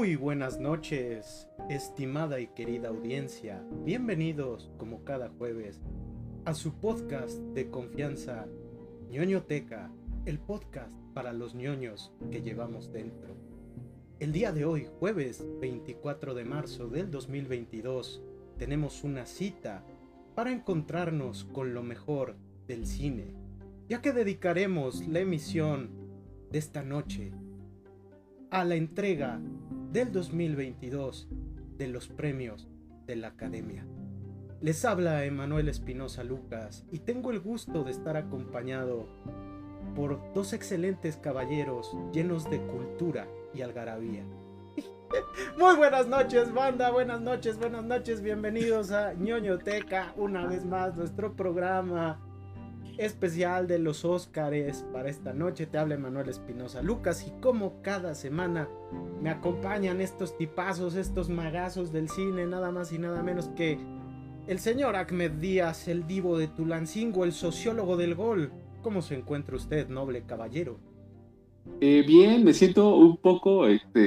Muy buenas noches, estimada y querida audiencia. Bienvenidos, como cada jueves, a su podcast de confianza, ñoñoteca, el podcast para los ñoños que llevamos dentro. El día de hoy, jueves 24 de marzo del 2022, tenemos una cita para encontrarnos con lo mejor del cine, ya que dedicaremos la emisión de esta noche a la entrega del 2022 de los premios de la Academia. Les habla Emanuel Espinosa Lucas y tengo el gusto de estar acompañado por dos excelentes caballeros llenos de cultura y algarabía. Muy buenas noches, banda, buenas noches, bienvenidos a ñoñoteca, una vez más nuestro programa especial de los Óscares. Para esta noche te habla Emanuel Espinosa Lucas y como cada semana me acompañan estos tipazos, estos magazos del cine, nada más y nada menos que el señor Ahmed Díaz, el divo de Tulancingo, el sociólogo del gol. ¿Cómo se encuentra usted, noble caballero? Bien, me siento un poco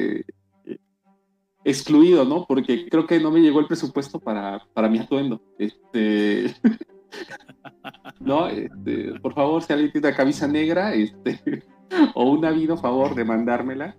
excluido, ¿no? Porque creo que no me llegó el presupuesto para mi atuendo. No, por favor, si alguien tiene una camisa negra, o un habido favor de mandármela.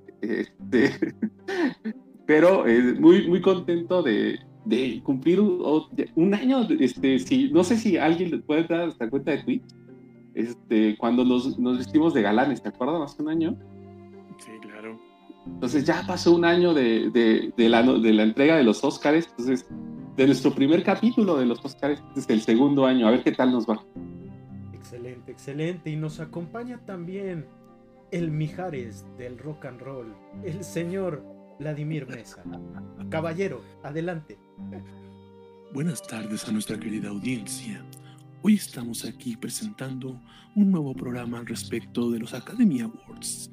Pero muy, muy contento de cumplir un año. No sé si alguien puede dar esta cuenta de Twitch. Cuando nos vestimos de galanes, ¿te acuerdas? Hace un año. Sí, claro. Entonces ya pasó un año de la entrega de los Óscares. Entonces, de nuestro primer capítulo de los Óscares, es el segundo año. A ver qué tal nos va. Excelente, excelente. Y nos acompaña también el Mijares del rock and roll, el señor Vladimir Mesa. Caballero, adelante. Buenas tardes a nuestra querida audiencia. Hoy estamos aquí presentando un nuevo programa al respecto de los Academy Awards.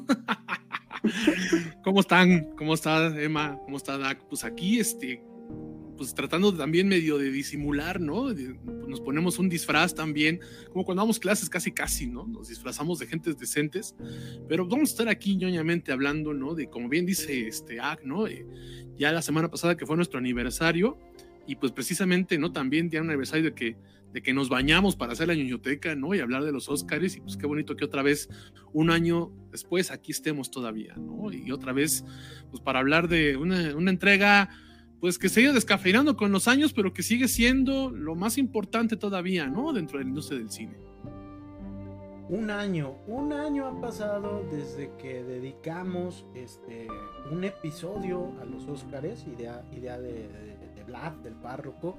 ¿Cómo están? ¿Cómo está Emma? ¿Cómo está Dak? Pues aquí, pues tratando también medio de disimular, ¿no? Nos ponemos un disfraz también, como cuando damos clases casi, ¿no? Nos disfrazamos de gentes decentes, pero vamos a estar aquí ñoñamente hablando, ¿no? De, como bien dice Ag, ¿no? Ya la semana pasada que fue nuestro aniversario, y pues precisamente, ¿no? También ya un aniversario de que nos bañamos para hacer la ñoñoteca, ¿no? Y hablar de los Óscares, y pues qué bonito que otra vez, un año después, aquí estemos todavía, ¿no? Y otra vez, pues para hablar de una entrega, pues que se ha ido descafeinando con los años, pero que sigue siendo lo más importante todavía, ¿no? Dentro de la industria del cine. Un año ha pasado desde que dedicamos un episodio a los Óscares, idea de Vlad, del párroco.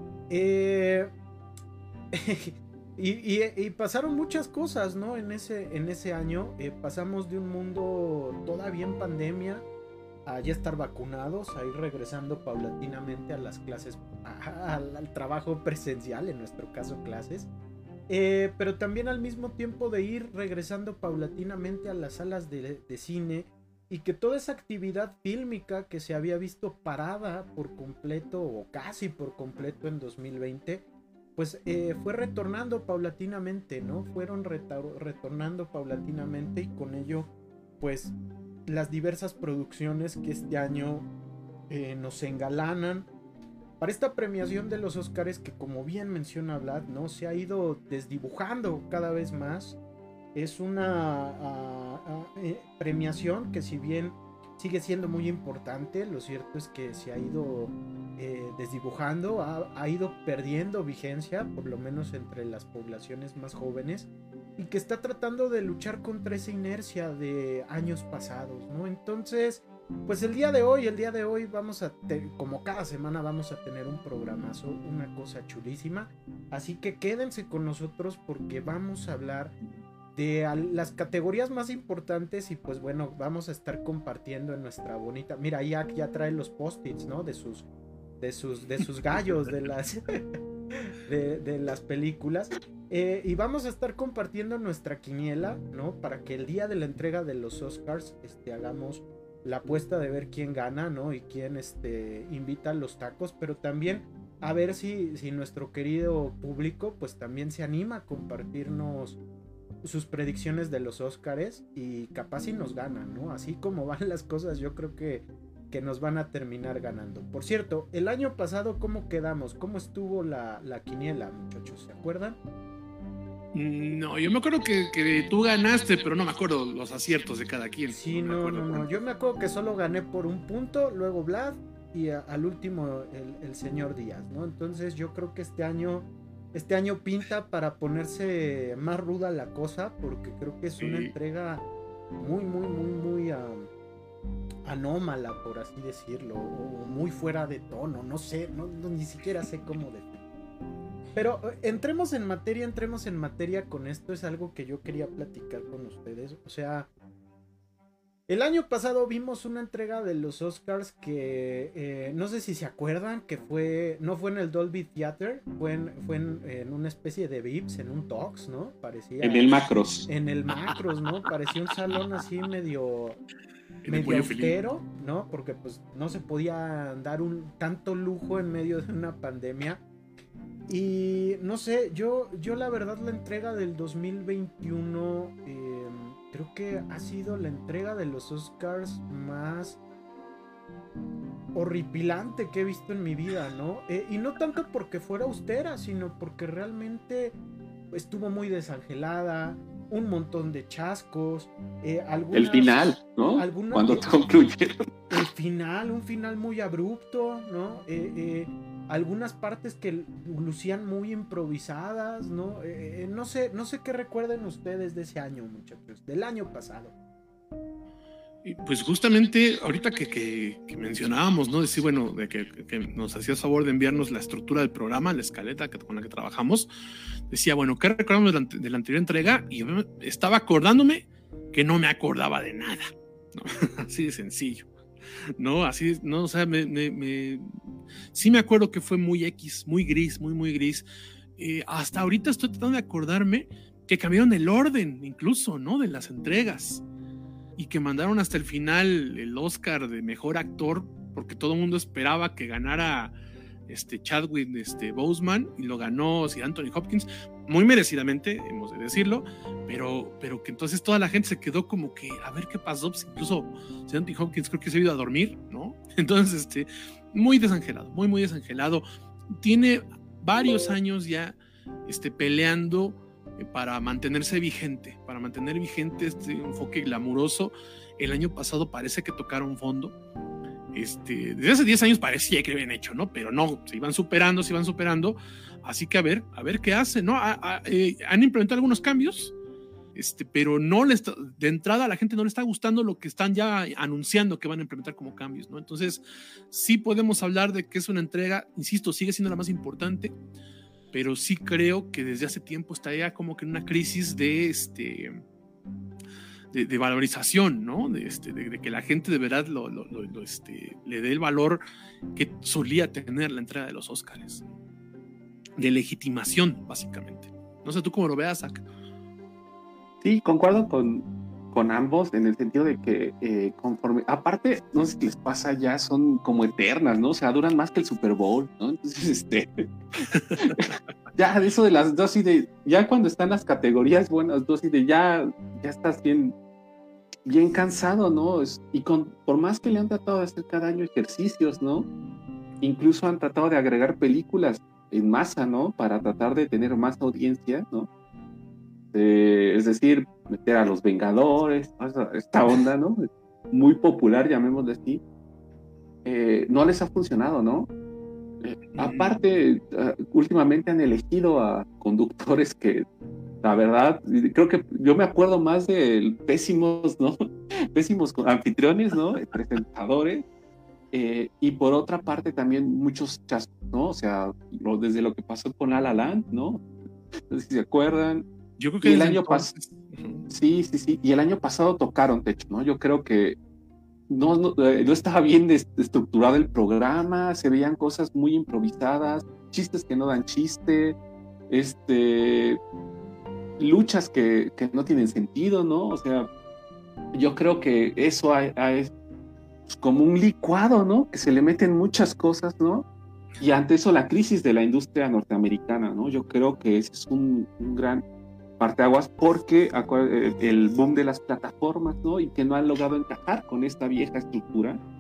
Y pasaron muchas cosas, ¿no? En ese año pasamos de un mundo todavía en pandemia a ya estar vacunados, a ir regresando paulatinamente a las clases, al trabajo presencial, en nuestro caso clases, pero también al mismo tiempo de ir regresando paulatinamente a las salas de cine, y que toda esa actividad fílmica que se había visto parada por completo o casi por completo en 2020, pues fue retornando paulatinamente, ¿no? Fueron retornando paulatinamente, y con ello pues las diversas producciones que este año nos engalanan para esta premiación de los Óscares, que como bien menciona Vlad, ¿no? Se ha ido desdibujando cada vez más. Es una premiación que, si bien sigue siendo muy importante, lo cierto es que se ha ido desdibujando, ha ido perdiendo vigencia, por lo menos entre las poblaciones más jóvenes, y que está tratando de luchar contra esa inercia de años pasados, ¿no? Entonces, pues el día de hoy vamos a como cada semana vamos a tener un programazo, una cosa chulísima, así que quédense con nosotros porque vamos a hablar de las categorías más importantes. Y pues bueno, vamos a estar compartiendo en nuestra bonita, mira, ya trae los post-its, ¿no? de sus gallos de las de las películas, y vamos a estar compartiendo nuestra quiniela, ¿no? Para que el día de la entrega de los Oscars hagamos la apuesta de ver quién gana, ¿no? Y quién invita a los tacos, pero también a ver si nuestro querido público pues también se anima a compartirnos sus predicciones de los Óscares, y capaz si nos ganan, ¿no? Así como van las cosas, yo creo que que nos van a terminar ganando. Por cierto, el año pasado, ¿cómo quedamos? ¿Cómo estuvo la quiniela, muchachos? ¿Se acuerdan? No, yo me acuerdo que tú ganaste, pero no me acuerdo los aciertos de cada quien. Sí, no. Yo me acuerdo que solo gané por un punto, luego Vlad y al último el señor Díaz, ¿no? Entonces yo creo que este año pinta para ponerse más ruda la cosa, porque creo que es una entrega muy anómala, por así decirlo, o muy fuera de tono, no sé, ni siquiera sé cómo definir. Pero entremos en materia con esto. Es algo que yo quería platicar con ustedes. O sea, el año pasado vimos una entrega de los Oscars que no sé si se acuerdan, que no fue en el Dolby Theater, fue en una especie de VIPs, en un Tox, ¿no? Parecía en el Macros. En el Macros, ¿no? Parecía un salón así medio austero, ¿no? Porque pues no se podía dar tanto lujo en medio de una pandemia. Y no sé, yo la verdad la entrega del 2021 creo que ha sido la entrega de los Oscars más horripilante que he visto en mi vida, ¿no? Y no tanto porque fuera austera, sino porque realmente estuvo muy desangelada, un montón de chascos, el final, ¿no? Cuando concluyeron. El final, un final muy abrupto, ¿no? Algunas partes que lucían muy improvisadas, ¿no? No sé qué recuerden ustedes de ese año, muchachos, del año pasado. Y pues justamente ahorita que mencionábamos, ¿no? Decir, bueno, de que nos hacías favor de enviarnos la estructura del programa, la escaleta con la que trabajamos, decía, bueno, ¿qué recordamos de la anterior entrega? Y yo estaba acordándome que no me acordaba de nada, ¿no? Así de sencillo, ¿no? Así, ¿no? O sea, sí me acuerdo que fue muy X, muy gris, muy gris. Hasta ahorita estoy tratando de acordarme que cambiaron el orden, incluso, ¿no? De las entregas. Y que mandaron hasta el final el Oscar de mejor actor, porque todo el mundo esperaba que ganara Chadwick Boseman, y lo ganó Sir Anthony Hopkins, muy merecidamente, hemos de decirlo, pero que entonces toda la gente se quedó como que a ver qué pasó. Pues incluso Sir Anthony Hopkins creo que se ha ido a dormir, ¿no? Entonces muy desangelado, muy desangelado. Tiene varios años ya peleando para mantenerse vigente, este enfoque glamuroso. El año pasado parece que tocaron fondo. Desde hace 10 años parecía que habían hecho, ¿no? Pero no, se iban superando. Así que a ver qué hacen, ¿no? Han implementado algunos cambios, pero de entrada a la gente no le está gustando lo que están ya anunciando que van a implementar como cambios, ¿no? Entonces, sí podemos hablar de que es una entrega, insisto, sigue siendo la más importante, pero sí creo que desde hace tiempo está ya como que en una crisis de valorización, ¿no? De que la gente de verdad le dé el valor que solía tener la entrega de los Óscares, de legitimación, básicamente. No sé tú cómo lo veas, Zach. Sí, concuerdo con ambos en el sentido de que conforme, aparte, no sé si les pasa, ya son como eternas, ¿no? O sea, duran más que el Super Bowl, ¿no? Entonces, ya eso de las dosis ya cuando están las categorías buenas, dosis de ya estás bien cansado, ¿no? Por más que le han tratado de hacer cada año ejercicios, ¿no? Incluso han tratado de agregar películas en masa, ¿no? Para tratar de tener más audiencia, ¿no? Es decir, meter a los Vengadores, esta onda, ¿no? Muy popular, llamémosle así. No les ha funcionado, ¿no? Aparte, últimamente han elegido a conductores que, la verdad, creo que yo me acuerdo más de pésimos, ¿no? Pésimos anfitriones, ¿no? Presentadores. Y por otra parte también muchos chascos, ¿no? O sea, desde lo que pasó con La La Land, ¿no? No sé si se acuerdan. Yo creo que el año pasado, sí, y el año pasado tocaron techo, ¿no? Yo creo que no estaba bien estructurado el programa, se veían cosas muy improvisadas, chistes que no dan chiste, luchas que no tienen sentido, ¿no? O sea, yo creo que eso es como un licuado, ¿no? Que se le meten muchas cosas, ¿no? Y ante eso la crisis de la industria norteamericana, ¿no? Yo creo que ese es un gran parteaguas, porque el boom de las plataformas, ¿no? Y que no han logrado encajar con esta vieja estructura.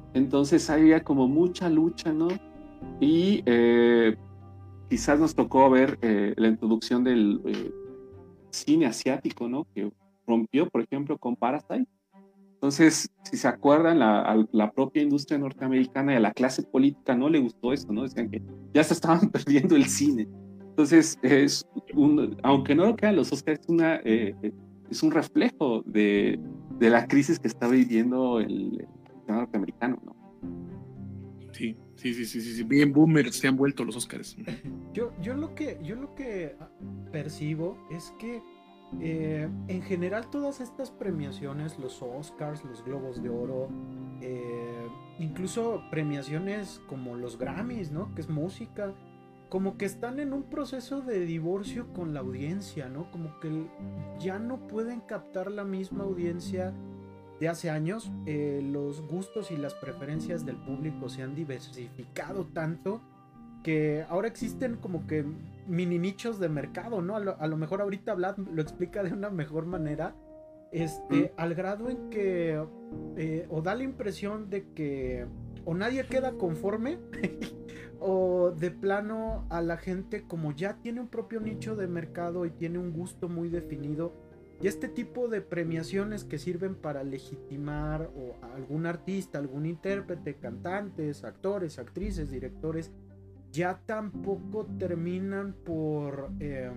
Entonces había como mucha lucha, ¿no? Y quizás nos tocó ver la introducción del cine asiático, ¿no? Que rompió, por ejemplo, con Parasite. Entonces, si se acuerdan, a la propia industria norteamericana y a la clase política no le gustó eso, ¿no? Decían que ya se estaban perdiendo el cine. Entonces, aunque no lo crean los Oscars, es un reflejo de la crisis que está viviendo el norteamericano, ¿no? Sí. Bien boomers se han vuelto los Oscars. Yo lo que percibo es que en general todas estas premiaciones, los Oscars, los Globos de Oro, incluso premiaciones como los Grammys, ¿no? Que es música, como que están en un proceso de divorcio con la audiencia, ¿no? Como que ya no pueden captar la misma audiencia de hace años. Los gustos y las preferencias del público se han diversificado tanto que ahora existen como que mini nichos de mercado, ¿no? A lo mejor ahorita Vlad lo explica de una mejor manera, al grado en que o da la impresión de que o nadie queda conforme o de plano a la gente, como ya tiene un propio nicho de mercado y tiene un gusto muy definido, y este tipo de premiaciones que sirven para legitimar a algún artista, algún intérprete, cantantes, actores, actrices, directores, ya tampoco terminan por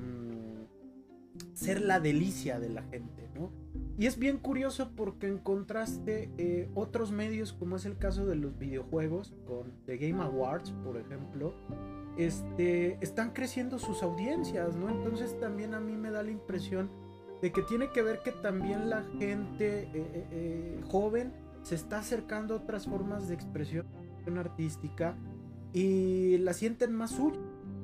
ser la delicia de la gente, ¿no? Y es bien curioso porque en contraste otros medios, como es el caso de los videojuegos, con The Game Awards, por ejemplo, están creciendo sus audiencias, ¿no? Entonces también a mí me da la impresión de que tiene que ver que también la gente joven se está acercando a otras formas de expresión artística y la sienten más suyas,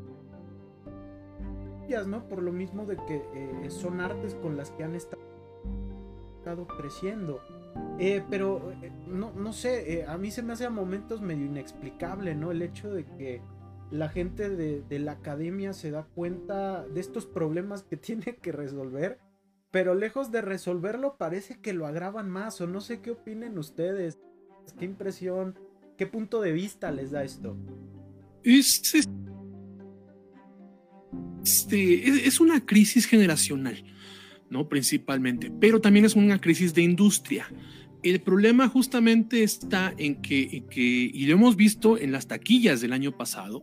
¿no? Por lo mismo de que son artes con las que han estado creciendo. Pero no sé, a mí se me hace a momentos medio inexplicable, ¿no? El hecho de que la gente de la academia se da cuenta de estos problemas que tiene que resolver, pero lejos de resolverlo parece que lo agravan más, o no sé qué opinen ustedes, qué impresión, qué punto de vista les da esto. Es una crisis generacional, ¿no? Principalmente, pero también es una crisis de industria. El problema justamente está en que y lo hemos visto en las taquillas del año pasado,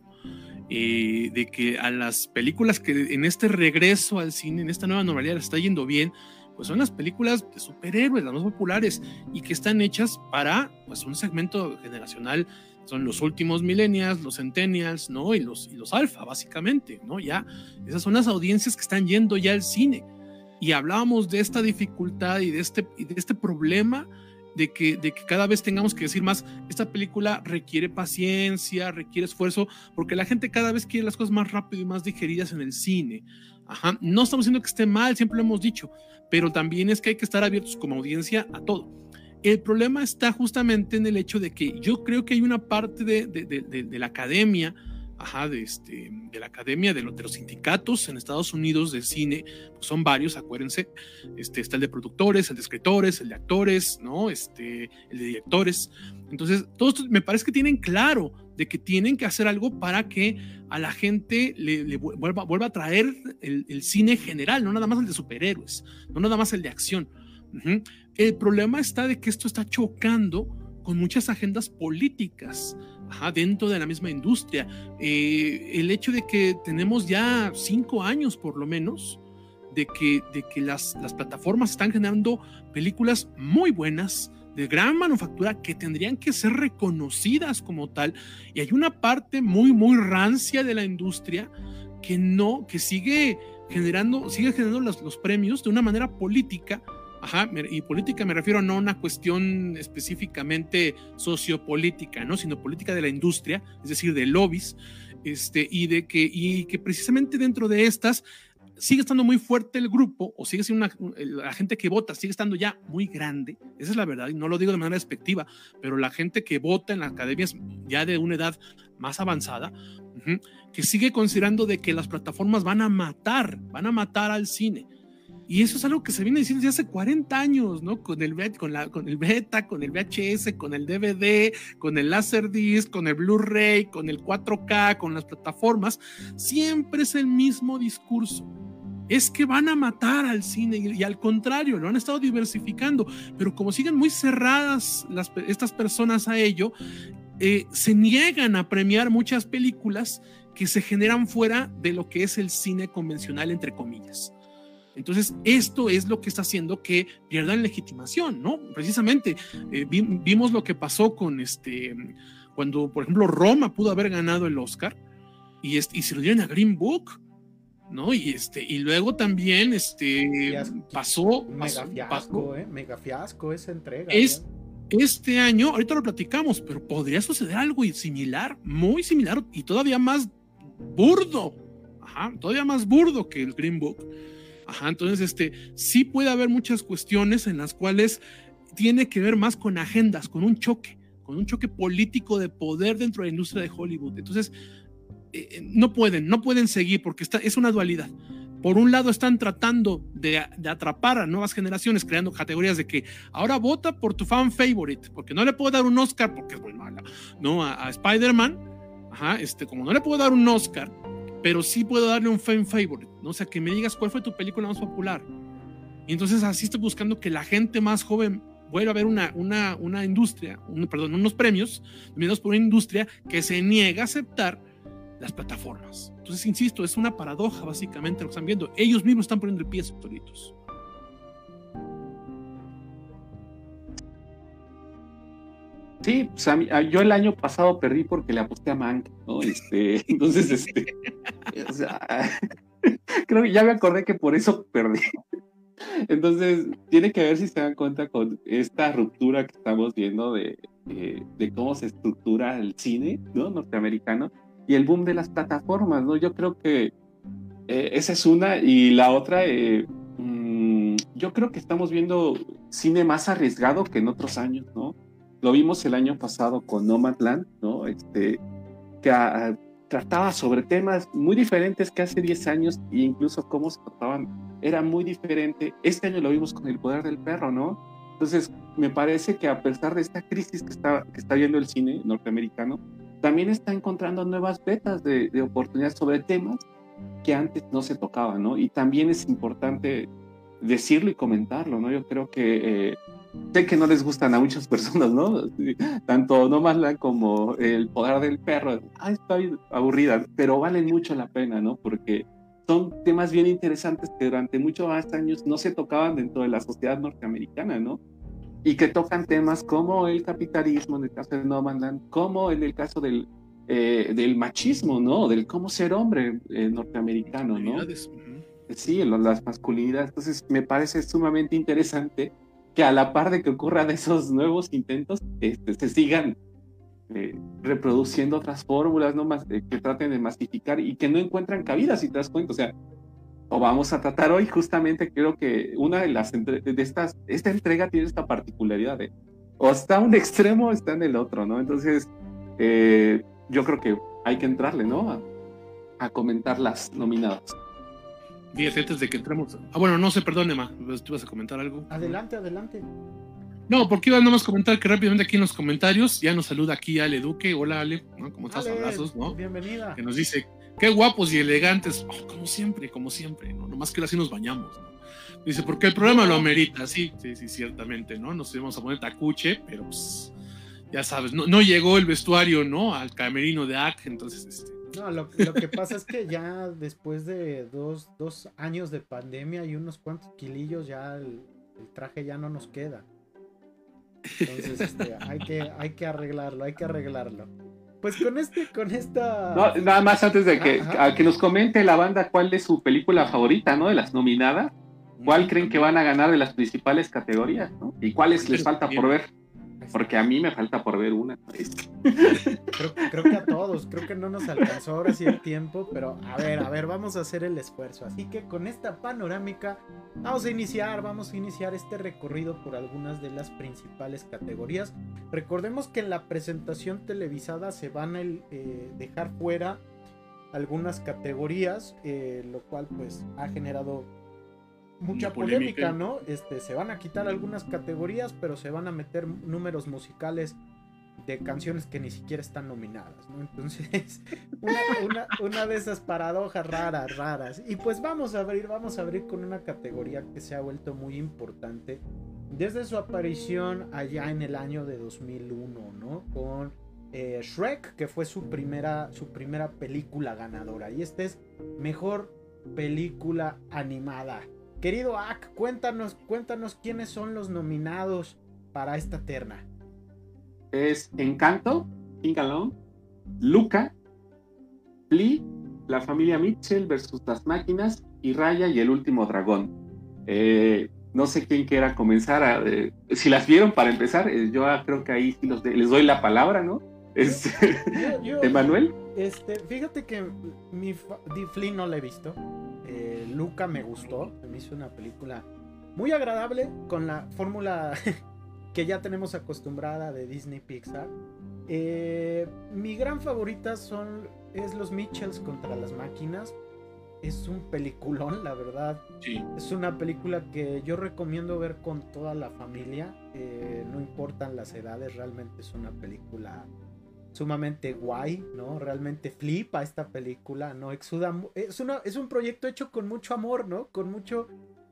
de que a las películas que en este regreso al cine, en esta nueva normalidad, les está yendo bien, pues son las películas de superhéroes, las más populares, y que están hechas para, pues, un segmento generacional. Son los últimos millennials, los centennials, ¿no? Y los alfa, básicamente, ¿no? Ya, esas son las audiencias que están yendo ya al cine. Y hablábamos de esta dificultad y de este problema de que cada vez tengamos que decir más, esta película requiere paciencia, requiere esfuerzo, porque la gente cada vez quiere las cosas más rápido y más digeridas en el cine. Ajá. No estamos diciendo que esté mal, siempre lo hemos dicho, pero también es que hay que estar abiertos como audiencia a todo. El problema está justamente en el hecho de que yo creo que hay una parte de la academia, de la academia, de los sindicatos en Estados Unidos de cine, pues son varios, acuérdense, está el de productores, el de escritores, el de actores, ¿no? El de directores. Entonces, todos me parece que tienen claro de que tienen que hacer algo para que a la gente le vuelva a traer el cine general, no nada más el de superhéroes, no nada más el de acción. Uh-huh. El problema está de que esto está chocando con muchas agendas políticas dentro de la misma industria. El hecho de que tenemos ya 5 años por lo menos de que las plataformas están generando películas muy buenas, de gran manufactura, que tendrían que ser reconocidas como tal, y hay una parte muy muy rancia de la industria que sigue generando los premios de una manera política. Y política me refiero no a una cuestión específicamente sociopolítica, ¿no? Sino política de la industria, es decir, de lobbies, y que precisamente dentro de estas sigue estando muy fuerte el grupo, o sigue siendo la gente que vota sigue estando ya muy grande, esa es la verdad, y no lo digo de manera despectiva, pero la gente que vota en las academias ya de una edad más avanzada, que sigue considerando de que las plataformas van a matar al cine. Y eso es algo que se viene diciendo desde hace 40 años, ¿no? Con el beta, con el VHS, con el DVD, con el Laserdisc, con el Blu-ray, con el 4K, con las plataformas. Siempre es el mismo discurso. Es que van a matar al cine, y al contrario, lo han estado diversificando, pero como siguen muy cerradas estas personas a ello, se niegan a premiar muchas películas que se generan fuera de lo que es el cine convencional, entre comillas. Entonces, esto es lo que está haciendo que pierdan legitimación, ¿no? Precisamente, vimos lo que pasó con cuando, por ejemplo, Roma pudo haber ganado el Oscar y se lo dieron a Green Book, ¿no? Y luego también pasó mega fiasco esa entrega. Este año, ahorita lo platicamos, pero podría suceder algo similar, muy similar y todavía más burdo, todavía más burdo que el Green Book. Entonces, sí puede haber muchas cuestiones en las cuales tiene que ver más con agendas, con un choque político de poder dentro de la industria de Hollywood. Entonces, no pueden seguir porque es una dualidad. Por un lado están tratando de atrapar a nuevas generaciones creando categorías de que ahora vota por tu fan favorite, porque no le puedo dar un Oscar porque es muy mala, ¿no? A Spider-Man, como no le puedo dar un Oscar, pero sí puedo darle un fan favorite, ¿no? O sea, que me digas cuál fue tu película más popular. Y entonces así estoy buscando que la gente más joven vuelva a ver una industria, unos premios dominados por una industria que se niega a aceptar las plataformas. Entonces, insisto, es una paradoja básicamente lo que están viendo. Ellos mismos están poniendo el pie solitos. Sí, pues yo el año pasado perdí porque le aposté a Mank, ¿no? Entonces, o sea, creo que ya me acordé que por eso perdí. Entonces, tiene que ver si se dan cuenta con esta ruptura que estamos viendo de cómo se estructura el cine, ¿no? Norteamericano y el boom de las plataformas, ¿no? Yo creo que esa es una, y la otra, yo creo que estamos viendo cine más arriesgado que en otros años, ¿no? Lo vimos el año pasado con Nomadland, ¿no? Que trataba sobre temas muy diferentes que hace 10 años e incluso cómo se trataban era muy diferente. Este año lo vimos con El poder del perro, ¿no? Entonces, me parece que a pesar de esta crisis que está viendo el cine norteamericano, también está encontrando nuevas vetas de oportunidades sobre temas que antes no se tocaban, ¿no? Y también es importante decirlo y comentarlo, ¿no? Yo creo que sé que no les gustan a muchas personas, ¿no? Tanto Nomadland como El poder del perro, está bien aburrida, pero valen mucho la pena, ¿no? Porque son temas bien interesantes que durante muchos más años no se tocaban dentro de la sociedad norteamericana, ¿no? Y que tocan temas como el capitalismo, en el caso de Nomadland, como en el caso del machismo, ¿no? Del cómo ser hombre norteamericano, ¿no? Sí, las masculinidades. Entonces, me parece sumamente interesante que a la par de que ocurran esos nuevos intentos, se sigan reproduciendo otras fórmulas, ¿no? Que traten de masificar y que no encuentran cabida, si te das cuenta. O sea, vamos a tratar hoy justamente, creo que una de las esta entrega tiene esta particularidad de o está un extremo o está en el otro, ¿no? Entonces, yo creo que hay que entrarle, ¿no? A comentar las nominadas. Fíjate, antes de que entremos. Bueno, no sé, perdón, Emma, ¿tú vas a comentar algo? Adelante. No, porque iba a nomás comentar que rápidamente aquí en los comentarios ya nos saluda aquí Ale Duque. Hola, Ale, ¿no? ¿Cómo estás? Ale, abrazos, ¿no? Bienvenida. Que nos dice, qué guapos y elegantes. Como siempre, ¿no? Nomás que así nos bañamos, ¿no? Dice, porque el programa lo amerita. Sí, ciertamente, ¿no? Nos íbamos a poner tacuche, pero pues, ya sabes, no llegó el vestuario, ¿no? Al camerino de AC, entonces, No, lo que pasa es que ya después de dos años de pandemia y unos cuantos kilillos, ya el traje ya no nos queda. Entonces, hay que arreglarlo. Pues con esta... No, nada más antes de que nos comente la banda cuál es su película favorita, ¿no? De las nominadas. ¿Cuál creen que van a ganar de las principales categorías, ¿no? ¿Y cuáles les falta por ver? Porque a mí me falta por ver una. Creo que a todos, creo que no nos alcanzó ahora sí el tiempo, pero a ver, vamos a hacer el esfuerzo. Así que con esta panorámica vamos a iniciar este recorrido por algunas de las principales categorías. Recordemos que en la presentación televisada se van a dejar fuera algunas categorías, lo cual pues ha generado mucha polémica, ¿no? Se van a quitar algunas categorías, pero se van a meter números musicales de canciones que ni siquiera están nominadas, ¿no? Entonces, una de esas paradojas raras. Y pues vamos a abrir con una categoría que se ha vuelto muy importante desde su aparición allá en el año de 2001, ¿no? Con Shrek, que fue su primera película ganadora. Y es mejor película animada. Querido Ak, cuéntanos quiénes son los nominados para esta terna. Es Encanto, King Along, Luca, Flea, La familia Mitchell versus las máquinas y Raya y el último dragón. No sé quién quiera comenzar. Si las vieron para empezar, yo creo que ahí sí les doy la palabra, ¿no? Emanuel. Fíjate que Flea no la he visto. Luca me gustó, me hizo una película muy agradable con la fórmula que ya tenemos acostumbrada de Disney Pixar. Mi gran favorita es los Mitchells contra las máquinas. Es un peliculón, la verdad. Sí. Es una película que yo recomiendo ver con toda la familia. No importan las edades, realmente es una película sumamente guay, ¿no? Realmente flipa esta película, ¿no? Exuda, es un proyecto hecho con mucho amor, ¿no? Con mucho...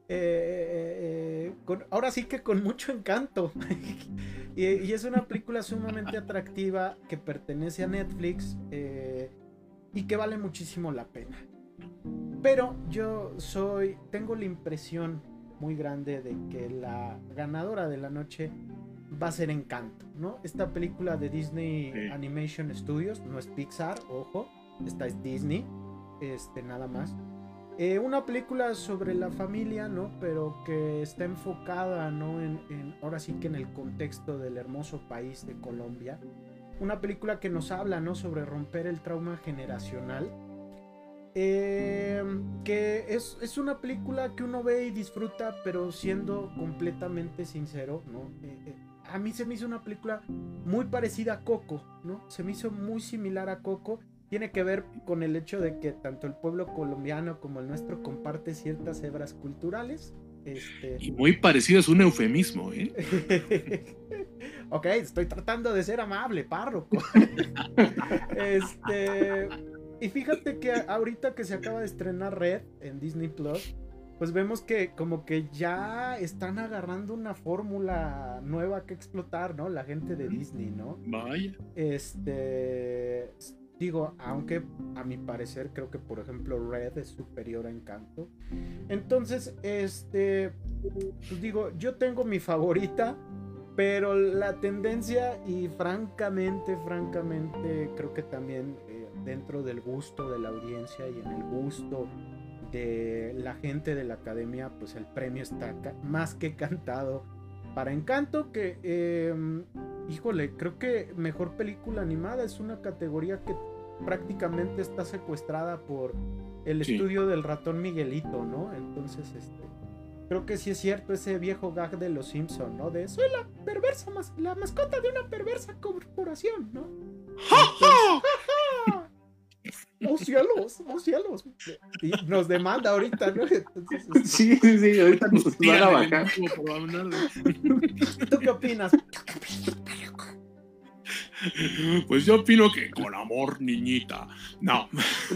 ahora sí que con mucho encanto. y es una película sumamente atractiva que pertenece a Netflix y que vale muchísimo la pena. Pero tengo la impresión muy grande de que la ganadora de la noche va a ser Encanto, ¿no? Esta película de Disney Animation Studios, no es Pixar, ojo, esta es Disney, nada más. Una película sobre la familia, ¿no? Pero que está enfocada, ¿no? Ahora sí que en el contexto del hermoso país de Colombia. Una película que nos habla, ¿no? Sobre romper el trauma generacional. Que es una película que uno ve y disfruta, pero siendo completamente sincero, ¿no? A mí se me hizo una película muy parecida a Coco, ¿no? Se me hizo muy similar a Coco. Tiene que ver con el hecho de que tanto el pueblo colombiano como el nuestro comparte ciertas hebras culturales. Y muy parecido, es un eufemismo, ¿eh? Ok, estoy tratando de ser amable, párroco. Y fíjate que ahorita que se acaba de estrenar Red en Disney Plus, pues vemos que como que ya están agarrando una fórmula nueva que explotar, ¿no? La gente de Disney, ¿no? Vaya. Digo, aunque a mi parecer creo que por ejemplo Red es superior a Encanto. Entonces, pues digo, yo tengo mi favorita, pero la tendencia y francamente creo que también dentro del gusto de la audiencia y en el gusto de la gente de la academia, pues el premio está más que cantado para Encanto, que híjole, creo que mejor película animada es una categoría que prácticamente está secuestrada por el estudio del ratón Miguelito, ¿no? Entonces, creo que sí es cierto ese viejo gag de los Simpson, ¿no? De soy la mascota de una perversa corporación, ¿no? Entonces, ¡oh cielos! Y nos demanda ahorita, ¿no? Entonces, sí, ahorita nos van a bajar. ¿Tú qué opinas? Pues yo opino que con amor, niñita. No.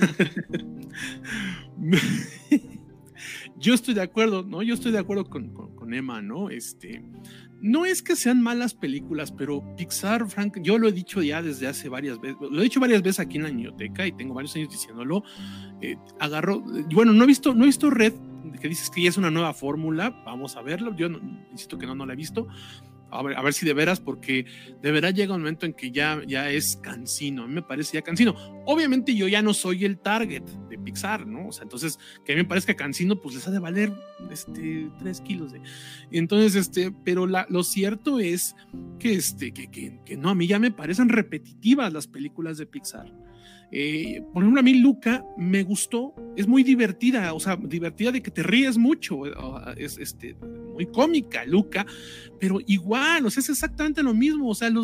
Yo estoy de acuerdo, ¿no? Yo estoy de acuerdo con Emma, ¿no? No es que sean malas películas, pero Pixar, Frank, yo lo he dicho ya desde hace varias veces, lo he dicho varias veces aquí en la biblioteca y tengo varios años diciéndolo. Agarró, bueno, no he visto Red, que dices que ya es una nueva fórmula, vamos a verlo, yo insisto que no la he visto. A ver si de veras, porque de veras llega un momento en que ya es cansino. A mí me parece ya cansino. Obviamente yo ya no soy el target de Pixar, ¿no? O sea, entonces que a mí me parezca cansino, pues les ha de valer 3 kilos de... Entonces, pero lo cierto es que no, a mí ya me parecen repetitivas las películas de Pixar. Por ejemplo, a mí Luca me gustó, es muy divertida, o sea, divertida de que te ríes mucho, es muy cómica Luca, pero igual, o sea, es exactamente lo mismo, o sea,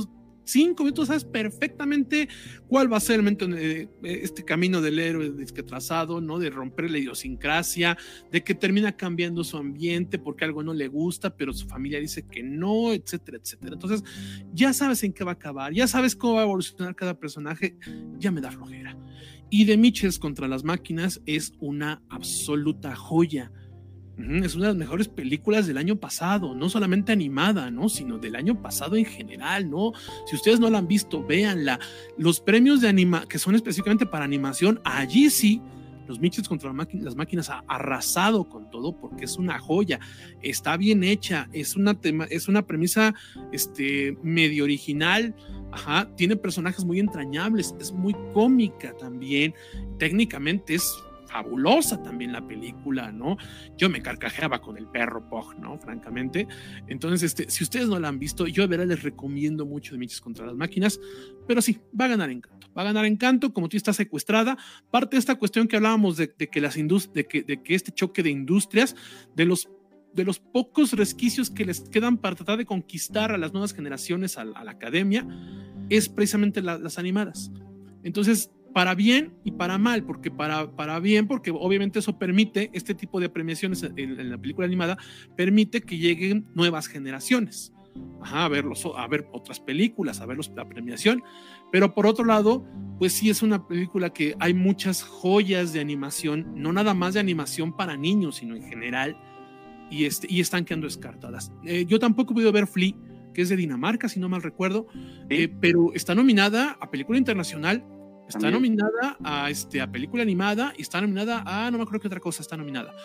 5 minutos sabes perfectamente cuál va a ser este camino del héroe trazado, ¿no? De romper la idiosincrasia, de que termina cambiando su ambiente porque algo no le gusta, pero su familia dice que no, etcétera, etcétera. Entonces, ya sabes en qué va a acabar, ya sabes cómo va a evolucionar cada personaje, ya me da flojera. Y The Mitchells contra las máquinas es una absoluta joya. Es una de las mejores películas del año pasado, no solamente animada, ¿no? Sino del año pasado en general, ¿no? Si ustedes no la han visto, véanla. Los premios que son específicamente para animación, allí sí, los Mitchells contra las máquinas ha arrasado con todo porque es una joya, está bien hecha, es una premisa medio original, tiene personajes muy entrañables, es muy cómica también, técnicamente es fabulosa también la película, ¿no? Yo me carcajeaba con el perro Pog, ¿no? Francamente. Entonces, si ustedes no la han visto, yo de verdad les recomiendo mucho The Mitchells contra las máquinas, pero sí, va a ganar Encanto. Va a ganar Encanto, como tú estás secuestrada. Parte de esta cuestión que hablábamos de que este choque de industrias, de los pocos resquicios que les quedan para tratar de conquistar a las nuevas generaciones a la academia, es precisamente las animadas. Entonces, para bien y para mal, porque para bien, porque obviamente eso permite, este tipo de premiaciones en la película animada, permite que lleguen nuevas generaciones, a ver otras películas, a ver la premiación, pero por otro lado, pues sí es una película que hay muchas joyas de animación, no nada más de animación para niños, sino en general, y están quedando descartadas. Yo tampoco he podido ver Flea, que es de Dinamarca, si no mal recuerdo, pero está nominada a película internacional. Está nominada a película animada y está nominada a, no me acuerdo qué otra cosa está nominada,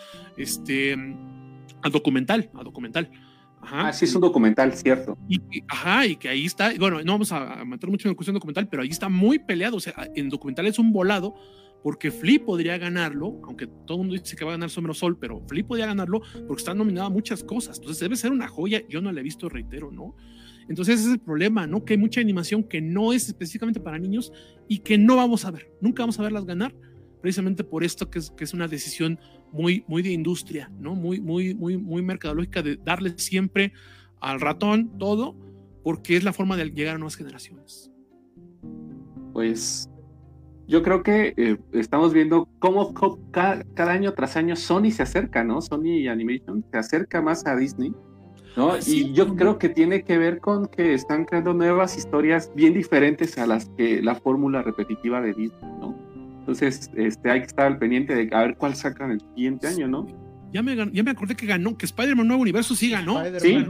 a documental. Sí, es un documental, cierto. Y que ahí está, bueno, no vamos a meter mucho en la cuestión documental, pero ahí está muy peleado, o sea, en documental es un volado, porque Flea podría ganarlo, aunque todo el mundo dice que va a ganar Somos Sol, pero Flea podría ganarlo porque está nominada a muchas cosas, entonces debe ser una joya, yo no la he visto, reitero, ¿no? Entonces ese es el problema, ¿no? Que hay mucha animación que no es específicamente para niños y que no vamos a ver, nunca vamos a verlas ganar, precisamente por esto que es una decisión muy, muy de industria, ¿no? Muy, muy, muy, muy mercadológica, de darle siempre al ratón todo, porque es la forma de llegar a nuevas generaciones. Pues yo creo que estamos viendo cómo cada año tras año Sony se acerca, ¿no? Sony Animation se acerca más a Disney, ¿no? Y yo creo que tiene que ver con que están creando nuevas historias bien diferentes a las que la fórmula repetitiva de Disney, ¿no? Entonces, hay que estar al pendiente de a ver cuál sacan el siguiente año, ¿no? Ya me acordé que ganó, que Spider-Man Nuevo Universo sí ganó. Sí.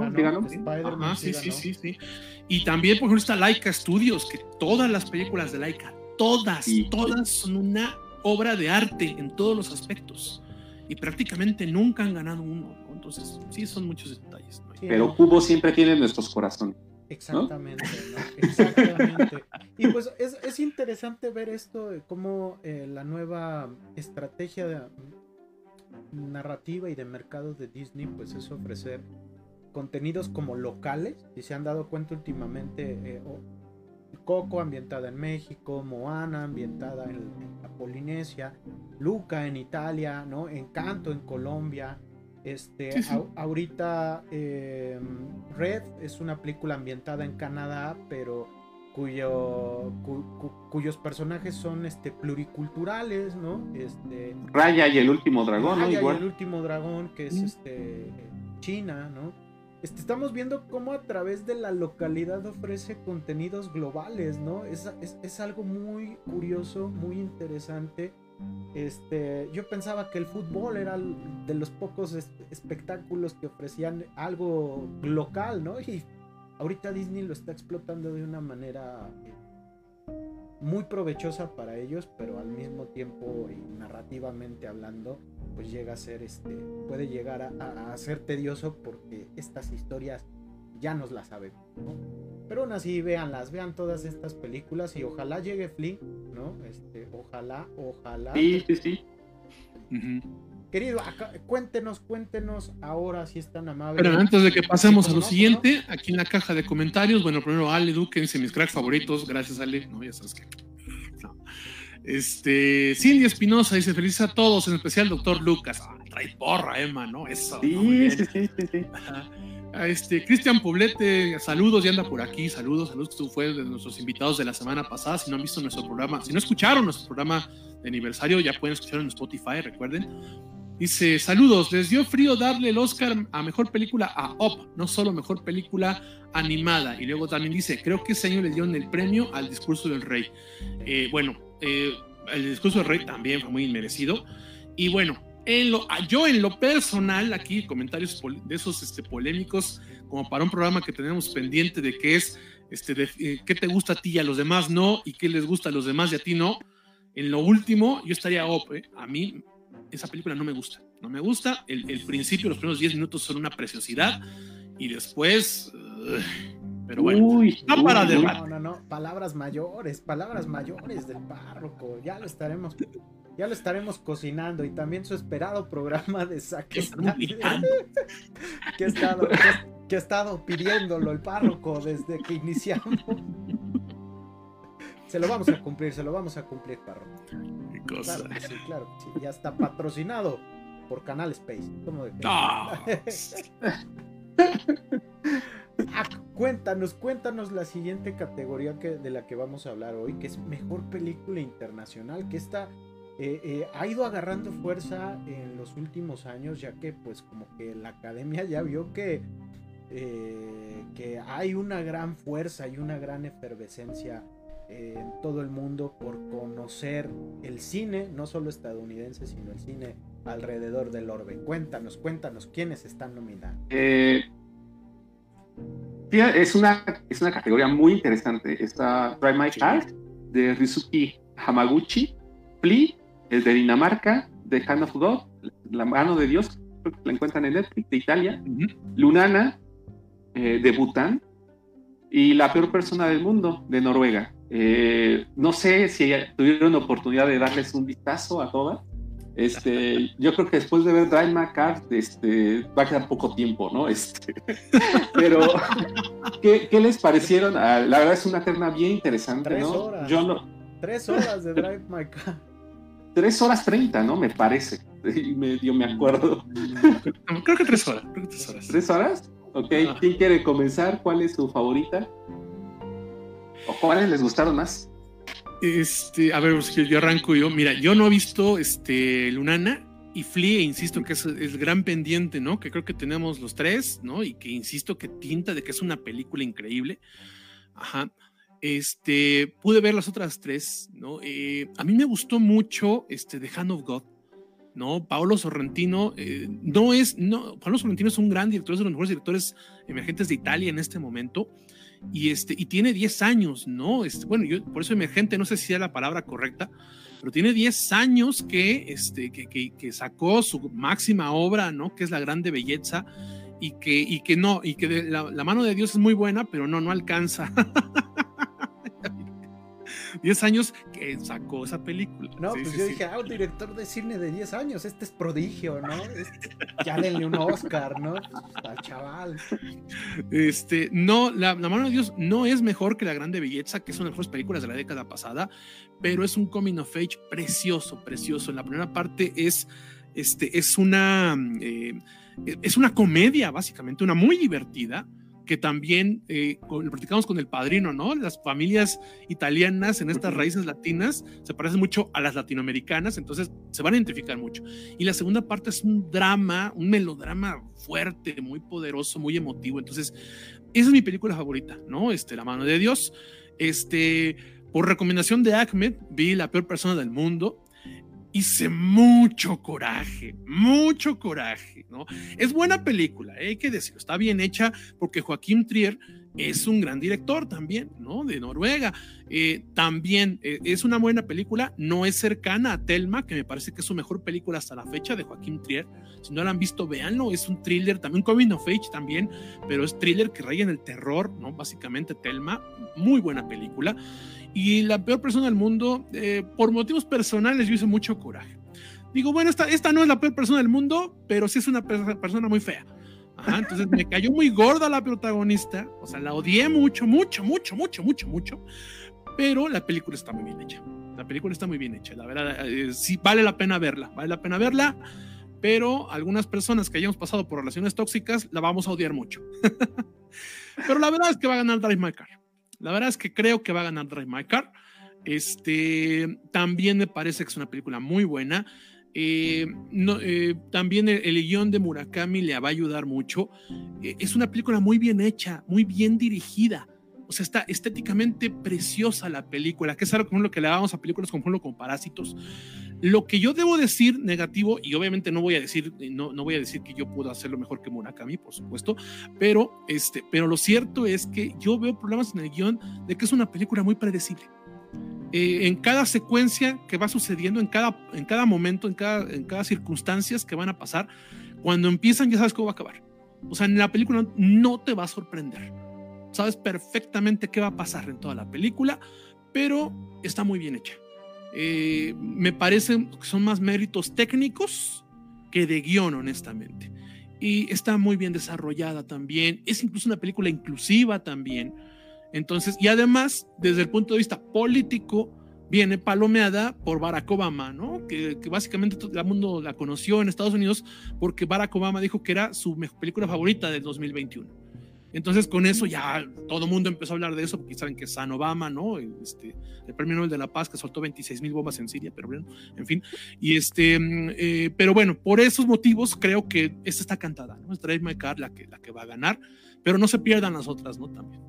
Y también, por ejemplo, está Laika Studios, que todas las películas de Laika, todas son una obra de arte en todos los aspectos. Y prácticamente nunca han ganado uno, ¿no? Entonces, sí, son muchos detalles, ¿no? Pero Cubo siempre tiene nuestros corazones. Exactamente, ¿no? Exactamente. Y pues es interesante ver esto, cómo la nueva estrategia narrativa y de mercado de Disney pues es ofrecer contenidos como locales. Si se han dado cuenta últimamente, Coco ambientada en México, Moana ambientada en la Polinesia, Luca en Italia, ¿no? Encanto en Colombia. Ahorita Red es una película ambientada en Canadá, pero cuyos personajes son pluriculturales, ¿no? Raya y el último dragón, Raya, ¿no? Igual. Y el último dragón, que es China, ¿no? Estamos viendo cómo a través de la localidad ofrece contenidos globales, ¿no? Es algo muy curioso, muy interesante. Yo pensaba que el fútbol era de los pocos espectáculos que ofrecían algo local, ¿no? Y ahorita Disney lo está explotando de una manera muy provechosa para ellos, pero al mismo tiempo y narrativamente hablando, pues llega a ser puede llegar a ser tedioso porque estas historias ya nos las sabemos, ¿no? Pero aún así vean todas estas películas y ojalá llegue Flea, ¿no? Ojalá. Sí. Querido, cuéntenos ahora si es tan amable. Pero antes de que pasemos a lo siguiente, aquí en la caja de comentarios, bueno, primero Ale Duque dice mis cracks favoritos, gracias Ale, no, ya sabes que no. Cindy Espinosa dice felices a todos, en especial Dr. Lucas. Trae porra, Emma, ¿no? Eso. Sí. Cristian Poblete, saludos, ya anda por aquí, saludos, tú fue de nuestros invitados de la semana pasada. Si no han visto nuestro programa, si no escucharon nuestro programa de aniversario, ya pueden escucharlo en Spotify, recuerden. Dice, saludos, les dio frío darle el Oscar a mejor película a Up, no solo mejor película animada. Y luego también dice, creo que ese año le dieron el premio al Discurso del Rey. El Discurso del Rey también fue muy inmerecido. Y bueno, yo en lo personal, aquí comentarios de esos polémicos, como para un programa que tenemos pendiente de qué es, qué te gusta a ti y a los demás no, y qué les gusta a los demás y a ti no. En lo último, yo estaría Up, A mí esa película no me gusta, el principio, los primeros 10 minutos son una preciosidad, y después, pero bueno, para debate. No, palabras mayores del párroco, ya lo estaremos cocinando, y también su esperado programa de Zack Snyder, que ha estado pidiéndolo el párroco desde que iniciamos. Se lo vamos a cumplir, párroco. Qué cosa. Claro que sí, ya está patrocinado por Canal Space. ¿Cómo de Cuéntanos la siguiente categoría de la que vamos a hablar hoy, que es mejor película internacional, que esta ha ido agarrando fuerza en los últimos años, ya que pues como que la academia ya vio que hay una gran fuerza y una gran efervescencia en todo el mundo por conocer el cine, no solo estadounidense, sino el cine alrededor del orbe. Cuéntanos quiénes están nominados. Es una categoría muy interesante. Está Drive My Car de Ryusuke Hamaguchi, Flea, el de Dinamarca, The Hand of God, La mano de Dios, creo que la encuentran en Netflix, de Italia, Lunana, de Bután, y La peor persona del mundo, de Noruega. No sé si tuvieron oportunidad de darles un vistazo a todas. Yo creo que después de ver Drive My Car va a quedar poco tiempo, ¿no? Pero ¿qué les parecieron? La verdad es una terna bien interesante, 3 ¿no? horas. 3 horas de Drive My Car. 3 horas 30, ¿no? Me parece. Yo me acuerdo. Creo que 3 horas. ¿3 horas? Ok, ¿quién quiere comenzar? ¿Cuál es su favorita? ¿O cuáles les gustaron más? A ver, yo arranco yo. Mira, yo no he visto Lunana y Flea, insisto que es el gran pendiente, ¿no? Que creo que tenemos los tres, ¿no? Y que insisto que tinta de que es una película increíble. Ajá. Pude ver las otras 3, ¿no? A mí me gustó mucho The Hand of God, ¿no? Paolo Sorrentino Paolo Sorrentino es un gran director, es de los mejores directores emergentes de Italia en este momento. Y tiene 10 años, ¿no? Bueno, yo por eso emergente, no sé si es la palabra correcta, pero tiene 10 años que sacó su máxima obra, ¿no? Que es La Grande Belleza, y que la mano de Dios es muy buena, pero no alcanza. 10 años que sacó esa película. No, sí, pues sí, yo sí. dije, un director de cine de 10 años, este es prodigio, ¿no? Ya denle un Oscar, ¿no? Al chaval. No, la mano de Dios no es mejor que La Grande Belleza, que es una de las mejores películas de la década pasada, pero es un coming of age precioso. En la primera parte es una comedia, básicamente, una muy divertida, que también lo platicamos con El Padrino, ¿no? Las familias italianas en estas raíces latinas se parecen mucho a las latinoamericanas, entonces se van a identificar mucho. Y la segunda parte es un melodrama fuerte, muy poderoso, muy emotivo. Entonces, esa es mi película favorita, ¿no? La mano de Dios. Por recomendación de Ahmed, vi La peor persona del mundo. Hice mucho coraje, ¿no? Es buena película, hay que decirlo, está bien hecha, porque Joachim Trier es un gran director también, ¿no? De Noruega. También es una buena película, no es cercana a Thelma, que me parece que es su mejor película hasta la fecha de Joachim Trier. Si no la han visto, véanlo, es un thriller, también coming of age también, pero es thriller que raya en el terror, ¿no? Básicamente Thelma, muy buena película. Y La peor persona del mundo, por motivos personales, yo hice mucho coraje. Digo, bueno, esta no es la peor persona del mundo, pero sí es una persona muy fea. Ajá, entonces me cayó muy gorda la protagonista, o sea, la odié mucho, pero la película está muy bien hecha. La verdad, sí, vale la pena verla, pero algunas personas que hayamos pasado por relaciones tóxicas la vamos a odiar mucho. Pero la verdad es que va a ganar Drive My Car. La verdad es que creo que va a ganar Drive My Car. También me parece que es una película muy buena. También el guión de Murakami le va a ayudar mucho. Es una película muy bien hecha, muy bien dirigida. O sea, está estéticamente preciosa la película, que es algo como lo que le dábamos a películas como Parásitos. Lo que yo debo decir negativo, y obviamente no voy a decir que yo puedo hacerlo mejor que Murakami, por supuesto, pero lo cierto es que yo veo problemas en el guión de que es una película muy predecible. En cada secuencia que va sucediendo, en cada momento, en cada circunstancias que van a pasar, cuando empiezan ya sabes cómo va a acabar. O sea, en la película no te va a sorprender. Sabes perfectamente qué va a pasar en toda la película, pero está muy bien hecha. Me parece que son más méritos técnicos que de guión, honestamente. Y está muy bien desarrollada también. Es incluso una película inclusiva también. Entonces, y además, desde el punto de vista político, viene palomeada por Barack Obama, ¿no? Que básicamente todo el mundo la conoció en Estados Unidos porque Barack Obama dijo que era su película favorita del 2021. Entonces, con eso ya todo el mundo empezó a hablar de eso, porque saben que San Obama, ¿no? El Premio Nobel de la Paz, que soltó 26,000 bombas en Siria, pero bueno, en fin. Pero bueno, por esos motivos creo que esta está cantada, ¿no? Es Drive My Car la que va a ganar, pero no se pierdan las otras, ¿no? También.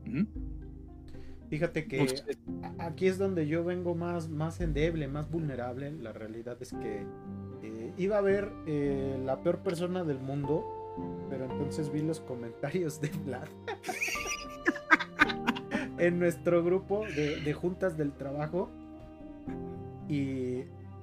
Fíjate que aquí es donde yo vengo más endeble, más vulnerable. La realidad es que iba a ver La Peor Persona del Mundo, pero entonces vi los comentarios de Vlad en nuestro grupo de juntas del trabajo y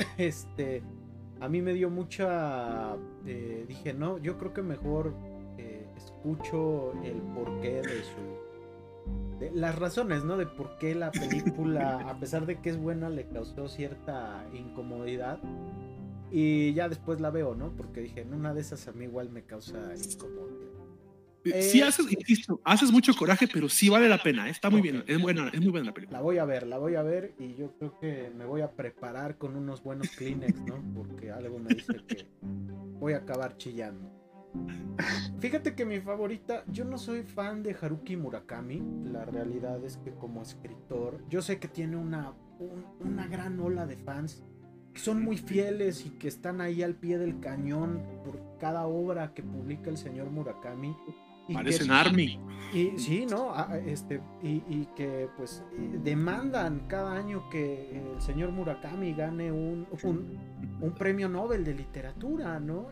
a mí me dio mucha dije no, yo creo que mejor escucho el porqué de las razones, ¿no? De por qué la película, a pesar de que es buena, le causó cierta incomodidad. Y ya después la veo, ¿no? Porque dije, en una de esas a mí igual me causa incomodidad. Sí haces mucho coraje, pero sí vale la pena, ¿eh? Está muy bien, es muy buena la película. La voy a ver y yo creo que me voy a preparar con unos buenos Kleenex, ¿no? Porque algo me dice que voy a acabar chillando. Fíjate que mi favorita, yo no soy fan de Haruki Murakami. La realidad es que como escritor, yo sé que tiene una gran ola de fans que son muy fieles y que están ahí al pie del cañón por cada obra que publica el señor Murakami. Parecen Army. Y sí, ¿no? Y que pues demandan cada año que el señor Murakami gane un premio Nobel de literatura, ¿no?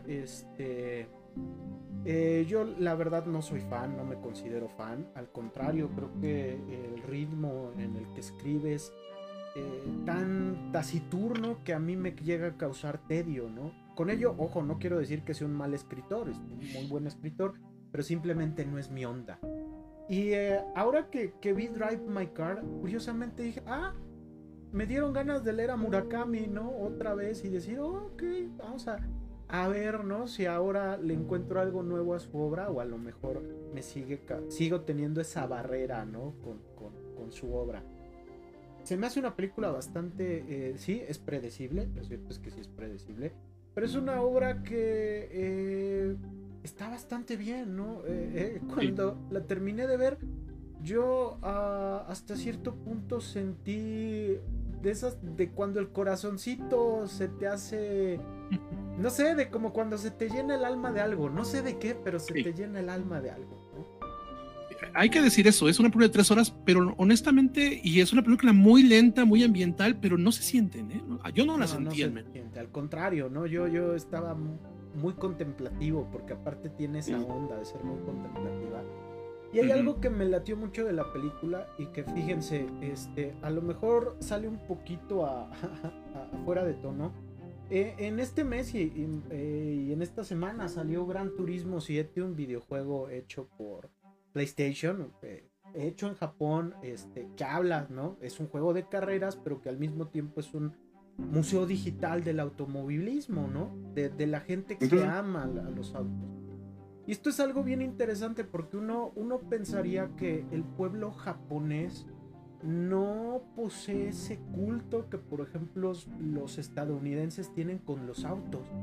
Yo la verdad no soy fan, no me considero fan, al contrario, creo que el ritmo en el que escribes tan taciturno que a mí me llega a causar tedio, ¿no? Con ello, ojo, no quiero decir que sea un mal escritor, es un muy buen escritor, pero simplemente no es mi onda. Y ahora que vi Drive My Car, curiosamente dije, me dieron ganas de leer a Murakami, ¿no? Otra vez y decir, ok, vamos a ver, ¿no? Si ahora le encuentro algo nuevo a su obra o a lo mejor sigo teniendo esa barrera, ¿no? Con su obra. Se me hace una película bastante, sí, es predecible, lo cierto es que sí es predecible, pero es una obra que está bastante bien, ¿no? Cuando la terminé de ver, yo hasta cierto punto sentí de cuando el corazoncito se te hace, no sé, de como cuando se te llena el alma de algo, no sé de qué, pero se te llena el alma de algo, ¿no? Hay que decir eso, es una película de 3 horas, pero honestamente, y es una película muy lenta, muy ambiental, pero no se sienten, ¿eh? Yo no la sentí, no se siente, al contrario, ¿no? Yo estaba muy contemplativo, porque aparte tiene esa onda de ser muy contemplativa. Y hay algo que me latió mucho de la película y que fíjense, a lo mejor sale un poquito fuera de tono. En este mes y en esta semana salió Gran Turismo 7, un videojuego hecho por PlayStation, hecho en Japón, que habla, ¿no? Es un juego de carreras, pero que al mismo tiempo es un museo digital del automovilismo, ¿no? De la gente que ama a los autos. Y esto es algo bien interesante porque uno pensaría que el pueblo japonés no posee ese culto que, por ejemplo, los estadounidenses tienen con los autos.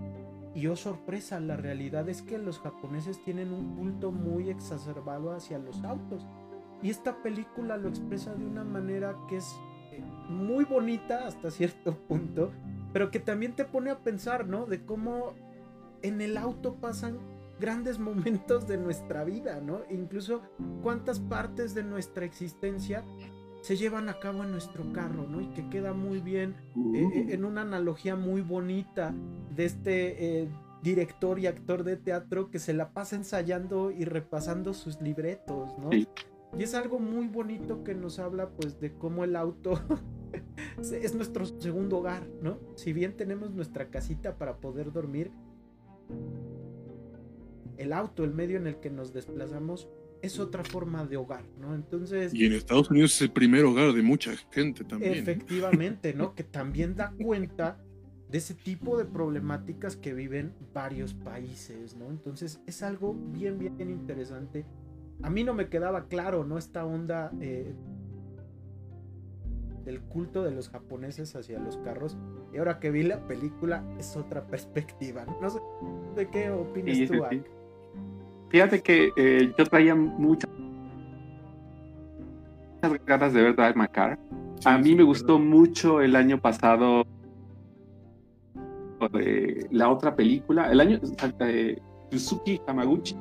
Y oh sorpresa, la realidad es que los japoneses tienen un culto muy exacerbado hacia los autos. Y esta película lo expresa de una manera que es muy bonita hasta cierto punto, pero que también te pone a pensar, ¿no? De cómo en el auto pasan grandes momentos de nuestra vida, ¿no? E incluso cuántas partes de nuestra existencia se llevan a cabo en nuestro carro, ¿no? Y que queda muy bien en una analogía muy bonita de este director y actor de teatro que se la pasa ensayando y repasando sus libretos, ¿no? Sí. Y es algo muy bonito que nos habla pues de cómo el auto es nuestro segundo hogar, ¿no? Si bien tenemos nuestra casita para poder dormir, el auto, el medio en el que nos desplazamos, es otra forma de hogar, ¿no? Entonces... Y en Estados Unidos es el primer hogar de mucha gente también. Efectivamente, ¿no? Que también da cuenta de ese tipo de problemáticas que viven varios países, ¿no? Entonces es algo bien, bien interesante. A mí no me quedaba claro, ¿no? Esta onda del culto de los japoneses hacia los carros. Y ahora que vi la película es otra perspectiva. No sé de qué opinas tú, Ak. Fíjate que yo traía muchas ganas de ver Drive My Car. Sí, a mí me gustó mucho el año pasado la otra película. El año Yusuke Hamaguchi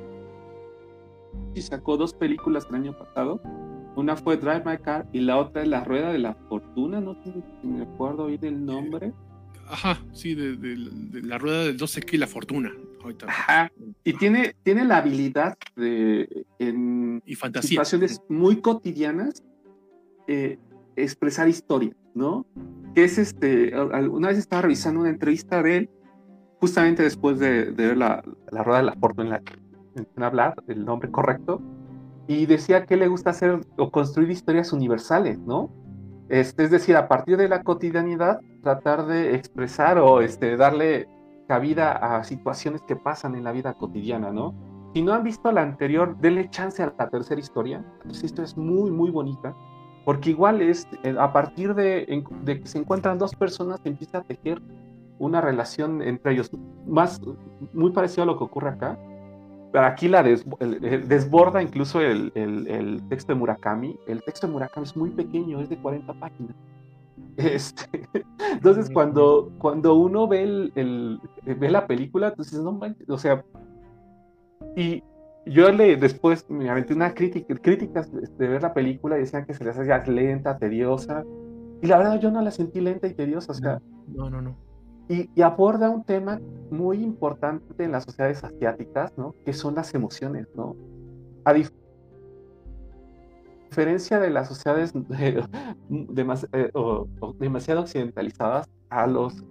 sacó 2 películas el año pasado. Una fue Drive My Car y la otra es La Rueda de la Fortuna. No sé si me acuerdo hoy del nombre. Ajá, sí, de La Rueda del 12K y La Fortuna. Ahorita. Ajá, y tiene la habilidad de, en y fantasía. Situaciones muy cotidianas, expresar historias, ¿no? Que es una vez estaba revisando una entrevista de él, justamente después de ver la Rueda de la Fortuna, en hablar el nombre correcto, y decía que le gusta hacer o construir historias universales, ¿no? Es decir, a partir de la cotidianidad, tratar de expresar o darle cabida a situaciones que pasan en la vida cotidiana, ¿no? Si no han visto la anterior, denle chance a la tercera historia. Esta historia es muy, muy bonita, porque igual es, a partir de que se encuentran 2 personas, se empieza a tejer una relación entre ellos, muy parecido a lo que ocurre acá, pero aquí desborda incluso el texto de Murakami. El texto de Murakami es muy pequeño, es de 40 páginas. Entonces cuando uno ve la película, entonces no manches, o sea, y yo después me aventé unas críticas de ver la película y decían que se les hacía lenta, tediosa, y la verdad yo no la sentí lenta y tediosa, o sea, no. Y aborda un tema muy importante en las sociedades asiáticas, ¿no? Que son las emociones, ¿no? A diferencia de las sociedades demasiado occidentalizadas, a los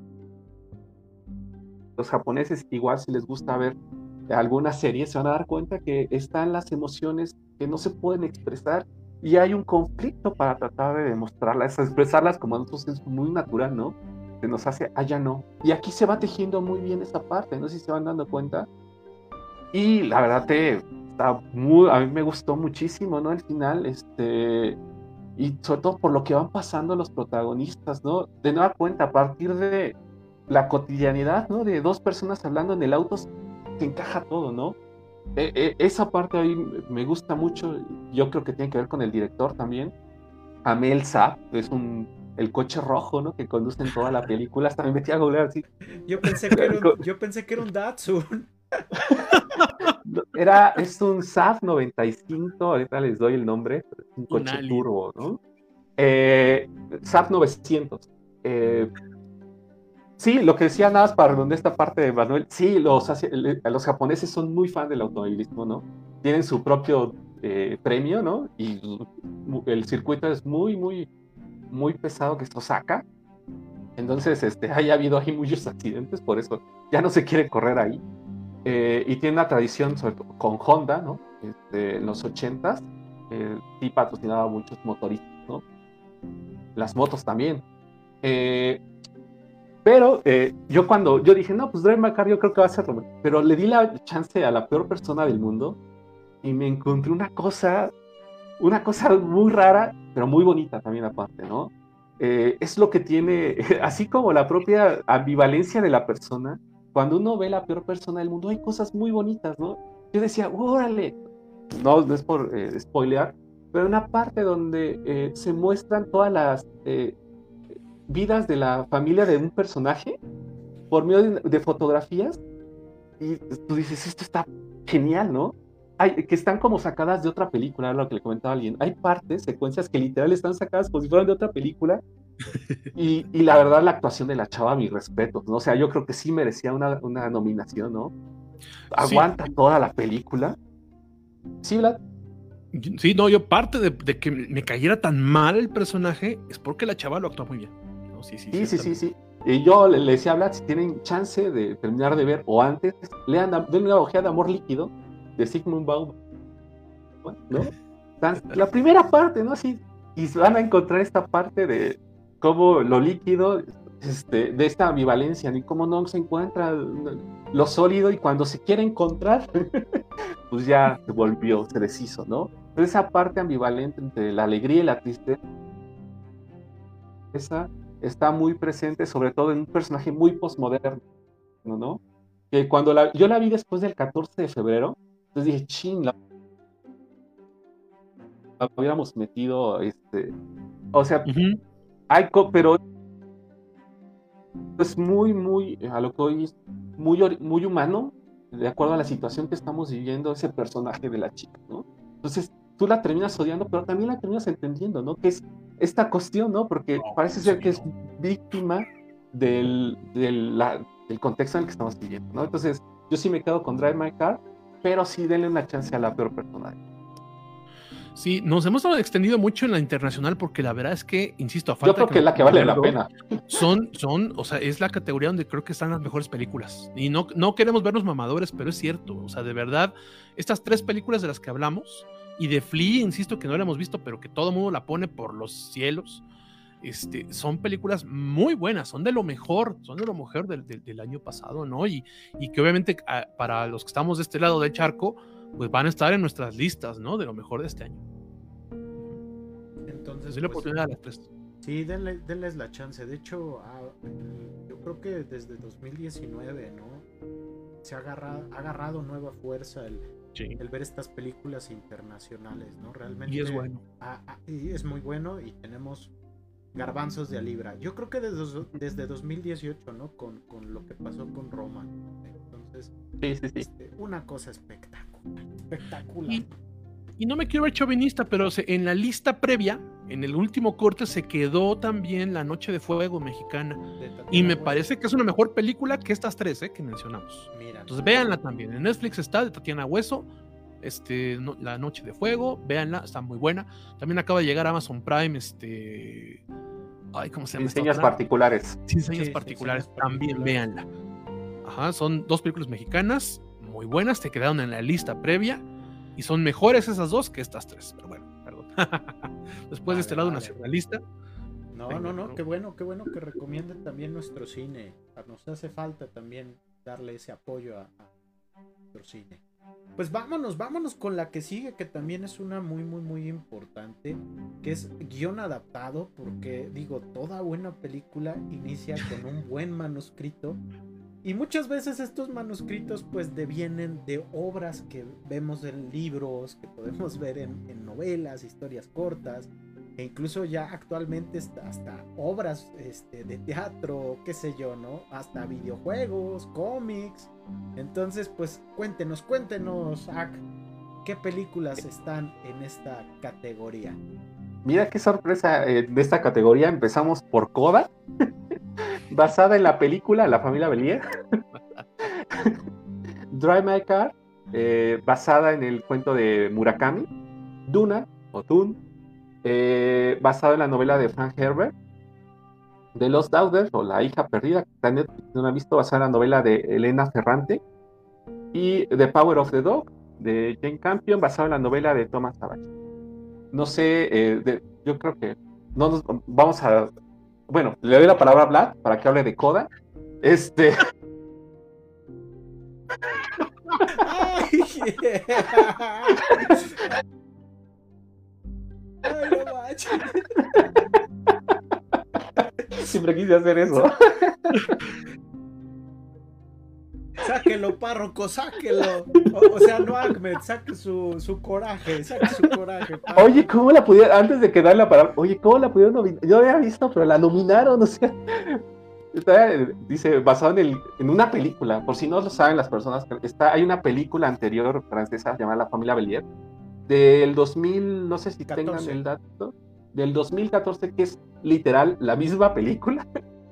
japoneses, igual si les gusta ver alguna serie, se van a dar cuenta que están las emociones que no se pueden expresar y hay un conflicto para tratar de demostrarlas, expresarlas como a nosotros es muy natural, ¿no? Se nos hace, ya no. Y aquí se va tejiendo muy bien esa parte, no sé si se van dando cuenta. Y la verdad a mí me gustó muchísimo, ¿no? El final, y sobre todo por lo que van pasando los protagonistas, ¿no? De nueva cuenta, a partir de la cotidianidad, ¿no? De 2 personas hablando en el auto, se encaja todo, ¿no? Esa parte a mí me gusta mucho, yo creo que tiene que ver con el director también. Amé el Saab, es el coche rojo, ¿no? Que conduce en toda la película, hasta me metí a googlear así. Yo pensé que era un Datsun. Es un Saab 95, ahorita les doy el nombre, es un coche turbo, ¿no? Saab 900. Sí, lo que decía nada más para redondear esta parte de Manuel, sí, los japoneses son muy fan del automovilismo, ¿no? Tienen su propio premio, ¿no? Y el circuito es muy, muy, muy pesado, que es Osaka. Entonces, ha habido ahí muchos accidentes, por eso ya no se quiere correr ahí. Y tiene una tradición sobre todo con Honda, ¿no? En los 80s, sí patrocinaba a muchos motoristas, ¿no? Las motos también. Pero yo dije, no, pues Drive My Car yo creo que va a ser lo. Pero le di la chance a la peor persona del mundo y me encontré una cosa muy rara, pero muy bonita también aparte, ¿no? Es lo que tiene, así como la propia ambivalencia de la persona, cuando uno ve La peor persona del mundo, hay cosas muy bonitas, ¿no? Yo decía, órale, no es por spoilear, pero una parte donde se muestran todas las vidas de la familia de un personaje por medio de fotografías, y tú dices, esto está genial, ¿no? Que están como sacadas de otra película, era lo que le comentaba a alguien. Hay partes, secuencias que literal están sacadas como si fueran de otra película, y la verdad, la actuación de la chava, mis respetos, ¿no? O sea, yo creo que sí merecía una nominación, ¿no? Aguanta toda la película. Sí, Vlad. Sí, no, yo parte de que me cayera tan mal el personaje es porque la chava lo actúa muy bien. ¿No? Sí. Y yo le decía a Vlad, si tienen chance de terminar de ver, o antes, denle una ojeada de Amor Líquido, de Sigmund Bauman, ¿no? La primera parte, ¿no? Así, y van a encontrar esta parte de cómo lo líquido, de esta ambivalencia, ni cómo no se encuentra lo sólido, y cuando se quiere encontrar, pues ya se deshizo, ¿no? Pero esa parte ambivalente entre la alegría y la tristeza está muy presente, sobre todo en un personaje muy postmoderno, ¿no? Que cuando yo la vi después del 14 de febrero, entonces dije, ching, la hubiéramos metido, o sea, pero es muy, a lo que hoy es muy humano, de acuerdo a la situación que estamos viviendo, ese personaje de la chica, ¿no? Entonces, tú la terminas odiando, pero también la terminas entendiendo, ¿no? Que es esta cuestión, ¿no? Porque parece ser que es víctima del contexto en el que estamos viviendo, ¿no? Entonces, yo sí me quedo con Drive My Car, pero sí denle una chance a La peor persona. Sí, nos hemos extendido mucho en la internacional porque la verdad es que, insisto, a falta yo creo que es la que vale la pena. O sea, es la categoría donde creo que están las mejores películas. Y no queremos vernos mamadores, pero es cierto. O sea, de verdad, estas 3 películas de las que hablamos, y de Flea, insisto, que no la hemos visto, pero que todo el mundo la pone por los cielos, son películas muy buenas, son de lo mejor del año pasado, ¿no? Y que obviamente para los que estamos de este lado del charco, pues van a estar en nuestras listas, ¿no? De lo mejor de este año. Entonces, la oportunidad a las 3. Sí, denles la chance. De hecho, yo creo que desde 2019, ¿no? Se ha agarrado nueva fuerza el ver estas películas internacionales, ¿no? Realmente. Y es bueno. Y es muy bueno, y tenemos garbanzos de a libra. Yo creo que desde 2018, ¿no? Con lo que pasó con Roma. Entonces, sí. Una cosa espectacular. Y no me quiero ver chauvinista, pero en la lista previa, en el último corte, se quedó también La Noche de Fuego mexicana. Y me parece que es una mejor película que estas 3 que mencionamos. Mira. Entonces véanla también. En Netflix está, de Tatiana Hueso, La Noche de Fuego, véanla, está muy buena. También acaba de llegar a Amazon Prime, ¿cómo se llama? Sin señas particulares. Sin señas particulares, también véanla. Ajá, son 2 películas mexicanas muy buenas, te quedaron en la lista previa, y son mejores esas 2 que estas 3, pero bueno, perdón. Después de este lado nacionalista. No, qué bueno que recomienden también nuestro cine. Nos hace falta también darle ese apoyo a nuestro cine. Pues vámonos con la que sigue, que también es una muy importante, que es guión adaptado, porque digo, toda buena película inicia con un buen manuscrito. Y muchas veces estos manuscritos pues devienen de obras que vemos en libros, que podemos ver en novelas, historias cortas, e incluso ya actualmente hasta obras de teatro, qué sé yo, ¿no? Hasta videojuegos, cómics. Entonces pues cuéntenos, Ak, ¿qué películas están en esta categoría? Mira qué sorpresa de esta categoría. Empezamos por Coda, basada en la película La familia Bélier. Drive My Car, basada en el cuento de Murakami. Duna, o Dune, basado en la novela de Frank Herbert. The Lost Daughter, o La hija perdida, que no la han visto, basada en la novela de Elena Ferrante. Y The Power of the Dog, de Jane Campion, basado en la novela de Thomas Savage. No sé, yo creo que no nos vamos a... Bueno, le doy la palabra a Vlad para que hable de Coda. Ay, no manches. Siempre quise hacer eso. sáquelo, párroco, sáquelo. O sea, no Ahmed, saque su coraje, párroco. Oye, ¿cómo la pudieron, antes de que darle la palabra, oye, ¿cómo la pudieron nominar? Yo había visto, pero la nominaron, o sea, dice, basado en una película, por si no lo saben las personas, hay una película anterior francesa llamada La Familia Bélier, del 2000, no sé si 14. tengan el dato, del 2014, que es literal la misma película.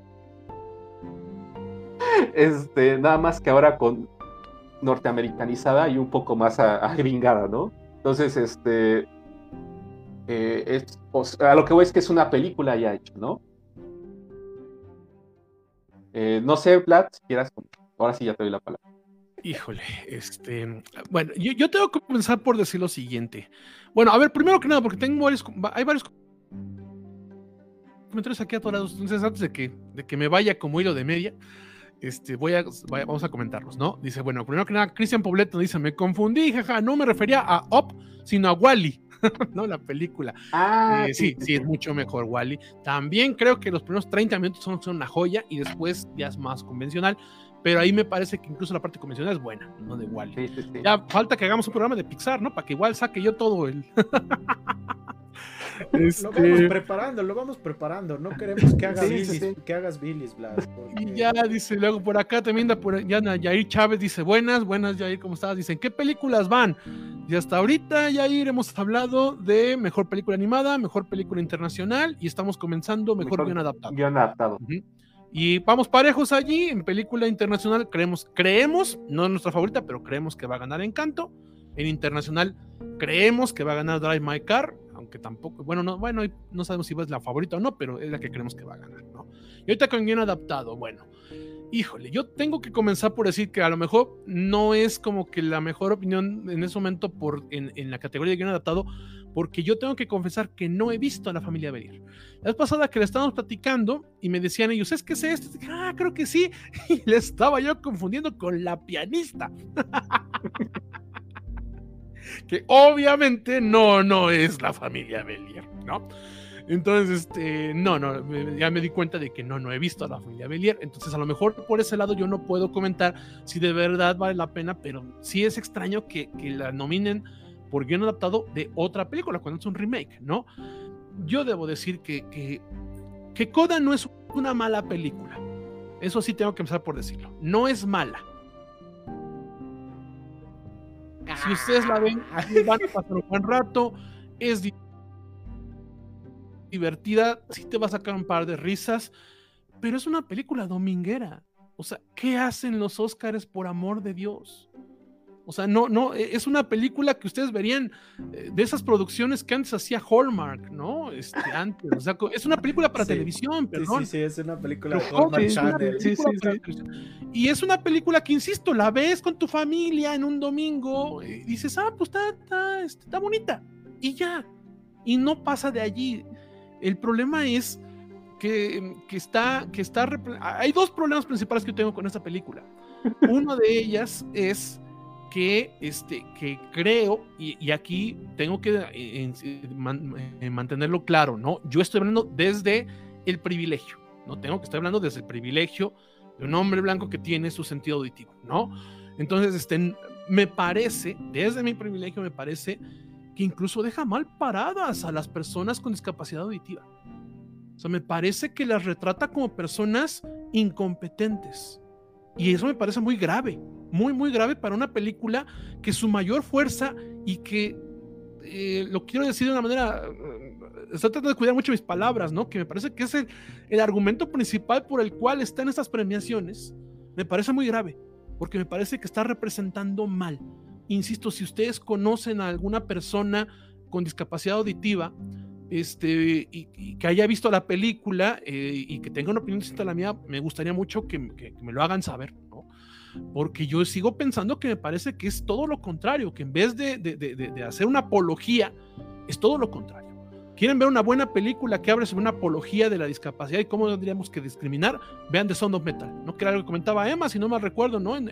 Nada más que ahora con norteamericanizada y un poco más agringada, ¿no? Entonces, a lo que voy es que es una película ya hecha, ¿no? No sé, Vlad, si quieras, ahora sí ya te doy la palabra. Híjole, bueno, yo tengo que comenzar por decir lo siguiente. Bueno, a ver, primero que nada, porque hay varios comentarios aquí atorados, entonces antes de que me vaya como hilo de media, vamos a comentarlos, ¿no? Dice, bueno, primero que nada, Cristian Pobleto dice, me confundí, jaja, no me refería a Up, sino a Wall-E, ¿no? La película. Sí, es mucho mejor Wall-E. También creo que los primeros 30 minutos son una joya y después ya es más convencional, pero ahí me parece que incluso la parte convencional es buena, ¿no? De Wall-E. Sí. Ya falta que hagamos un programa de Pixar, ¿no? Para que igual saque yo todo el... Lo vamos preparando. No queremos que hagas bilis, Blas. Porque... Y ya dice, luego por acá también Yair Chávez dice, buenas Yair, ¿cómo estás? Dicen, ¿qué películas van? Y hasta ahorita, Yair, hemos hablado de mejor película animada, mejor película internacional y estamos comenzando mejor guión adaptado. Guión adaptado. Y vamos parejos allí, en película internacional creemos, no es nuestra favorita, pero creemos que va a ganar Encanto. En internacional creemos que va a ganar Drive My Car, aunque tampoco, no sabemos si es la favorita o no, pero es la que creemos que va a ganar, ¿no? Y ahorita con guión adaptado, bueno, híjole, yo tengo que comenzar por decir que a lo mejor no es como que la mejor opinión en ese momento en la categoría de guión adaptado, porque yo tengo que confesar que no he visto a La Familia Bélier. La vez pasada que la estábamos platicando y me decían ellos, ¿es que es esto? Creo que sí, y le estaba yo confundiendo con La Pianista. Que obviamente no es La Familia Bélier, ¿no? Entonces, ya me di cuenta de que no he visto a La Familia Bélier, entonces a lo mejor por ese lado yo no puedo comentar si de verdad vale la pena, pero sí es extraño que la nominen por guión adaptado de otra película, cuando es un remake, ¿no? Yo debo decir que Coda no es una mala película, eso sí tengo que empezar por decirlo, no es mala. Si ustedes la ven, van a pasar un buen rato, es divertida, sí te va a sacar un par de risas, pero es una película dominguera. O sea, ¿qué hacen los Óscares, por amor de Dios? O sea, no, es una película que ustedes verían de esas producciones que antes hacía Hallmark, ¿no? Antes, o sea, es una película para televisión, perdón. Sí, es una película de Hallmark Channel. Y es una película que, insisto, la ves con tu familia en un domingo y dices, pues está bonita, y ya, y no pasa de allí. El problema es que hay dos problemas principales que yo tengo con esta película. Uno de ellas es que creo, y aquí tengo que mantenerlo claro, ¿no? Yo estoy hablando desde el privilegio, ¿no? Estoy hablando desde el privilegio de un hombre blanco que tiene su sentido auditivo, ¿no? Entonces, me parece, desde mi privilegio, me parece que incluso deja mal paradas a las personas con discapacidad auditiva. O sea, me parece que las retrata como personas incompetentes. Y eso me parece muy grave, muy, muy grave para una película que su mayor fuerza y que, lo quiero decir de una manera, estoy tratando de cuidar mucho mis palabras, ¿no? Que me parece que es el argumento principal por el cual están estas premiaciones. Me parece muy grave, porque me parece que está representando mal. Insisto, si ustedes conocen a alguna persona con discapacidad auditiva, y que haya visto la película y que tenga una opinión distinta a la mía, me gustaría mucho que me lo hagan saber, ¿no? Porque yo sigo pensando que me parece que es todo lo contrario, que en vez de hacer una apología, es todo lo contrario. ¿Quieren ver una buena película que hable sobre una apología de la discapacidad y cómo no tendríamos que discriminar? Vean The Sound of Metal, ¿no? Que era algo que comentaba Emma, si no mal recuerdo, ¿no?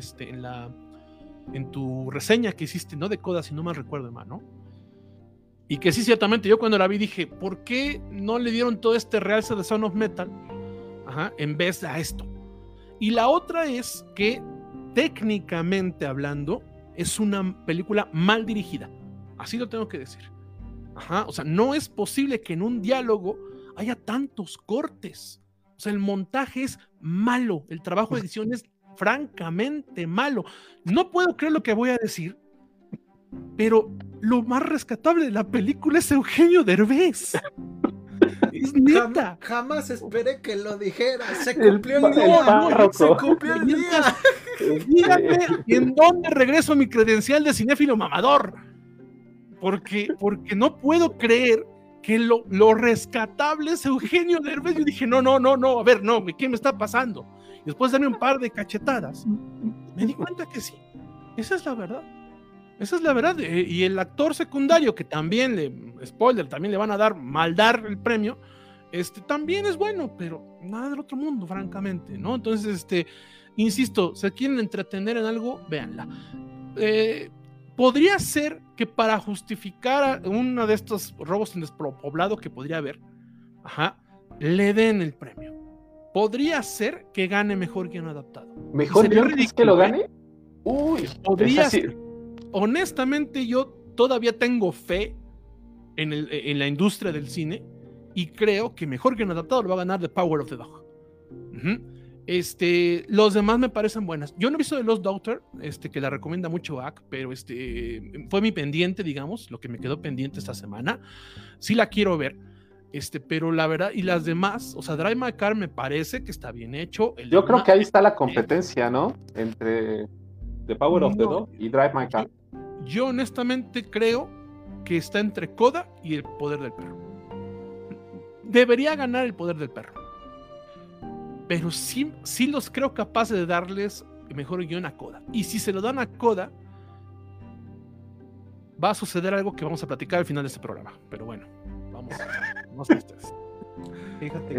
En tu reseña que hiciste, ¿no? De Coda, si no mal recuerdo, Emma, ¿no? Y que sí, ciertamente, yo cuando la vi dije, ¿por qué no le dieron todo este realce de Sound of Metal en vez de a esto? Y la otra es que técnicamente hablando, es una película mal dirigida. Así lo tengo que decir. Ajá, o sea, no es posible que en un diálogo haya tantos cortes. O sea, el montaje es malo, el trabajo de edición es francamente malo. No puedo creer lo que voy a decir, pero lo más rescatable de la película es Eugenio Derbez. Es neta. Jamás esperé que lo dijera. Se El cumplió el párroco. día. Se cumplió el día. Dígame en dónde regreso mi credencial de cinéfilo mamador. Porque no puedo creer que lo rescatable es Eugenio Derbez. Yo dije, no, a ver, no, ¿qué me está pasando? Y después de darme un par de cachetadas, me di cuenta que sí, esa es la verdad. Esa es la verdad. Y el actor secundario, que también spoiler, también le van a dar el premio, también es bueno, pero nada del otro mundo, francamente, ¿no? Entonces, insisto, si quieren entretener en algo, véanla. Podría ser que para justificar uno de estos robos en despoblado que podría haber, le den el premio. Podría ser que gane mejor guión adaptado. ¿Mejor guión crees que lo gane? Uy, podría ser. Honestamente, yo todavía tengo fe en la industria del cine y creo que mejor guión adaptado lo va a ganar The Power of the Dog. Los demás me parecen buenas. Yo no he visto The Lost Daughter, que la recomienda mucho Ak, pero fue mi pendiente, digamos, lo que me quedó pendiente esta semana. Sí la quiero ver, pero la verdad, y las demás, o sea, Drive My Car me parece que está bien hecho. Yo creo que ahí está la competencia, ¿no? Entre The Power of the Dog y Drive My Car. Yo honestamente creo que está entre Coda y El Poder del Perro. Debería ganar El Poder del Perro, pero sí los creo capaces de darles mejor guión a Coda. Y si se lo dan a Coda, va a suceder algo que vamos a platicar al final de este programa. Pero bueno, vamos a ustedes. Fíjate,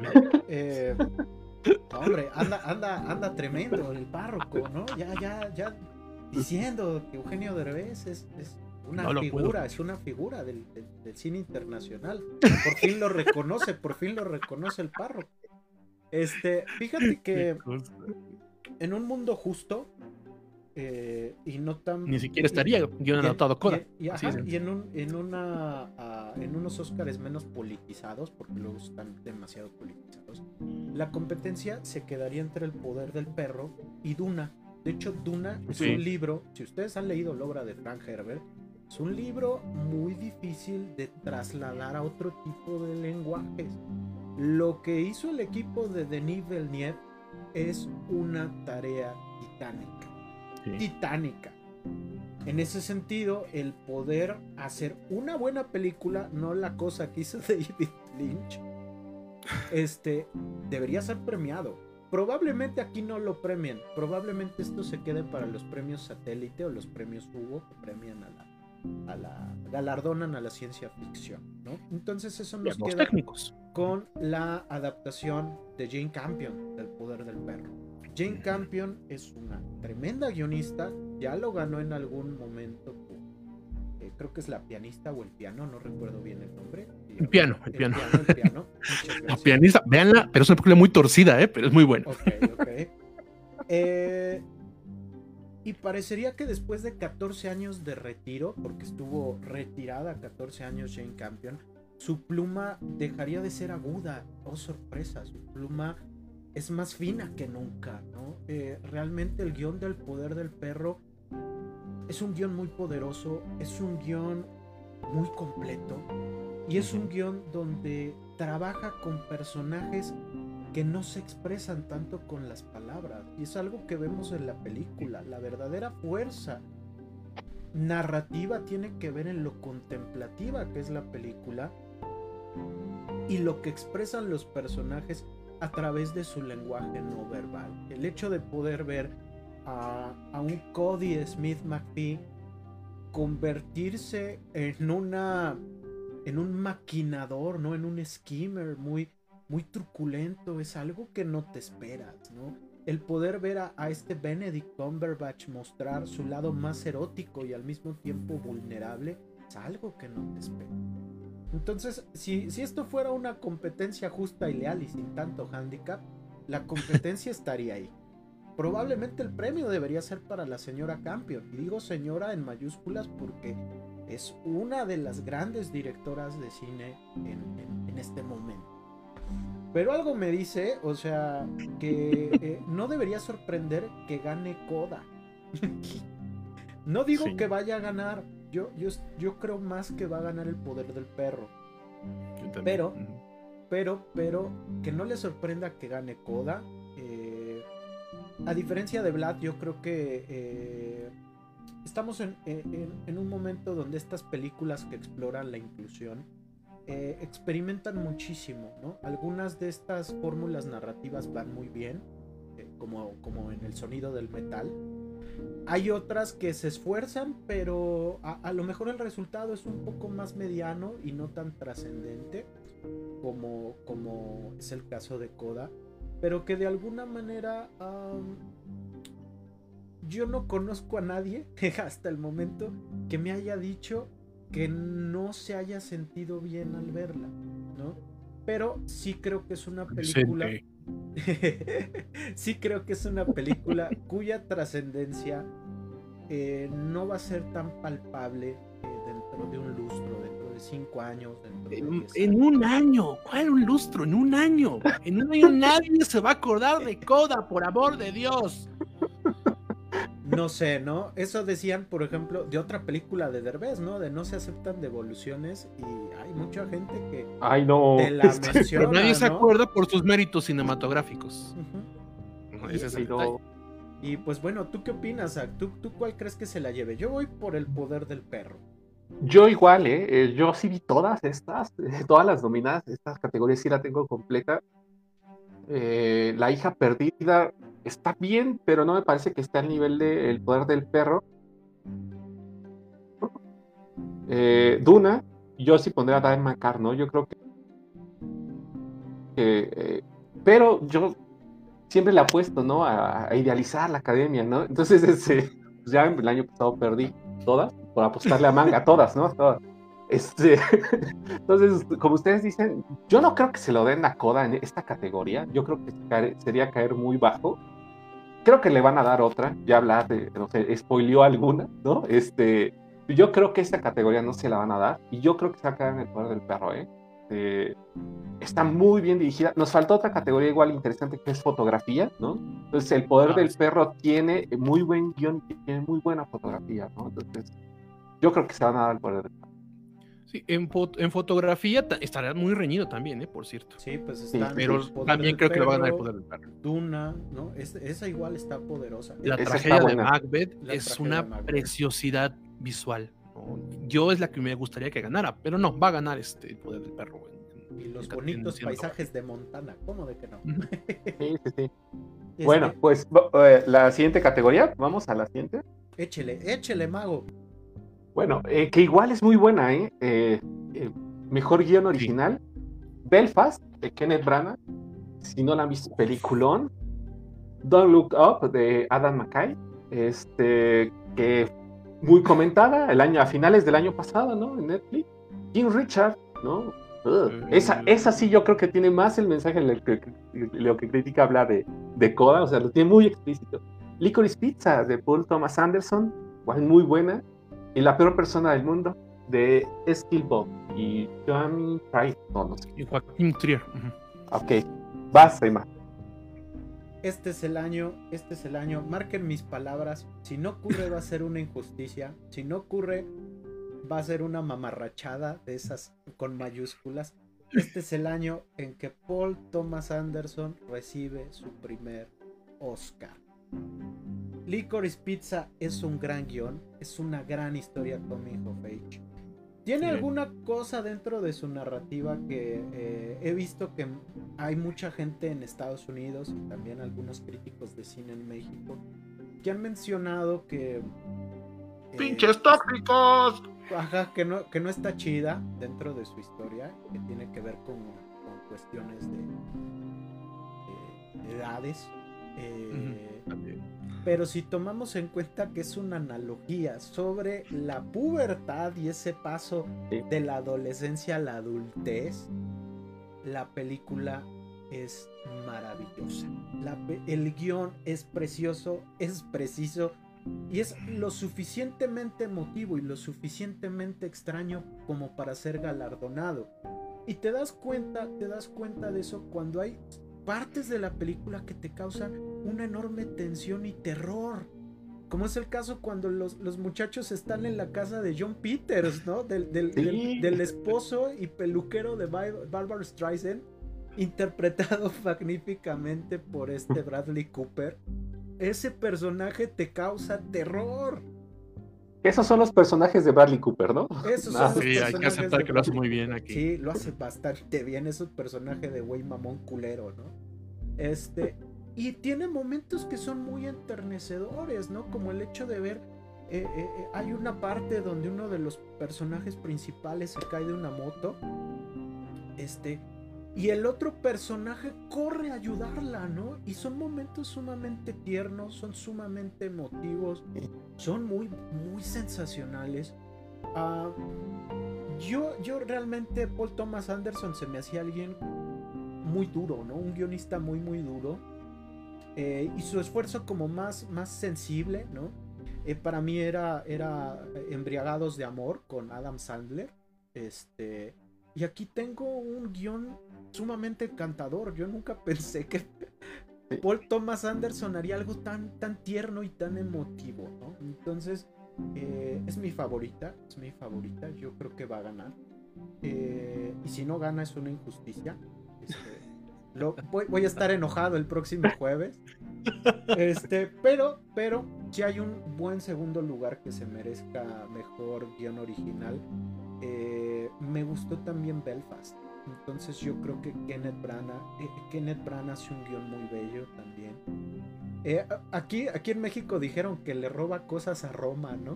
hombre, anda tremendo el párroco, ¿no? Ya diciendo que Eugenio Derbez es una figura, es una figura del cine internacional. Por fin lo reconoce el párroco. Fíjate que en un mundo justo y no tan... Ni siquiera estaría guión adaptado Coda. Y en unos Óscares menos politizados, porque luego están demasiado politizados, la competencia se quedaría entre El Poder del Perro y Duna. De hecho, Duna es un libro, si ustedes han leído la obra de Frank Herbert, es un libro muy difícil de trasladar a otro tipo de lenguajes. Lo que hizo el equipo de Denis Villeneuve es una tarea titánica. En ese sentido, el poder hacer una buena película, no la cosa que hizo David Lynch, debería ser premiado. Probablemente aquí no lo premien, probablemente esto se quede para los premios Satélite o los premios Hugo, que premian galardonan a la ciencia ficción, ¿no? Entonces eso nos queda técnicos con la adaptación de Jane Campion del Poder del Perro. Jane Campion es una tremenda guionista, ya lo ganó en algún momento, creo que es La pianista o El piano, no recuerdo bien el nombre. El piano. La pianista, véanla, pero es una película muy torcida, pero es muy buena. Ok. Y parecería que después de 14 años de retiro, porque estuvo retirada 14 años Jane Campion, su pluma dejaría de ser aguda. Oh, sorpresa, su pluma es más fina que nunca, ¿no? Realmente el guión del Poder del Perro es un guión muy poderoso, es un guión muy completo y es un guión donde trabaja con personajes que no se expresan tanto con las palabras, y es algo que vemos en la película. La verdadera fuerza narrativa tiene que ver en lo contemplativa que es la película y lo que expresan los personajes a través de su lenguaje no verbal. El hecho de poder ver a un Cody Smith McPhee convertirse en un maquinador, ¿no? En un schemer muy truculento, es algo que no te esperas, ¿no? El poder ver a Benedict Cumberbatch mostrar su lado más erótico y al mismo tiempo vulnerable es algo que no te esperas. Entonces, si esto fuera una competencia justa y leal y sin tanto handicap, la competencia estaría ahí. probablemente el premio debería ser para la señora Campion. Y digo señora en mayúsculas porque es una de las grandes directoras de cine en este momento. Pero algo me dice, o sea, que no debería sorprender que gane Coda. No digo que vaya a ganar, yo creo más que va a ganar El Poder del Perro. Pero que no le sorprenda que gane Coda. A diferencia de Vlad, yo creo que estamos en un momento donde estas películas que exploran la inclusión experimentan muchísimo, ¿no? Algunas de estas fórmulas narrativas van muy bien, como en El Sonido del Metal. Hay otras que se esfuerzan, pero a lo mejor el resultado es un poco más mediano y no tan trascendente como es el caso de Coda, pero que de alguna manera yo no conozco a nadie hasta el momento que me haya dicho que no se haya sentido bien al verla, ¿no? Pero sí creo que es una película sí creo que es una película cuya trascendencia no va a ser tan palpable dentro de un lustro, dentro de 5 años, dentro de 10 años. En un año, ¿cuál un lustro? En un año nadie se va a acordar de Coda, por amor de Dios. No sé, ¿no? Eso decían, por ejemplo, de otra película de Derbez, ¿no? De no se aceptan devoluciones y hay mucha gente que te la menciona, pero nadie se ¿no? acuerda por sus méritos cinematográficos. Uh-huh. Ese es el detalle. Y pues bueno, ¿tú qué opinas, Zach? ¿Tú cuál crees que se la lleve? Yo voy por El Poder del Perro. Yo igual, yo sí vi todas las nominadas, estas categorías sí la tengo completa. La hija perdida está bien, pero no me parece que esté al nivel de El Poder del Perro. Duna, yo sí pondría a Dave McCarr, ¿no? Yo creo que pero yo siempre le apuesto, ¿no? A idealizar la academia, ¿no? Entonces, pues ya el año pasado perdí todas, por apostarle a manga, todas, ¿no? Todas. Entonces, como ustedes dicen, yo no creo que se lo den a Coda en esta categoría. Yo creo que sería caer muy bajo. Creo que le van a dar otra. Ya hablaste, no sé, spoileó alguna, ¿no? Yo creo que esta categoría no se la van a dar. Y yo creo que se va a quedar en El Poder del Perro, está muy bien dirigida. Nos falta otra categoría igual interesante que es fotografía, ¿no? Entonces, El Poder del Perro tiene muy buen guión y tiene muy buena fotografía, ¿no? Entonces, yo creo que se van a dar El Poder del Perro. Sí, en fotografía estará muy reñido también, por cierto. Sí, pues está. Pero también creo que le va a ganar El Poder del Perro. Duna, ¿no? Esa igual está poderosa. La tragedia de Macbeth es una preciosidad visual, ¿no? Yo es la que me gustaría que ganara, pero no, va a ganar El Poder del Perro. Y los bonitos paisajes de Montana, ¿cómo de que no? Sí. Bueno, pues la siguiente categoría, vamos a la siguiente. Échele, mago. Bueno, que igual es muy buena, mejor guión original. Belfast, de Kenneth Branagh. Si no la han visto, peliculón. Don't Look Up, de Adam McKay. Que muy comentada a finales del año pasado, ¿no? En Netflix. King Richard, ¿no? Esa sí yo creo que tiene más el mensaje lo que critica hablar de Coda, o sea, lo tiene muy explícito. Licorice Pizza, de Paul Thomas Anderson, igual muy buena. Y La Peor Persona del Mundo, de Spielberg y Johnny Price, no sé. Y Joaquín Trier. Ok, vas, Emma. Este es el año, marquen mis palabras. Si no ocurre, va a ser una injusticia. Si no ocurre, va a ser una mamarrachada de esas con mayúsculas. Este es el año en que Paul Thomas Anderson recibe su primer Oscar. Licorice Pizza es un gran guión, es una gran historia coming of age. Tiene alguna cosa dentro de su narrativa que he visto que hay mucha gente en Estados Unidos y también algunos críticos de cine en México que han mencionado que ¡pinches tóxicos! Ajá, que no está chida dentro de su historia, que tiene que ver con cuestiones de edades. Pero si tomamos en cuenta que es una analogía sobre la pubertad y ese paso de la adolescencia a la adultez, la película es maravillosa. El guión es precioso, es preciso y es lo suficientemente emotivo y lo suficientemente extraño como para ser galardonado. Y te das cuenta de eso cuando hay partes de la película que te causan una enorme tensión y terror. Como es el caso cuando los muchachos están en la casa de John Peters, ¿no? Del esposo y peluquero de Barbra Streisand, interpretado magníficamente por Bradley Cooper. Ese personaje te causa terror. Esos son los personajes de Bradley Cooper, ¿no? Esos son los Sí, hay que aceptar que lo hace muy bien aquí. Sí, lo hace bastante bien. Es un personaje de güey mamón culero, ¿no? Y tiene momentos que son muy enternecedores, ¿no? Como el hecho de ver, hay una parte donde uno de los personajes principales se cae de una moto, y el otro personaje corre a ayudarla, ¿no? Y son momentos sumamente tiernos, son sumamente emotivos, son muy, muy sensacionales. Yo realmente, Paul Thomas Anderson se me hacía alguien muy duro, ¿no? Un guionista muy, muy duro. Y su esfuerzo como más sensible, ¿no? Para mí era Embriagados de Amor con Adam Sandler. Y aquí tengo un guión sumamente encantador. Yo nunca pensé que Paul Thomas Anderson haría algo tan tierno y tan emotivo, ¿no? Entonces, es mi favorita. Yo creo que va a ganar. Y si no gana es una injusticia. Voy a estar enojado el próximo jueves. Pero si hay un buen segundo lugar que se merezca mejor guión original. Me gustó también Belfast. Entonces yo creo que Kenneth Branagh hace un guión muy bello también. Aquí en México dijeron que le roba cosas a Roma, ¿no?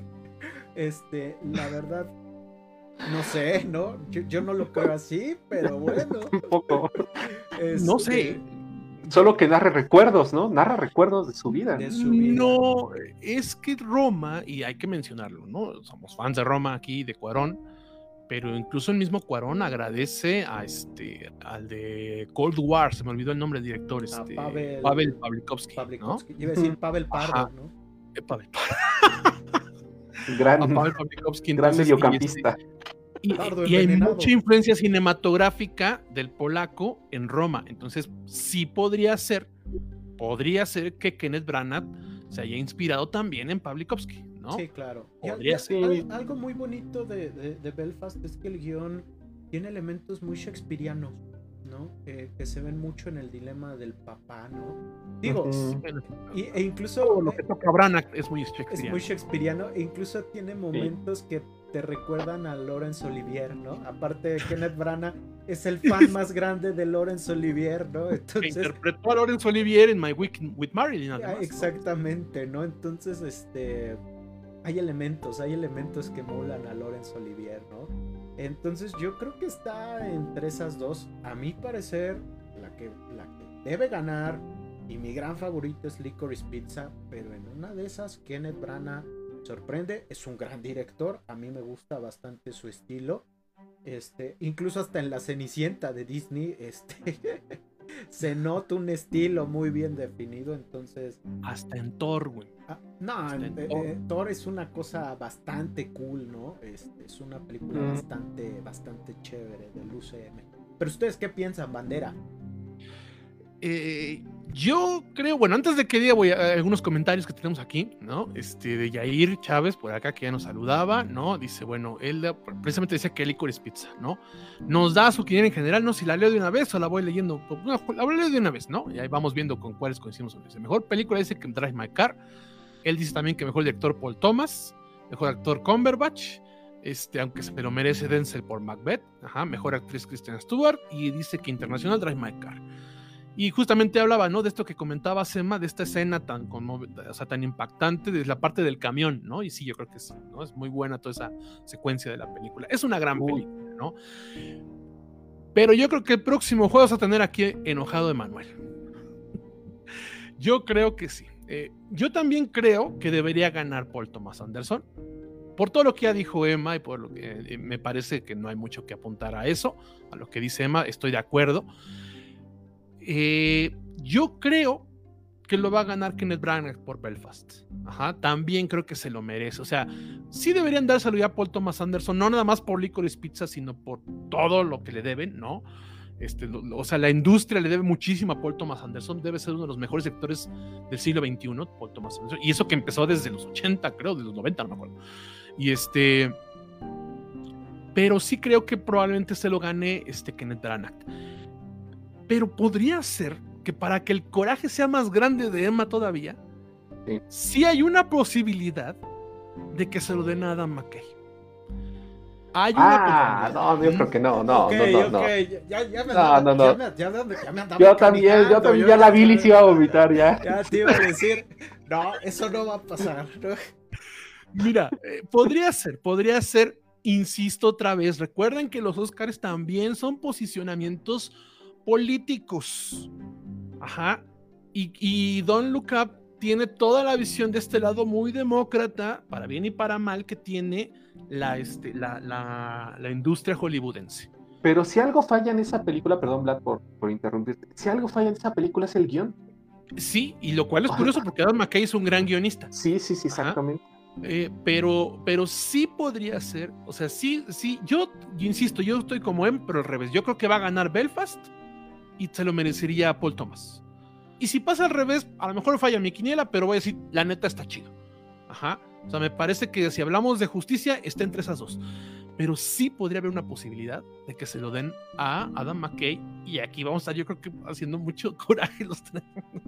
La verdad, no sé, ¿no? Yo no lo creo así, pero bueno. Un poco. No sé. Solo que narra recuerdos, ¿no? Narra recuerdos de su vida. No, es que Roma, y hay que mencionarlo, ¿no? Somos fans de Roma aquí, de Cuarón, pero incluso el mismo Cuarón agradece a al de Cold War, se me olvidó el nombre del director, Pavel Pawlikowski, ¿no? Iba a decir Pavel Pardo, ajá, ¿no? Pavel Pardo. Gran mediocampista. Y hay mucha influencia cinematográfica del polaco en Roma. Entonces, sí podría ser que Kenneth Branagh se haya inspirado también en Pawlikowski, ¿no? Sí, claro. Podría ser. Algo muy bonito de Belfast es que el guión tiene elementos muy shakespearianos, ¿no? Que se ven mucho en el dilema del papá, ¿no? Digo, e incluso lo que toca Branagh es muy shakespeariano. Es muy shakespeariano e incluso tiene momentos que te recuerdan a Laurence Olivier, ¿no? Aparte de Kenneth Branagh es el fan más grande de Laurence Olivier, ¿no? Entonces, que interpretó a Laurence Olivier en My Week with Marilyn, además, exactamente, ¿no? Entonces, hay elementos que emulan a Laurence Olivier, ¿no? Entonces yo creo que está entre esas dos. A mi parecer, la que debe ganar y mi gran favorito es Licorice Pizza, pero en una de esas Kenneth Branagh sorprende. Es un gran director, a mí me gusta bastante su estilo, incluso hasta en La Cenicienta de Disney se nota un estilo muy bien definido. Entonces hasta en Thor, güey. Thor es una cosa bastante cool, ¿no? Es una película bastante chévere del UCM. Pero ustedes qué piensan, Bandera. Yo creo, bueno, antes de que diga voy a algunos comentarios que tenemos aquí, ¿no? De Yair Chávez por acá, que ya nos saludaba, ¿no? Dice, bueno, él precisamente decía que Licorice Pizza, ¿no? Nos da su opinión en general, no si la leo de una vez o la voy leyendo, la voy leyendo de una vez, ¿no? Y ahí vamos viendo con cuáles coincidimos. Dice, mejor película dice que Drive My Car. Él dice también que mejor director Paul Thomas, mejor actor Cumberbatch, aunque se lo merece Denzel por Macbeth, mejor actriz Kristen Stewart, y dice que internacional Drive My Car. Y justamente hablaba, ¿no? De esto que comentaba Sema, de esta escena tan impactante de la parte del camión, ¿no? Y sí, yo creo que sí, ¿no? Es muy buena toda esa secuencia de la película. Es una gran película, ¿no? Pero yo creo que el próximo juego vas a tener aquí enojado Emanuel. Yo creo que sí. Yo también creo que debería ganar Paul Thomas Anderson. Por todo lo que ya dijo Emma y por lo que me parece que no hay mucho que apuntar a eso, a lo que dice Emma, estoy de acuerdo. Yo creo que lo va a ganar Kenneth Branagh por Belfast. Ajá, también creo que se lo merece. O sea, sí deberían dárselo ya a Paul Thomas Anderson, no nada más por Licorice Pizza, sino por todo lo que le deben, ¿no? O sea, la industria le debe muchísimo a Paul Thomas Anderson, debe ser uno de los mejores directores del siglo XXI, Paul Thomas Anderson, y eso que empezó desde los 80, creo, de los 90, no me acuerdo. Y pero sí creo que probablemente se lo gane Kenneth Branagh. Pero podría ser que para que el coraje sea más grande de Emma todavía, sí hay una posibilidad de que se lo den a Adam McKay. Hay una posibilidad. No, yo creo que no. Ya me andaba Yo también ya la Billy se iba a vomitar ya. Ya te iba a decir, no, eso no va a pasar, ¿no? Mira, podría ser, insisto otra vez, recuerden que los Oscars también son posicionamientos políticos. Ajá. Y Don't Look Up tiene toda la visión de este lado muy demócrata, para bien y para mal, que tiene la industria hollywoodense. Pero si algo falla en esa película, perdón, Vlad, por interrumpirte, si algo falla en esa película es el guión. Sí, y lo cual es curioso porque Adam McKay es un gran guionista. Sí, exactamente. Pero sí podría ser, o sea, sí, yo insisto, yo estoy como pero al revés, yo creo que va a ganar Belfast y se lo merecería a Paul Thomas. Y si pasa al revés, a lo mejor falla mi quiniela, pero voy a decir, la neta está chido. Ajá. O sea, me parece que si hablamos de justicia, está entre esas dos. Pero sí podría haber una posibilidad de que se lo den a Adam McKay. Y aquí vamos a estar, yo creo que haciendo mucho coraje los tres.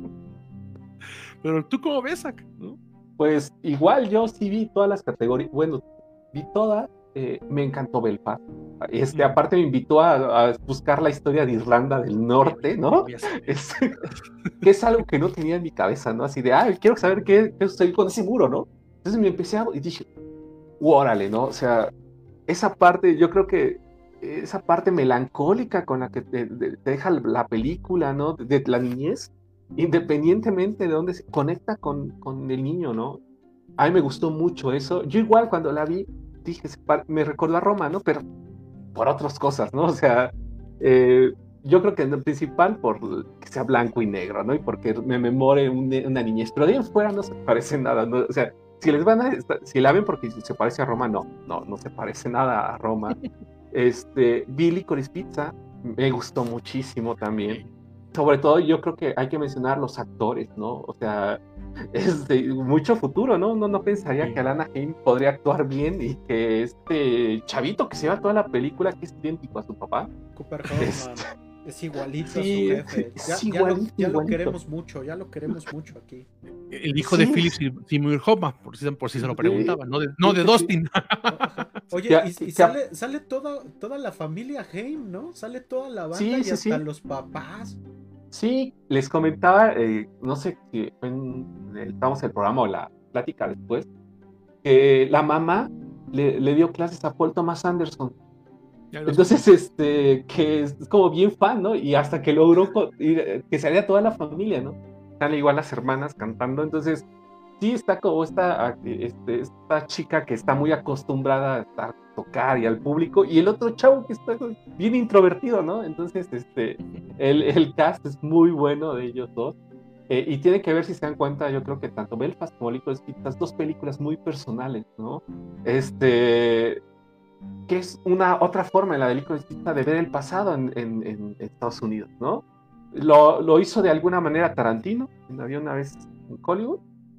Pero tú, ¿cómo ves, Zach? ¿No? Pues igual yo sí vi todas las categorías. Bueno, vi todas. Me encantó Belfast. Aparte me invitó a buscar la historia de Irlanda del Norte, ¿no? Que es algo que no tenía en mi cabeza, ¿no? Así de, quiero saber qué sucedió con ese muro, ¿no? Entonces me empecé y dije, órale, ¿no? O sea, esa parte, yo creo que esa parte melancólica con la que te deja la película, ¿no? De la niñez, independientemente de dónde se conecta con el niño, ¿no? A mí me gustó mucho eso. Yo igual cuando la vi, dije, me recordó a Roma, ¿no? Pero por otras cosas, ¿no? O sea, yo creo que en el principal por que sea blanco y negro, ¿no? Y porque me memore una niñez. Pero de ahí en fuera no se parece nada, ¿no? O sea, si la ven porque se parece a Roma, no se parece nada a Roma. Vi Licorice Pizza, me gustó muchísimo también. Sobre todo yo creo que hay que mencionar los actores, ¿no? O sea, es de mucho futuro, ¿no? No pensaría que Alana Haim podría actuar bien y que chavito que se lleva toda la película, que es idéntico a su papá. Cooper Hoffman. Es igualito a su jefe. Ya lo queremos mucho, aquí. El hijo de Philip Seymour Hoffman, por si se lo preguntaban, no de Dustin. Oye, y sale toda la familia Haim, ¿no? Sale toda la banda y hasta los papás. Sí, les comentaba, no sé si estábamos en el programa o la plática después, que la mamá le dio clases a Paul Thomas Anderson. Entonces, que es como bien fan, ¿no? Y hasta que logró que salía toda la familia, ¿no? Están igual las hermanas cantando. Entonces, sí está como esta chica que está muy acostumbrada a tocar y al público, y el otro chavo que está bien introvertido, ¿no? Entonces, el cast es muy bueno de ellos dos. Y tiene que ver, si se dan cuenta, yo creo que tanto Belfast como Licorice Pizza, dos películas muy personales, ¿no? Que es una otra forma en la de Licorice Pizza de ver el pasado en Estados Unidos, ¿no? Lo hizo de alguna manera Tarantino, había una vez en Hollywood.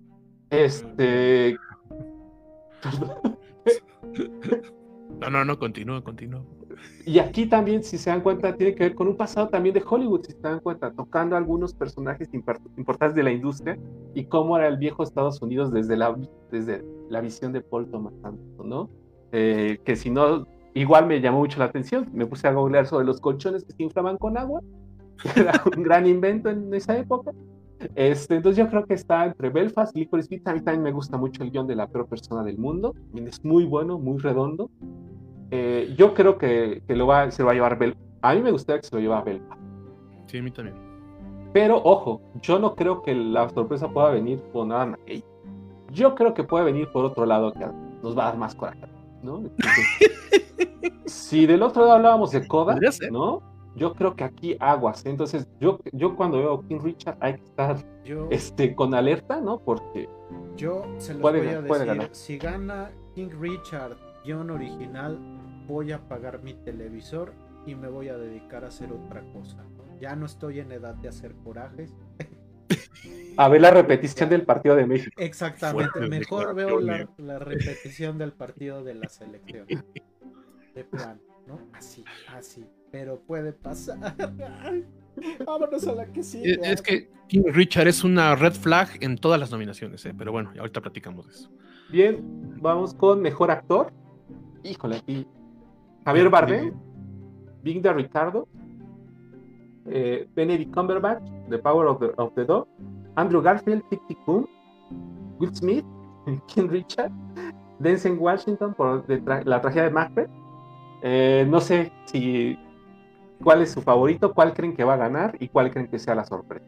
No, continúa. Y aquí también, si se dan cuenta, tiene que ver con un pasado también de Hollywood, si se dan cuenta, tocando algunos personajes importantes de la industria y cómo era el viejo Estados Unidos desde la visión de Paul Thomas Anderson, ¿no? Que si no, igual me llamó mucho la atención, me puse a googlear sobre los colchones que se inflaman con agua, era un gran invento en esa época. Entonces yo creo que está entre Belfast y Licorice Pizza. A mí también me gusta mucho el guión de La Peor Persona del Mundo, es muy bueno, muy redondo. Yo creo que se lo va a llevar Belfast. A mí me gustaría que se lo llevara Belfast. Sí, a mí también. Pero ojo, yo no creo que la sorpresa pueda venir con Adam McKay. Yo creo que puede venir por otro lado, que nos va a dar más coraje, ¿no? Entonces, si del otro lado hablábamos de Coda, ¿no? yo creo que aquí aguas. Entonces, yo cuando veo King Richard hay que estar con alerta, ¿no? Porque yo se los puede voy a decir, ganar. Si gana King Richard guión original, voy a apagar mi televisor y me voy a dedicar a hacer otra cosa. Ya no estoy en edad de hacer corajes. A ver la repetición del partido de México. Exactamente, mejor veo la repetición del partido de la selección. De plan, ¿no? Así. Pero puede pasar. Vámonos a la que sigue. Es que King Richard es una red flag en todas las nominaciones, pero bueno, ahorita platicamos de eso. Bien, vamos con mejor actor. Híjole, aquí Javier Bardem, Bing de Ricardo, Benedict Cumberbatch, The Power of the Dog, Andrew Garfield, Tic Tic Boom, Will Smith, King Richard, Denzel Washington por la tragedia de Macbeth. No sé cuál es su favorito, cuál creen que va a ganar y cuál creen que sea la sorpresa.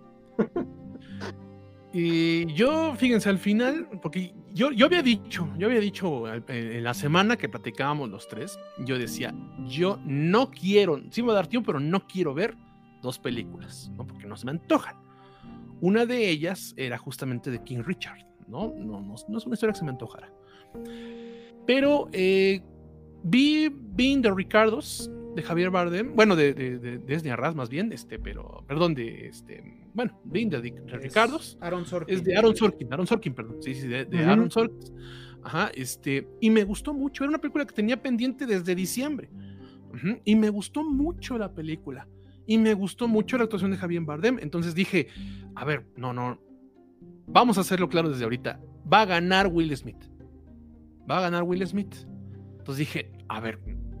Y yo, fíjense, al final, porque yo había dicho en la semana que platicábamos los tres, yo decía, yo no quiero, sí me va a dar tiempo, pero no quiero ver 2 películas, ¿no? Porque no se me antojan. Una de ellas era justamente de King Richard, ¿no? No es una historia que se me antojara. Pero vi Being the Ricardos de Javier Bardem, bueno, de Disney Arras más bien, Being the Ricardos. Aaron Sorkin. Es de Aaron Sorkin, perdón. Sí, de Aaron Sorkin. Ajá, y me gustó mucho, era una película que tenía pendiente desde diciembre. Y me gustó mucho la película. Y me gustó mucho la actuación de Javier Bardem. Entonces dije, a ver, no, vamos a hacerlo claro desde ahorita. Va a ganar Will Smith. Entonces dije, a ver,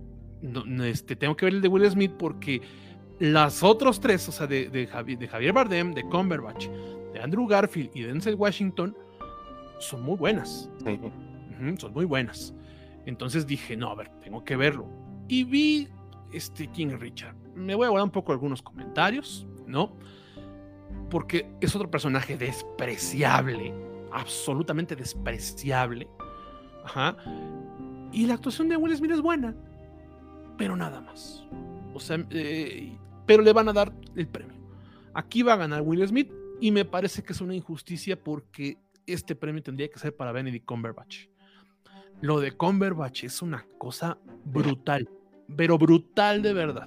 tengo que ver el de Will Smith porque las otros 3, o sea, de Javier Bardem, de Cumberbatch, de Andrew Garfield y de Denzel Washington, son muy buenas. Sí. Son muy buenas. Entonces dije, no, a ver, tengo que verlo. Y vi King Richard. Me voy a guardar un poco algunos comentarios, ¿no? Porque es otro personaje despreciable, absolutamente despreciable. Ajá. Y la actuación de Will Smith es buena, pero nada más. O sea, pero le van a dar el premio. Aquí va a ganar Will Smith y me parece que es una injusticia porque este premio tendría que ser para Benedict Cumberbatch. Lo de Cumberbatch es una cosa brutal, pero brutal de verdad.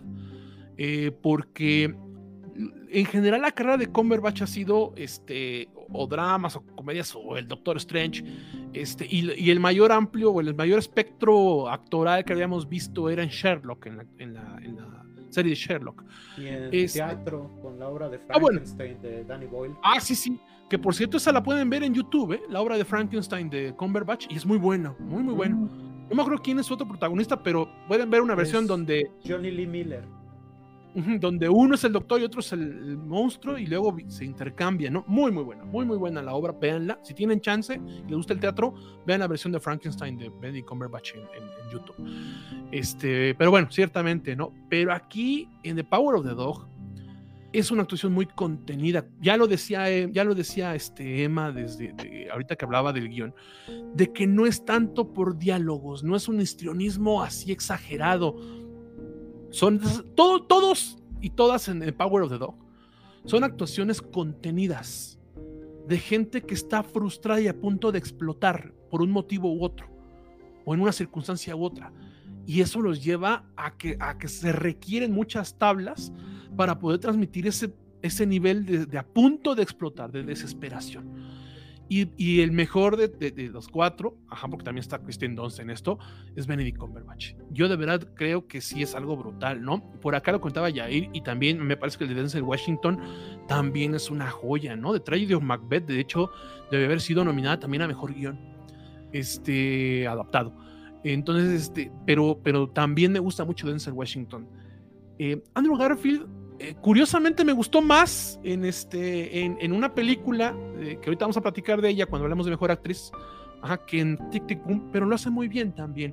Porque en general la carrera de Cumberbatch ha sido o dramas o comedias o el Doctor Strange, y el mayor amplio o el mayor espectro actoral que habíamos visto era en Sherlock, en la serie de Sherlock. Y en teatro con la obra de Frankenstein de Danny Boyle. Sí, que por cierto esa la pueden ver en YouTube, la obra de Frankenstein de Cumberbatch, y es muy buena, muy buena. No me acuerdo quién es su otro protagonista, pero pueden ver una versión donde Johnny Lee Miller, donde uno es el doctor y otro es el monstruo y luego se intercambian, ¿no? Muy buena la obra, véanla. Si tienen chance y les gusta el teatro, vean la versión de Frankenstein de Benedict Cumberbatch en YouTube. Pero bueno, ciertamente, ¿no? Pero aquí en The Power of the Dog es una actuación muy contenida. Ya lo decía Emma desde ahorita que hablaba del guión, de que no es tanto por diálogos, no es un histrionismo así exagerado. Son todos y todas en The Power of the Dog son actuaciones contenidas de gente que está frustrada y a punto de explotar por un motivo u otro o en una circunstancia u otra, y eso los lleva a que se requieren muchas tablas para poder transmitir ese nivel de a punto de explotar, de desesperación. Y el mejor de los 4, porque también está Kristen Dunst en esto, es Benedict Cumberbatch. Yo de verdad creo que sí es algo brutal, ¿no? Por acá lo contaba Yair, y también me parece que el de Denzel Washington también es una joya, ¿no? The Tragedy of Macbeth, de hecho, debe haber sido nominada también a mejor guión adaptado. Entonces, pero también me gusta mucho Denzel Washington. Andrew Garfield, curiosamente me gustó más en una película que ahorita vamos a platicar de ella cuando hablemos de mejor actriz, que en Tic Tic Boom, pero lo hace muy bien también.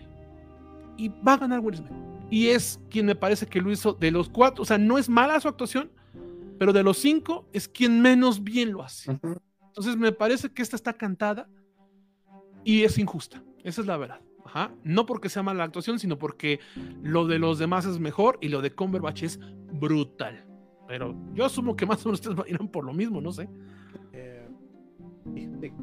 Y va a ganar Will Smith. Y es quien me parece que lo hizo de los 4, o sea, no es mala su actuación, pero de los 5 es quien menos bien lo hace. Entonces me parece que esta está cantada y es injusta. Esa es la verdad. Ajá. No porque sea mala actuación, sino porque lo de los demás es mejor y lo de Cumberbatch es brutal. Pero yo asumo que más o menos ustedes irán por lo mismo, no sé. Fíjate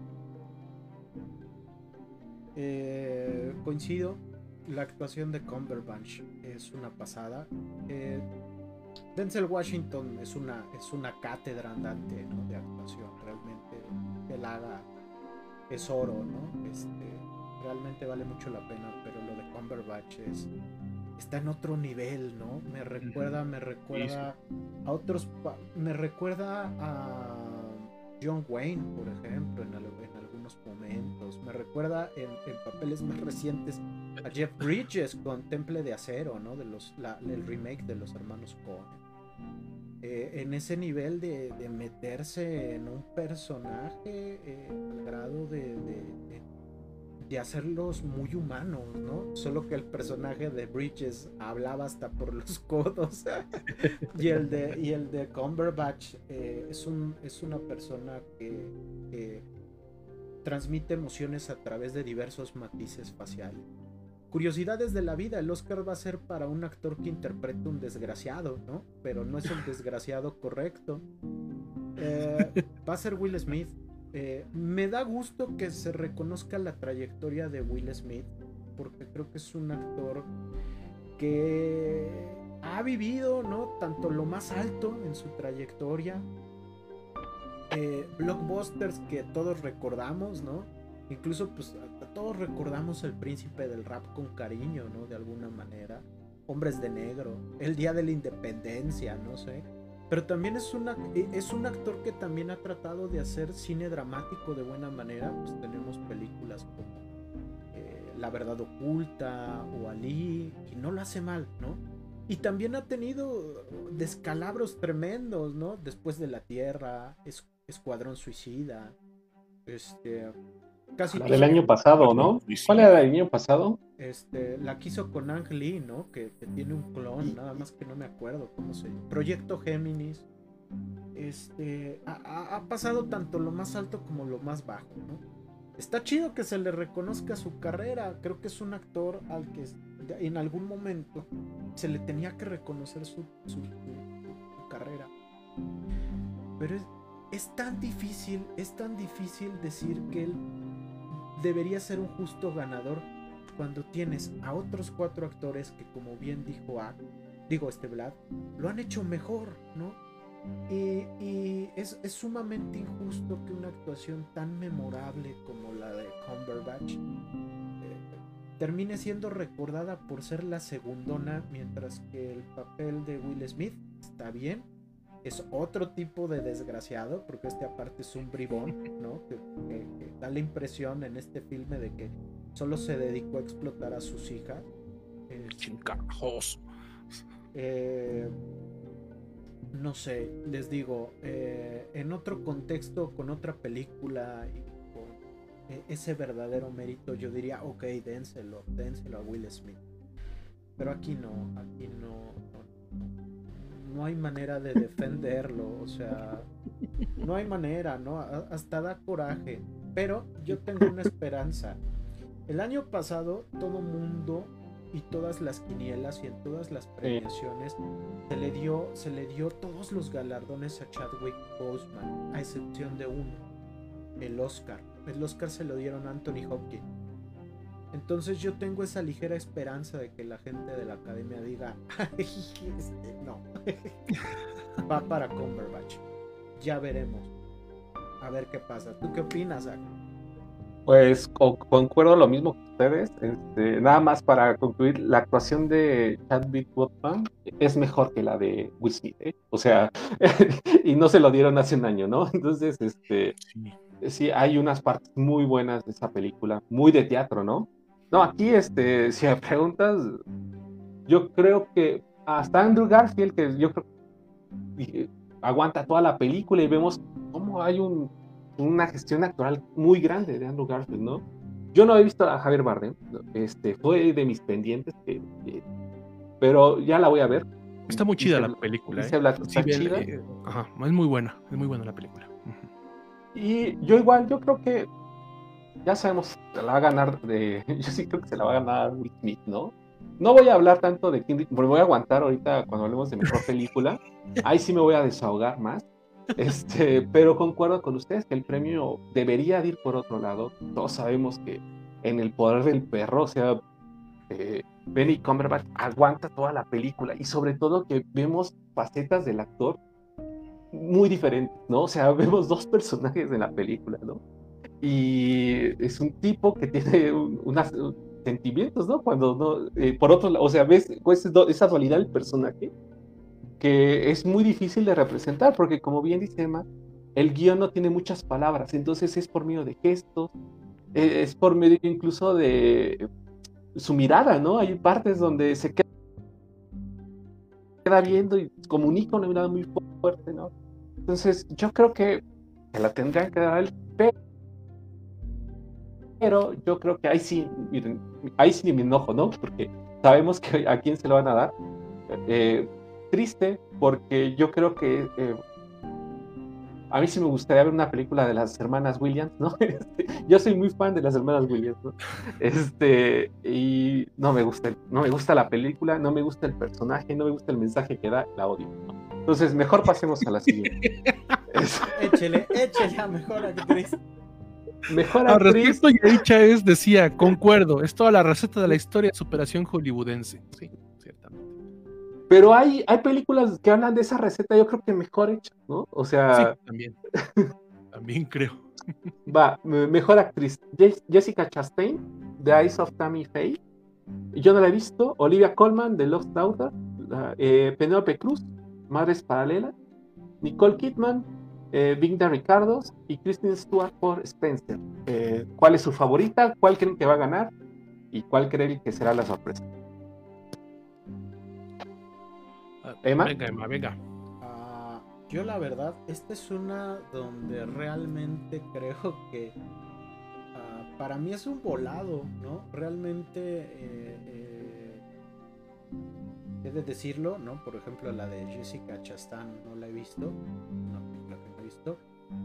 que coincido. La actuación de Cumberbatch es una pasada. Denzel Washington es una cátedra andante, ¿no? De actuación. Realmente el haga es oro, ¿no? Realmente vale mucho la pena, pero lo de Cumberbatch está en otro nivel, ¿no? Me recuerda a otros, me recuerda a John Wayne, por ejemplo, en algunos momentos. Me recuerda en papeles más recientes a Jeff Bridges con Temple de Acero, ¿no? El remake de los hermanos Coen. En ese nivel de meterse en un personaje al grado de hacerlos muy humanos, ¿no? Solo que el personaje de Bridges hablaba hasta por los codos y el de Cumberbatch es una persona que transmite emociones a través de diversos matices faciales. Curiosidades de la vida, el Oscar va a ser para un actor que interpreta un desgraciado, ¿no? Pero no es el desgraciado correcto. Va a ser Will Smith. Me da gusto que se reconozca la trayectoria de Will Smith, porque creo que es un actor que ha vivido, ¿no? Tanto lo más alto en su trayectoria, blockbusters que todos recordamos, ¿no? Incluso pues todos recordamos El Príncipe del Rap con cariño, ¿no? De alguna manera. Hombres de Negro, El Día de la Independencia, no sé. Pero también es un actor que también ha tratado de hacer cine dramático de buena manera. Pues tenemos películas como La Verdad Oculta o Ali, y no lo hace mal, ¿no? Y también ha tenido descalabros tremendos, ¿no? Después de la Tierra, Escuadrón Suicida, casi la del año pasado, ¿no? ¿Cuál era el año pasado? La que hizo con Ang Lee, ¿no? Que tiene un clon, nada más que no me acuerdo cómo se llama. Proyecto Géminis. Ha pasado tanto lo más alto como lo más bajo, ¿no? Está chido que se le reconozca su carrera. Creo que es un actor al que en algún momento se le tenía que reconocer su carrera. Pero es tan difícil decir que él debería ser un justo ganador cuando tienes a otros 4 actores que, como bien dijo Vlad, lo han hecho mejor, ¿no? Y es sumamente injusto que una actuación tan memorable como la de Cumberbatch termine siendo recordada por ser la segundona, mientras que el papel de Will Smith está bien. Es otro tipo de desgraciado, porque aparte es un bribón, ¿no? Que da la impresión en este filme de que solo se dedicó a explotar a sus hijas. Chingajoso. No sé, les digo, en otro contexto, con otra película y con ese verdadero mérito, yo diría, ok, dénselo a Will Smith. Pero aquí no hay manera de defenderlo, o sea, no hay manera, ¿no? Hasta da coraje, pero yo tengo una esperanza. El año pasado todo mundo y todas las quinielas y en todas las premiaciones se le dio todos los galardones a Chadwick Boseman, a excepción de uno, el Oscar se lo dieron a Anthony Hopkins. Entonces yo tengo esa ligera esperanza de que la gente de la academia diga, no, va para Cumberbatch. Ya veremos. A ver qué pasa. ¿Tú qué opinas, Zach? Pues concuerdo lo mismo que ustedes. Nada más para concluir, la actuación de Chadwick Boseman es mejor que la de Will Smith, ¿eh? O sea, y no se lo dieron hace un año, ¿no? Entonces, sí, hay unas partes muy buenas de esa película, muy de teatro, ¿no? No, aquí, si me preguntas, yo creo que hasta Andrew Garfield, que yo creo que aguanta toda la película y vemos cómo hay una gestión actoral muy grande de Andrew Garfield, ¿no? Yo no he visto a Javier Bardem, fue de mis pendientes, pero ya la voy a ver. Está muy chida la película, está chida. Ajá, es muy buena la película. Y yo creo que ya sabemos, se la va a ganar yo sí creo que se la va a ganar Will Smith, ¿no? No voy a hablar tanto de King, porque voy a aguantar ahorita cuando hablemos de mejor película. Ahí sí me voy a desahogar más. Pero concuerdo con ustedes que el premio debería de ir por otro lado. Todos sabemos que en El poder del perro, o sea, Benny Cumberbatch aguanta toda la película y sobre todo que vemos facetas del actor muy diferentes, ¿no? O sea, vemos dos personajes en la película, ¿no? Y es un tipo que tiene unos sentimientos, ¿no? Cuando no, por otro lado, o sea, ves esa dualidad del personaje que es muy difícil de representar, porque como bien dice Emma, el guión no tiene muchas palabras, entonces es por medio de gestos, es por medio incluso de su mirada, ¿no? Hay partes donde se queda viendo y comunica una mirada muy fuerte, ¿no? Entonces yo creo que la tendrían que dar él, pero yo creo que ahí sí, miren, ahí sí me enojo, ¿no? Porque sabemos que a quién se lo van a dar. Triste, porque yo creo que a mí sí me gustaría ver una película de las hermanas Williams, ¿no? Yo soy muy fan de las hermanas Williams, ¿no? Y no me gusta la película, no me gusta el personaje, no me gusta el mensaje que da, la odio, ¿no? Entonces, mejor pasemos a la siguiente. Échele a mejor actriz. Mejor actriz. Al respecto, Yaricha decía, concuerdo, es toda la receta de la historia de superación hollywoodense. Sí, ciertamente. Pero hay películas que hablan de esa receta, yo creo que mejor hecha, ¿no? O sea... Sí, también. También creo. Va, mejor actriz. Jessica Chastain, The Eyes of Tammy Faye. Yo no la he visto. Olivia Colman, The Lost Daughter. Penélope Cruz, Madres Paralelas. Nicole Kidman, Bing de Ricardos. Y Kristen Stewart por Spencer. ¿Cuál es su favorita? ¿Cuál creen que va a ganar? ¿Y cuál creen que será la sorpresa? ¿Emma? Venga. Yo la verdad, esta es una donde realmente creo que para mí es un volado, ¿no? Realmente he de decirlo, ¿no? Por ejemplo, la de Jessica Chastain no la he visto, una película que no he visto.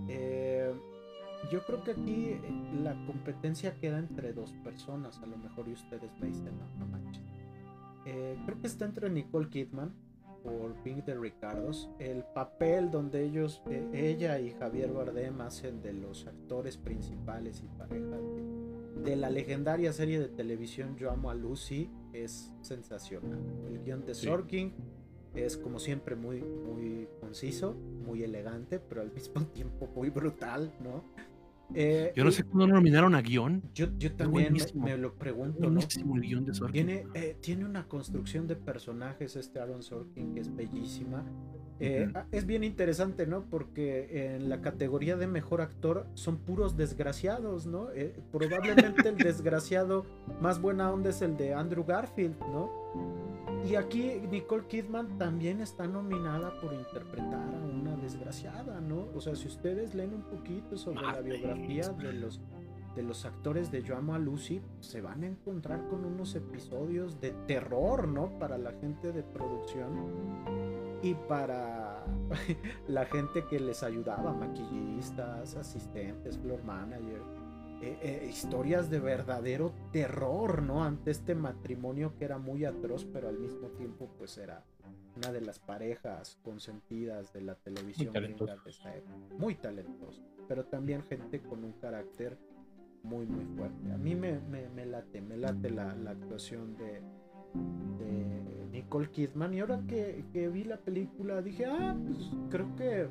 Yo creo que aquí la competencia queda entre dos personas, a lo mejor, y ustedes me dicen, no manches. Creo que está entre Nicole Kidman por Bing de Ricardos, el papel donde ella y Javier Bardem hacen de los actores principales y pareja de la legendaria serie de televisión Yo Amo a Lucy, es sensacional. El guión de Sorkin es como siempre muy, muy conciso, muy elegante, pero al mismo tiempo muy brutal, ¿no? Yo no sé cómo lo nominaron a guión. Yo también me lo pregunto, ¿no? El guión de Sorkin. Tiene una construcción de personajes Aaron Sorkin que es bellísima. Es bien interesante, ¿no? Porque en la categoría de mejor actor son puros desgraciados, ¿no? Probablemente el desgraciado más buena onda es el de Andrew Garfield, ¿no? Y aquí Nicole Kidman también está nominada por interpretar a una desgraciada, ¿no? O sea, si ustedes leen un poquito sobre la biografía de los actores de Yo Amo a Lucy, se van a encontrar con unos episodios de terror, ¿no? Para la gente de producción y para la gente que les ayudaba, maquillistas, asistentes, floor manager. Historias de verdadero terror, ¿no? Ante este matrimonio que era muy atroz, pero al mismo tiempo pues era una de las parejas consentidas de la televisión gringa de esta época. Muy talentoso, pero también gente con un carácter muy muy fuerte. A mí me late la actuación de Nicole Kidman, y ahora que vi la película dije, pues creo que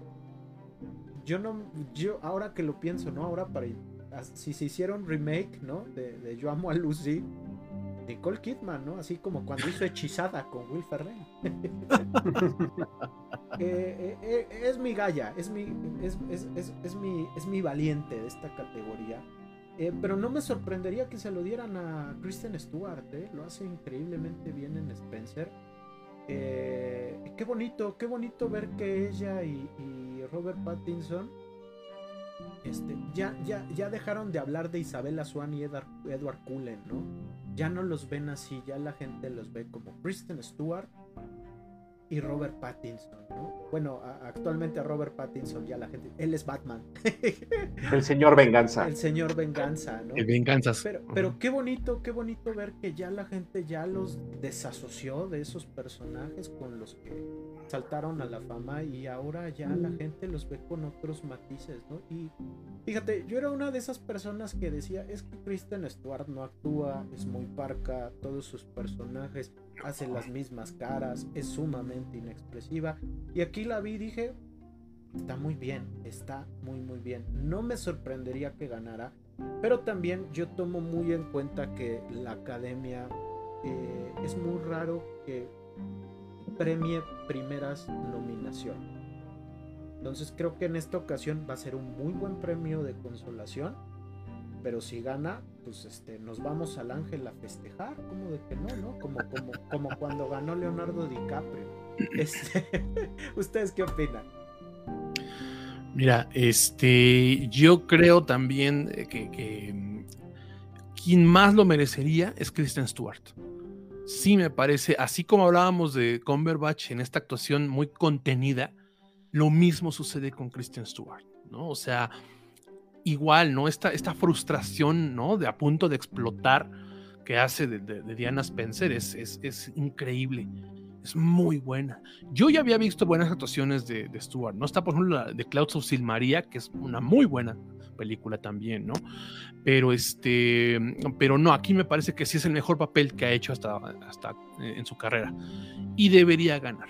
yo ahora que lo pienso, ¿no? Ahora si se hiciera un remake, ¿no? De Yo Amo a Lucy, Nicole Kidman, ¿no? Así como cuando hizo Hechizada con Will Ferrell. Es mi galla, es mi valiente de esta categoría. Pero no me sorprendería que se lo dieran a Kristen Stewart, lo hace increíblemente bien en Spencer. Qué bonito ver que ella y Robert Pattinson ya dejaron de hablar de Isabella Swan y Edward Cullen, ¿no? Ya no los ven así, ya la gente los ve como Kristen Stewart y Robert Pattinson, ¿no? Bueno, a actualmente a Robert Pattinson ya la gente, él es Batman. El señor Venganza. El señor Venganza, ¿no? El Venganzas. Pero qué bonito ver que ya la gente ya los desasoció de esos personajes con los que saltaron a la fama y ahora ya la gente los ve con otros matices, ¿no? Y fíjate, yo era una de esas personas que decía, es que Kristen Stewart no actúa, es muy parca, todos sus personajes hacen las mismas caras, es sumamente inexpresiva, y aquí la vi y dije, está muy bien, no me sorprendería que ganara, pero también yo tomo muy en cuenta que la academia es muy raro que premie primeras nominaciones. Entonces creo que en esta ocasión va a ser un muy buen premio de consolación, pero si gana, pues nos vamos al Ángel a festejar, como de que no, como cuando ganó Leonardo DiCaprio. ¿Ustedes qué opinan? Mira, yo creo también que quien más lo merecería es Kristen Stewart. Sí, me parece, así como hablábamos de Cumberbatch en esta actuación muy contenida, lo mismo sucede con Kristen Stewart, ¿no? O sea, igual, ¿no? Esta frustración, ¿no? De a punto de explotar que hace de Diana Spencer es increíble, es muy buena. Yo ya había visto buenas actuaciones de Stewart, ¿no? Está, por ejemplo, la de Clouds of Silmaria, que es una muy buena película también, ¿no? Pero no, aquí me parece que sí es el mejor papel que ha hecho hasta en su carrera y debería ganar.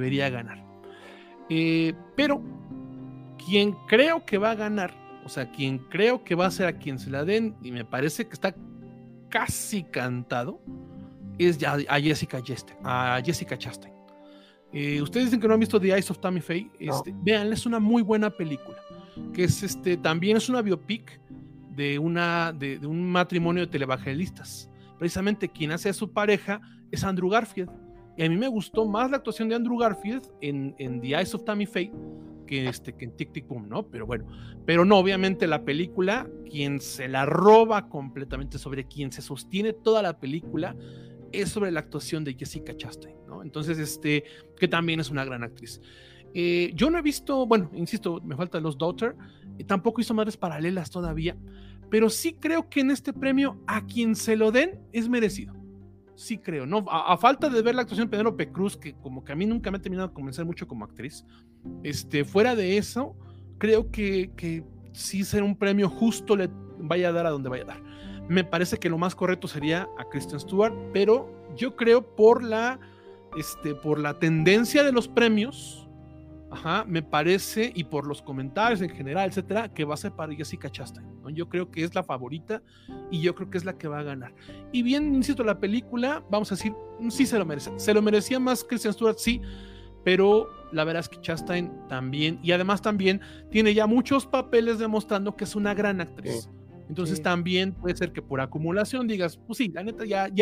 Pero quien creo que va a ganar, o sea, quien creo que va a ser a quien se la den, y me parece que está casi cantado, es ya a Jessica Chastain. Ustedes dicen que no han visto The Eyes of Tammy Faye. Vean, es una muy buena película, que es también es una biopic de un matrimonio de televangelistas. Precisamente quien hace a su pareja es Andrew Garfield, y a mí me gustó más la actuación de Andrew Garfield en The Eyes of Tammy Faye que en Tic Tic Boom, ¿no? Pero no, obviamente la película, quien se la roba completamente, sobre quien se sostiene toda la película, es sobre la actuación de Jessica Chastain, ¿no? Entonces, que también es una gran actriz. Yo no he visto, bueno, insisto, me falta Los Daughter, tampoco hizo Madres Paralelas todavía, pero sí creo que en este premio a quien se lo den es merecido. Sí creo, ¿no? A falta de ver la actuación de Penélope Cruz, que como que a mí nunca me ha terminado de convencer mucho como actriz, fuera de eso, creo que sí ser un premio justo le vaya a dar a donde vaya a dar. Me parece que lo más correcto sería a Kristen Stewart, pero yo creo por la tendencia de los premios, me parece, y por los comentarios en general, etcétera, que va a ser para Jessica Chastain, ¿no? Yo creo que es la favorita y yo creo que es la que va a ganar. Y bien, insisto, la película, vamos a decir, sí se lo merece. Se lo merecía más Kristen Stewart, sí, pero la verdad es que Chastain también, y además también tiene ya muchos papeles demostrando que es una gran actriz. Entonces sí, también puede ser que por acumulación digas, pues sí, la neta ya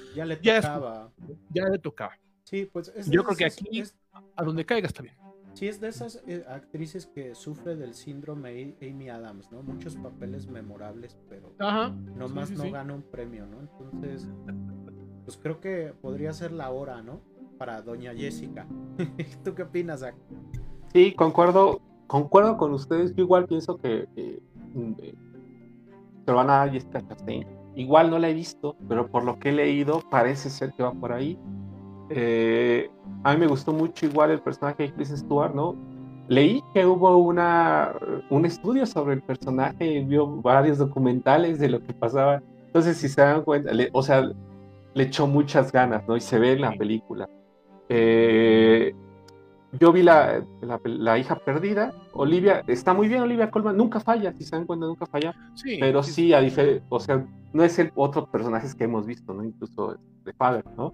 le tocaba. Sí, pues yo creo que aquí a donde caiga está bien. Sí, es de esas actrices que sufre del síndrome Amy Adams, ¿no? Muchos papeles memorables, pero nomás no gana un premio, ¿no? Entonces, pues creo que podría ser la hora, ¿no? Para doña Jessica. ¿Tú qué opinas, Zach? Sí, concuerdo con ustedes. Yo igual pienso que se lo van a dar a Jessica Chastain. Igual no la he visto, pero por lo que he leído parece ser que va por ahí. A mí me gustó mucho igual el personaje de Kristen Stewart, ¿no? Leí que hubo un estudio sobre el personaje, vio varios documentales de lo que pasaba. Entonces, si se dan cuenta, le echó muchas ganas, ¿no? Y se ve en la película. Yo vi la hija perdida. Olivia, está muy bien, Olivia Colman, nunca falla, si se dan cuenta, nunca falla. Sí, pero sí, a diferencia, o sea, no es el otro personaje que hemos visto, ¿no? Incluso de Father, ¿no?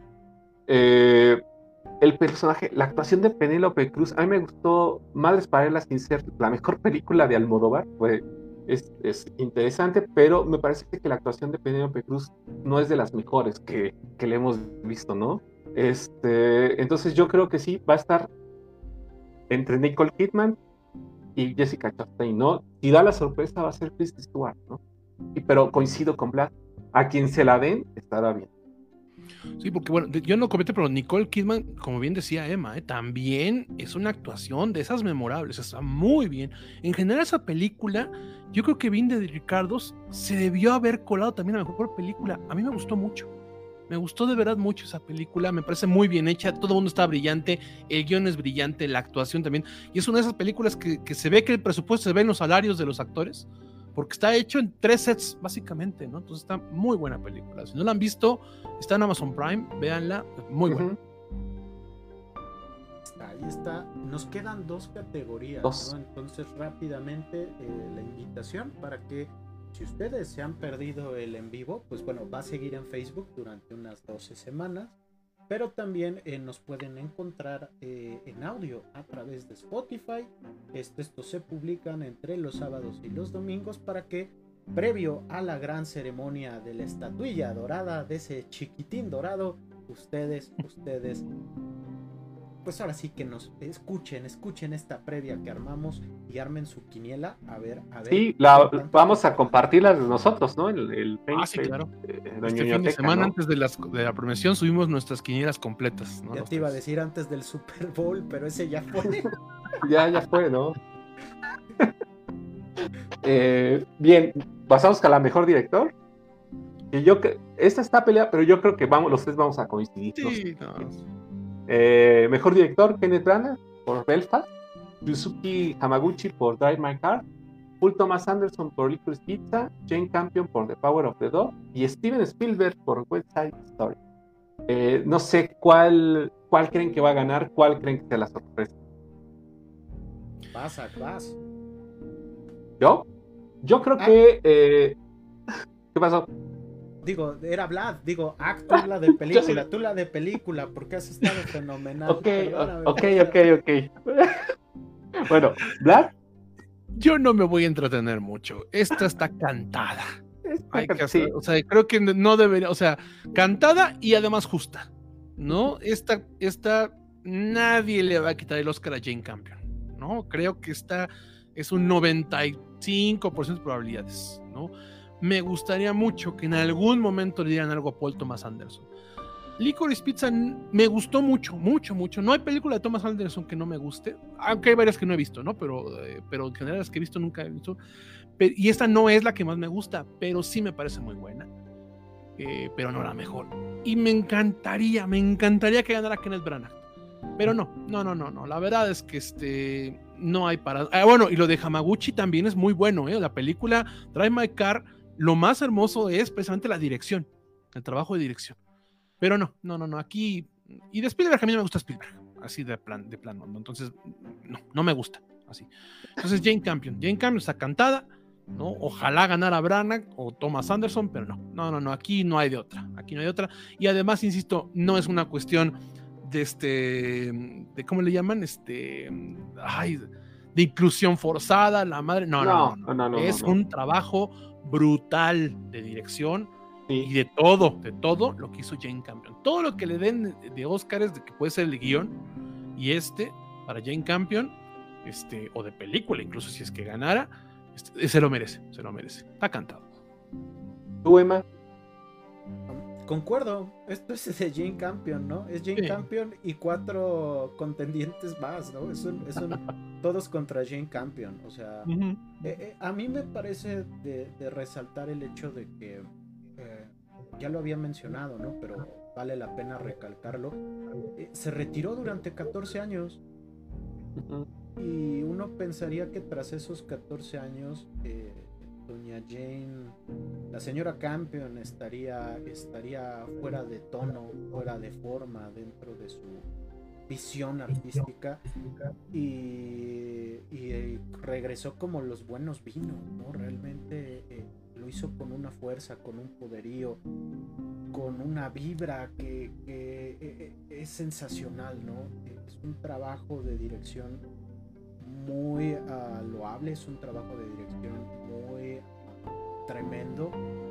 El personaje, la actuación de Penélope Cruz, a mí me gustó. Madres Paralelas, sin ser la mejor película de Almodóvar, es interesante, pero me parece que la actuación de Penélope Cruz no es de las mejores que le hemos visto, ¿no? Entonces yo creo que sí, va a estar entre Nicole Kidman y Jessica Chastain, ¿no? Si da la sorpresa va a ser Kristen Stewart, ¿no? Pero coincido con Vlad, a quien se la den estará bien. Sí, porque bueno, yo no comenté, pero Nicole Kidman, como bien decía Emma, también es una actuación de esas memorables, está muy bien. En general esa película, yo creo que Vin de Ricardos se debió haber colado también a la mejor película. A mí me gustó mucho. Me gustó de verdad mucho esa película, me parece muy bien hecha, todo el mundo está brillante, el guión es brillante, la actuación también, y es una de esas películas que se ve que el presupuesto se ve en los salarios de los actores, porque está hecho en 3 sets básicamente, ¿no? Entonces está muy buena película. Si no la han visto, está en Amazon Prime, véanla, muy buena. Ahí está. Nos quedan 2 categorías, ¿no? Entonces rápidamente la invitación para que si ustedes se han perdido el en vivo, pues bueno, va a seguir en Facebook durante unas 12 semanas, pero también nos pueden encontrar en audio a través de Spotify. Estos se publican entre los sábados y los domingos para que previo a la gran ceremonia de la estatuilla dorada, de ese chiquitín dorado, ustedes pues ahora sí que nos escuchen esta previa que armamos y armen su quiniela, a ver. Sí, vamos a compartirla de nosotros, ¿no? El Facebook. Sí, claro. Este fin de semana, ¿no? Antes de la premiación, subimos nuestras quinielas completas, ¿no? Ya te iba a decir antes del Super Bowl, pero ese ya fue. ya fue, ¿no? Bien, pasamos a la mejor director. Y esta está peleada, pero yo creo que los tres vamos a coincidir. Sí, mejor director, Kenneth Branagh por Belfast, Yusuke Hamaguchi por Drive My Car, Paul Thomas Anderson por Licorice Pizza, Jane Campion por The Power of the Dog y Steven Spielberg por West Side Story. No sé cuál creen que va a ganar, cuál creen que sea la sorpresa. Vas. Yo creo que ¿qué pasó? Digo, era Vlad, tú la de película, tú la de película, porque has estado fenomenal. Ok. Bueno, Vlad. Yo no me voy a entretener mucho. Esta está cantada. Sí. O sea, creo que no debería, o sea, cantada y además justa, ¿no? Esta nadie le va a quitar el Oscar a Jane Campion, ¿no? Creo que esta es un 95% de probabilidades, ¿no? Me gustaría mucho que en algún momento le dieran algo a Paul Thomas Anderson. Licorice Pizza me gustó mucho. No hay película de Thomas Anderson que no me guste, aunque hay varias que no he visto, ¿no? Pero en general las que he visto nunca he visto. Y esta no es la que más me gusta, pero sí me parece muy buena. Pero no la mejor. Y me encantaría que ganara Kenneth Branagh. Pero no. La verdad es que no hay para... bueno, y lo de Hamaguchi también es muy bueno, ¿eh? La película Drive My Car, lo más hermoso es precisamente la dirección, el trabajo de dirección. Pero no, aquí... Y de Spielberg, a mí no me gusta Spielberg, así de plano, ¿no? Entonces, no me gusta, así. Entonces, Jane Campion está cantada, ¿no? Ojalá ganara Branagh o Thomas Anderson, pero no, aquí no hay de otra. Y además, insisto, no es una cuestión de ¿cómo le llaman? De inclusión forzada, la madre. No. Es un trabajo brutal de dirección. Sí. Y de todo lo que hizo Jane Campion. Todo lo que le den de Óscares, de que puede ser el guión, y para Jane Campion, o de película, incluso si es que ganara, se lo merece. Está cantado. ¿Tú, Emma? Concuerdo, esto es de Jane Campion, ¿no? Es Jane Campion y 4 contendientes más, ¿no? Es un todos contra Jane Campion, o sea, a mí me parece de resaltar el hecho de que ya lo había mencionado, ¿no? Pero vale la pena recalcarlo. Se retiró durante 14 años y uno pensaría que tras esos 14 años doña Jane, la señora Campion estaría fuera de tono, fuera de forma dentro de su visión artística y regresó como los buenos vinos, ¿no? Realmente lo hizo con una fuerza, con un poderío, con una vibra que es sensacional, ¿no? Es un trabajo de dirección muy loable, es un trabajo de dirección muy tremendo.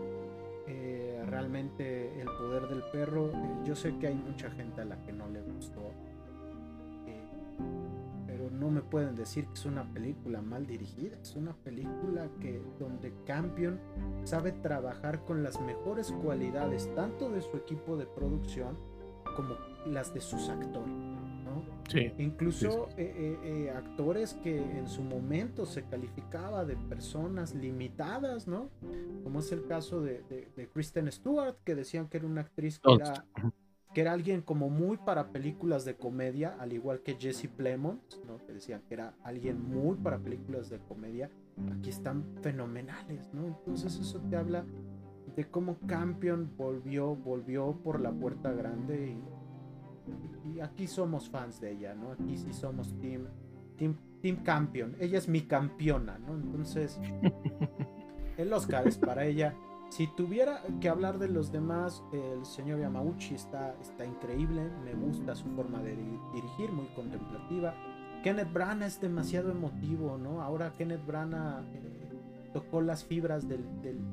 Realmente El poder del perro, yo sé que hay mucha gente a la que no le gustó, pero no me pueden decir que es una película mal dirigida. Es una película donde Campion sabe trabajar con las mejores cualidades tanto de su equipo de producción como las de sus actores, ¿no? Sí. Incluso actores que en su momento se calificaba de personas limitadas, ¿no? Como es el caso de Kristen Stewart, que decían que era una actriz que era alguien como muy para películas de comedia, al igual que Jesse Plemons, ¿no? Que decían que era alguien muy para películas de comedia. Aquí están fenomenales, ¿no? Entonces eso te habla de cómo Campion volvió por la puerta grande y aquí somos fans de ella, ¿no? Aquí sí somos Team Campion. Ella es mi campeona, ¿no? Entonces el Oscar es para ella. Si tuviera que hablar de los demás, el señor Yamauchi está increíble, me gusta su forma de dirigir, muy contemplativa. Kenneth Branagh es demasiado emotivo, ¿no? Ahora Kenneth Branagh tocó las fibras de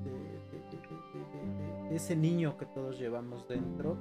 ese niño que todos llevamos dentro.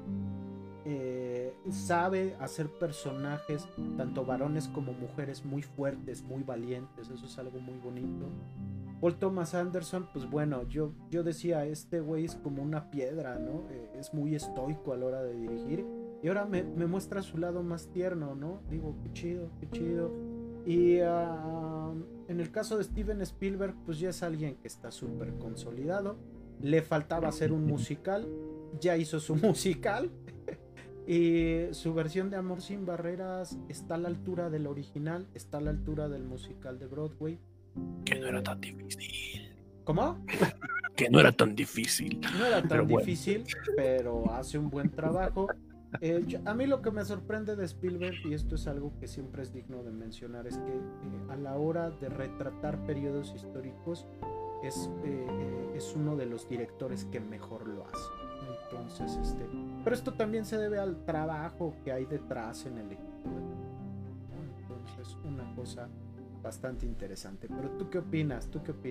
Sabe hacer personajes, tanto varones como mujeres, muy fuertes, muy valientes, eso es algo muy bonito. Paul Thomas Anderson, pues bueno, yo decía, este güey es como una piedra, ¿no? Es muy estoico a la hora de dirigir, y ahora me muestra su lado más tierno, ¿no? Digo, qué chido. Y en el caso de Steven Spielberg, pues ya es alguien que está súper consolidado, le faltaba hacer un musical, ya hizo su musical, y su versión de Amor sin Barreras está a la altura del original, está a la altura del musical de Broadway. Que no era tan difícil. ¿Cómo? Que no era tan difícil. No era tan difícil, pero hace un buen trabajo. A mí lo que me sorprende de Spielberg, y esto es algo que siempre es digno de mencionar, es que a la hora de retratar periodos históricos es uno de los directores que mejor lo hace. Entonces, pero esto también se debe al trabajo que hay detrás en el equipo. Entonces, una cosa bastante interesante. Pero ¿tú qué opinas?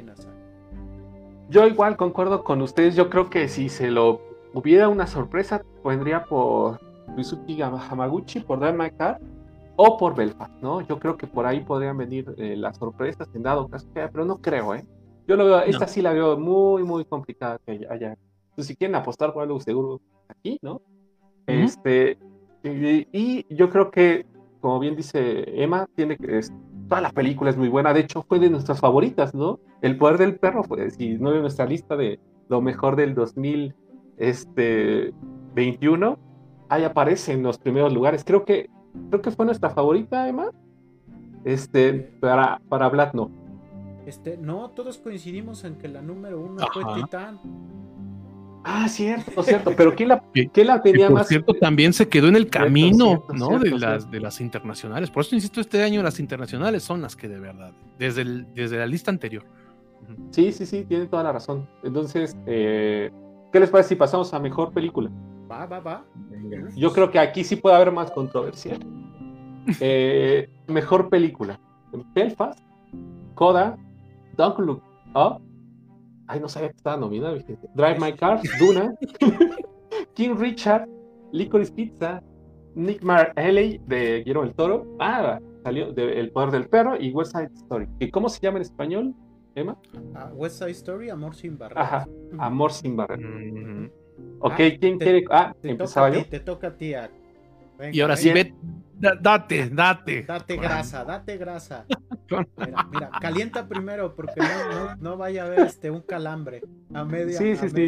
Yo igual concuerdo con ustedes. Yo creo que si se lo hubiera una sorpresa, vendría por Ryusuke Hamaguchi, por Drive My Car o por Belfast, ¿no? Yo creo que por ahí podrían venir las sorpresas en dado caso, pero no creo, ¿eh? Yo lo veo, esta sí la veo muy, muy complicada que haya. Entonces, si quieren apostar por algo seguro aquí, ¿no? Y yo creo que, como bien dice Emma, toda la película es muy buena. De hecho, fue de nuestras favoritas, ¿no? El poder del perro fue, si no en nuestra lista de lo mejor del 2021, ahí aparece en los primeros lugares. Creo que fue nuestra favorita, Emma. Para Vlad no. No, todos coincidimos en que la número 1 fue Titán. Ah, cierto, pero ¿quién la tenía por más? Cierto, también se quedó en el camino, cierto, ¿no? De las internacionales. Por eso insisto, este año las internacionales son las que de verdad, desde la lista anterior. Sí, tiene toda la razón. Entonces, ¿qué les parece si pasamos a mejor película? Va. Yo creo que aquí sí puede haber más controversia. Mejor película: Belfast, Coda, Don't Look Up. Ay, no sabía que estaba nominada. Drive My Car, Duna, King Richard, Licorice Pizza, Nightmare Alley de Guillermo del Toro. Salió de El poder del perro y West Side Story. ¿Y cómo se llama en español, Emma? West Side Story, Amor sin Barreras. Ajá, Amor sin Barreras. Ok, ¿quién quiere? Empezaba yo. Te toca a ti. Venga, y ahora sí, date. Date grasa. Mira, calienta primero porque no vaya a haber un calambre a media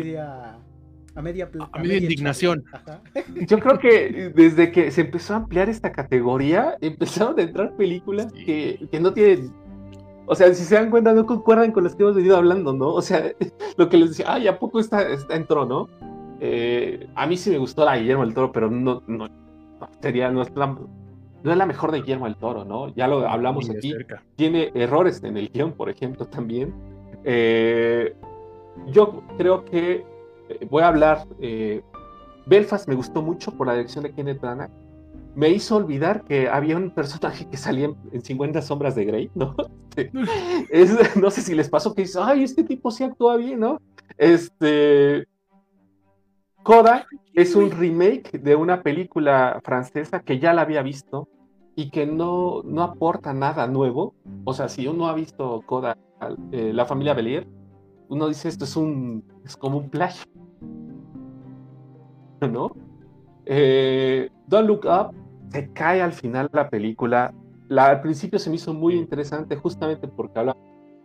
indignación. Yo creo que desde que se empezó a ampliar esta categoría, empezaron a entrar películas que no tienen, o sea, si se dan cuenta, no concuerdan con las que hemos venido hablando, ¿no? O sea, lo que les decía, ¿a poco esta entró, no? A mí sí me gustó la de Guillermo del Toro, pero no es la mejor de Guillermo del Toro, ¿no? Ya lo hablamos aquí. Tiene errores en el guión, por ejemplo, también. Yo creo que voy a hablar. Belfast me gustó mucho por la dirección de Kenneth Branagh. Me hizo olvidar que había un personaje que salía en 50 sombras de Grey, ¿no? No sé si les pasó que dices, este tipo sí actúa bien, ¿no? Coda es un remake de una película francesa que ya la había visto, y que no aporta nada nuevo. O sea, si uno ha visto Coda, la familia Belier, uno dice esto es como un plagio, ¿no? Don't Look Up se cae al final la película. Al principio se me hizo muy interesante justamente porque hablaba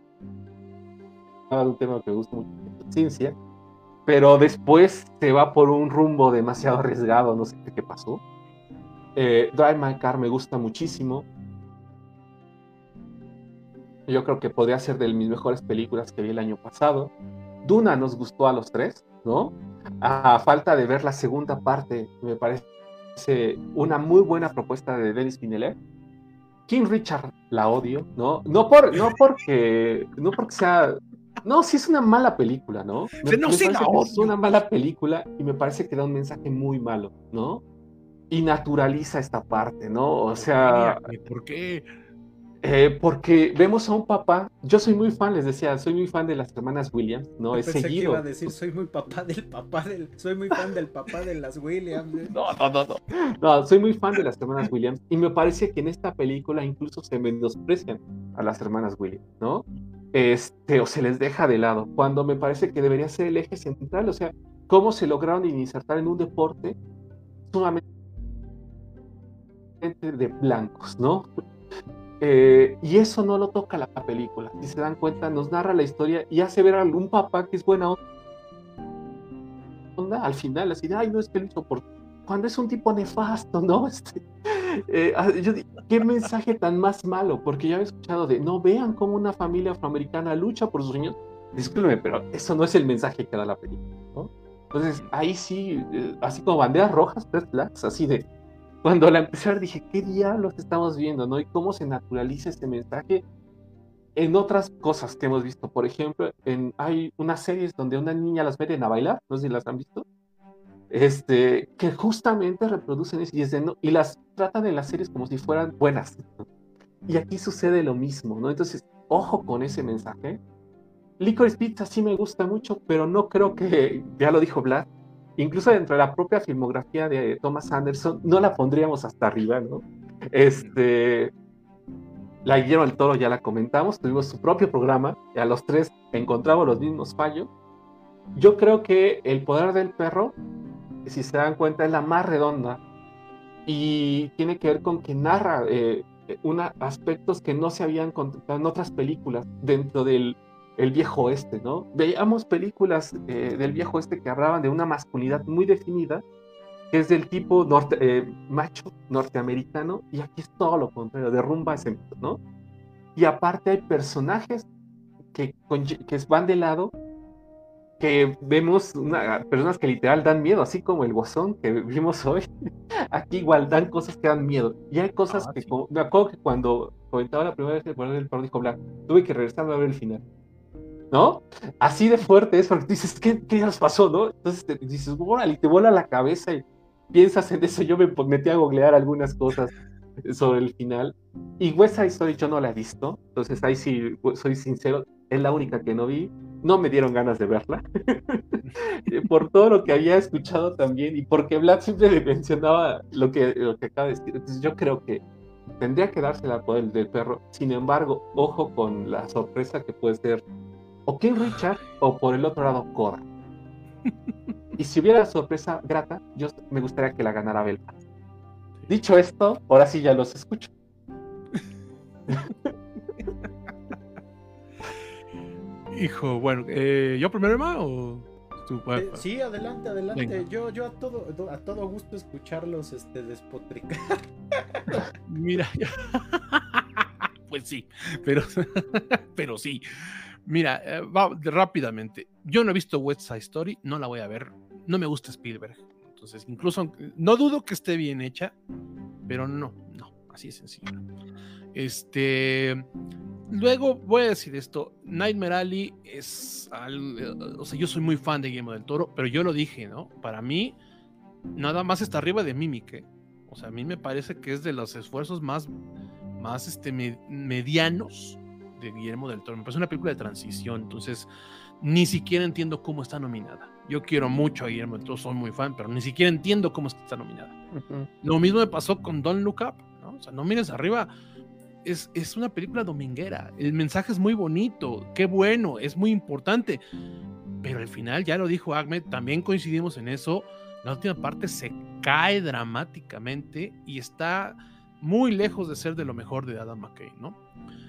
de un tema que me gusta mucho, ciencia, pero después se va por un rumbo demasiado arriesgado, no sé qué pasó. Drive My Car me gusta muchísimo. Yo creo que podría ser de mis mejores películas que vi el año pasado. Duna nos gustó a los tres, ¿no? A falta de ver la segunda parte, me parece una muy buena propuesta de Denis Villeneuve. King Richard la odio, ¿no? No porque sea... No, sí es una mala película, ¿no? Me parece que es una mala película y me parece que da un mensaje muy malo, ¿no? Y naturaliza esta parte, ¿no? O sea... ¿Por qué? Porque vemos a un papá, yo soy muy fan, les decía, soy muy fan de las hermanas Williams, ¿no? Yo He pensé seguido. que iba a decir, soy muy fan del papá de las Williams. No, soy muy fan de las hermanas Williams y me parece que en esta película incluso se menosprecian a las hermanas Williams, ¿no? O se les deja de lado, cuando me parece que debería ser el eje central, o sea, cómo se lograron insertar en un deporte sumamente de blancos, ¿no? Y eso no lo toca la película. Si se dan cuenta, nos narra la historia y hace ver a un papá que es buena onda al final, así de, ay, no es que lo hizo por... Cuando es un tipo nefasto, ¿no? Yo digo, qué mensaje tan más malo, porque ya había escuchado de, no vean cómo una familia afroamericana lucha por sus sueños. Discúlpeme, pero eso no es el mensaje que da la película, ¿no? Entonces, ahí sí, así como banderas rojas, red flags, así de... Cuando la empecé a ver dije, ¿qué diablos estamos viendo, no? Y cómo se naturaliza este mensaje en otras cosas que hemos visto. Por ejemplo, hay unas series donde una niña las meten a bailar, no sé si las han visto, que justamente reproducen eso y las tratan en las series como si fueran buenas. Y aquí sucede lo mismo, ¿no? Entonces, ojo con ese mensaje. Licorice Pizza sí me gusta mucho, pero no creo que, ya lo dijo Vlad, incluso dentro de la propia filmografía de Thomas Anderson, no la pondríamos hasta arriba, ¿no? La Guillermo del Toro ya la comentamos, tuvimos su propio programa, y a los tres encontramos los mismos fallos. Yo creo que El Poder del Perro, si se dan cuenta, es la más redonda y tiene que ver con que narra aspectos que no se habían contemplado en otras películas dentro del viejo oeste, ¿no? Veíamos películas del viejo oeste que hablaban de una masculinidad muy definida, que es del tipo macho norteamericano, y aquí es todo lo contrario, derrumba ese mito, ¿no? Y aparte hay personajes que van de lado, que vemos personas que literal dan miedo, así como el Guasón que vimos hoy. Aquí igual dan cosas que dan miedo. Y hay cosas que, sí. Me acuerdo que cuando comentaba la primera vez que el Poder del Perro, dijo Black, tuve que regresarme a ver el final, ¿no? Así de fuerte es, porque dices, ¿qué nos pasó, no? Entonces dices, órale, te vuela la cabeza y piensas en eso. Yo me metí a googlear algunas cosas sobre el final. Y West Side Story yo no la he visto, entonces ahí sí soy sincero, es la única que no vi. No me dieron ganas de verla por todo lo que había escuchado también y porque Vlad siempre le mencionaba lo que acaba de decir. Entonces yo creo que tendría que dársela al Poder del Perro. Sin embargo, ojo con la sorpresa que puede ser o King Richard o por el otro lado Coda. Y si hubiera sorpresa grata, yo me gustaría que la ganara Belfast. Dicho esto, ahora sí ya los escucho. Hijo, bueno, ¿yo primero, Emma, o tú? Sí, adelante. Venga. Yo a todo gusto escucharlos despotricar. Mira, pues sí, pero sí. Mira, rápidamente. Yo no he visto West Side Story, no la voy a ver. No me gusta Spielberg. Entonces, incluso, no dudo que esté bien hecha, pero no, así es sencillo. Luego voy a decir esto, Nightmare Alley es algo, o sea, yo soy muy fan de Guillermo del Toro, pero yo lo dije, ¿no? Para mí, nada más está arriba de Mimic, ¿eh? O sea, a mí me parece que es de los esfuerzos más medianos de Guillermo del Toro. Me parece una película de transición, entonces ni siquiera entiendo cómo está nominada. Yo quiero mucho a Guillermo del Toro, soy muy fan, pero ni siquiera entiendo cómo está nominada. Uh-huh. Lo mismo me pasó con Don't Look Up, ¿no? O sea, No mires arriba es una película dominguera. El mensaje es muy bonito, qué bueno, es muy importante. Pero al final, ya lo dijo Ahmed, también coincidimos en eso. La última parte se cae dramáticamente y está muy lejos de ser de lo mejor de Adam McKay, ¿no?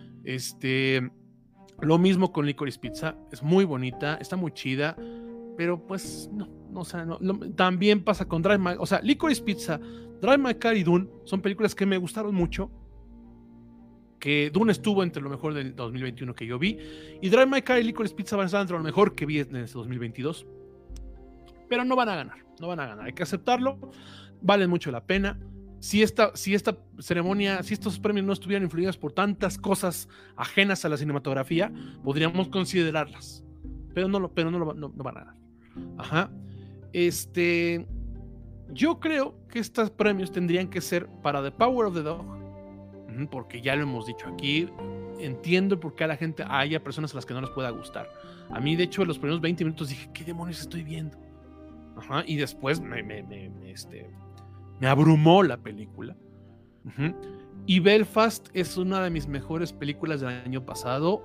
Lo mismo con Licorice Pizza, es muy bonita, está muy chida, pero pues no, o sea, no, también pasa con Drive My, o sea, Licorice Pizza, Drive My Car y Dune son películas que me gustaron mucho, que Dune estuvo entre lo mejor del 2021 que yo vi, y Drive My Car y Licorice Pizza van a estar entre lo mejor que vi en este 2022, pero no van a ganar, hay que aceptarlo, valen mucho la pena. Si esta ceremonia, si estos premios no estuvieran influidos por tantas cosas ajenas a la cinematografía, podríamos considerarlas, pero no van a ganar. Ajá. Yo creo que estos premios tendrían que ser para The Power of the Dog, porque ya lo hemos dicho aquí. Entiendo por qué a la gente haya personas a las que no les pueda gustar. A mí, de hecho, en los primeros 20 minutos dije, ¿qué demonios estoy viendo? Ajá. Y después me abrumó la película. Y Belfast es una de mis mejores películas del año pasado.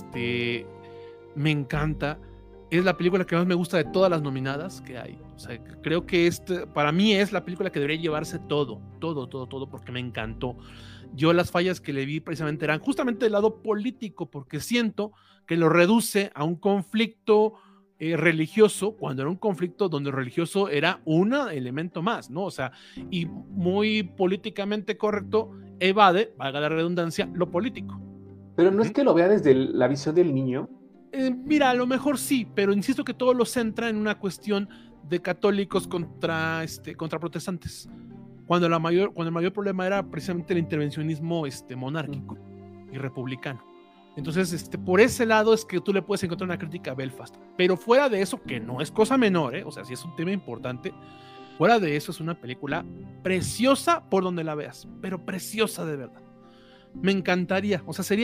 Me encanta. Es la película que más me gusta de todas las nominadas que hay. O sea, creo que para mí es la película que debería llevarse todo, porque me encantó. Yo las fallas que le vi precisamente eran justamente del lado político, porque siento que lo reduce a un conflicto religioso, cuando era un conflicto donde el religioso era un elemento más, ¿no? O sea, y muy políticamente correcto, evade, valga la redundancia, lo político. Pero no es que lo vea desde la visión del niño. Mira, a lo mejor sí, pero insisto que todo lo centra en una cuestión de católicos contra protestantes, cuando el mayor problema era precisamente el intervencionismo monárquico y republicano. Entonces, por ese lado es que tú le puedes encontrar una crítica a Belfast. Pero fuera de eso, que no es cosa menor, o sea, sí es un tema importante, fuera de eso es una película preciosa por donde la veas, pero preciosa de verdad. Me encantaría, o sea,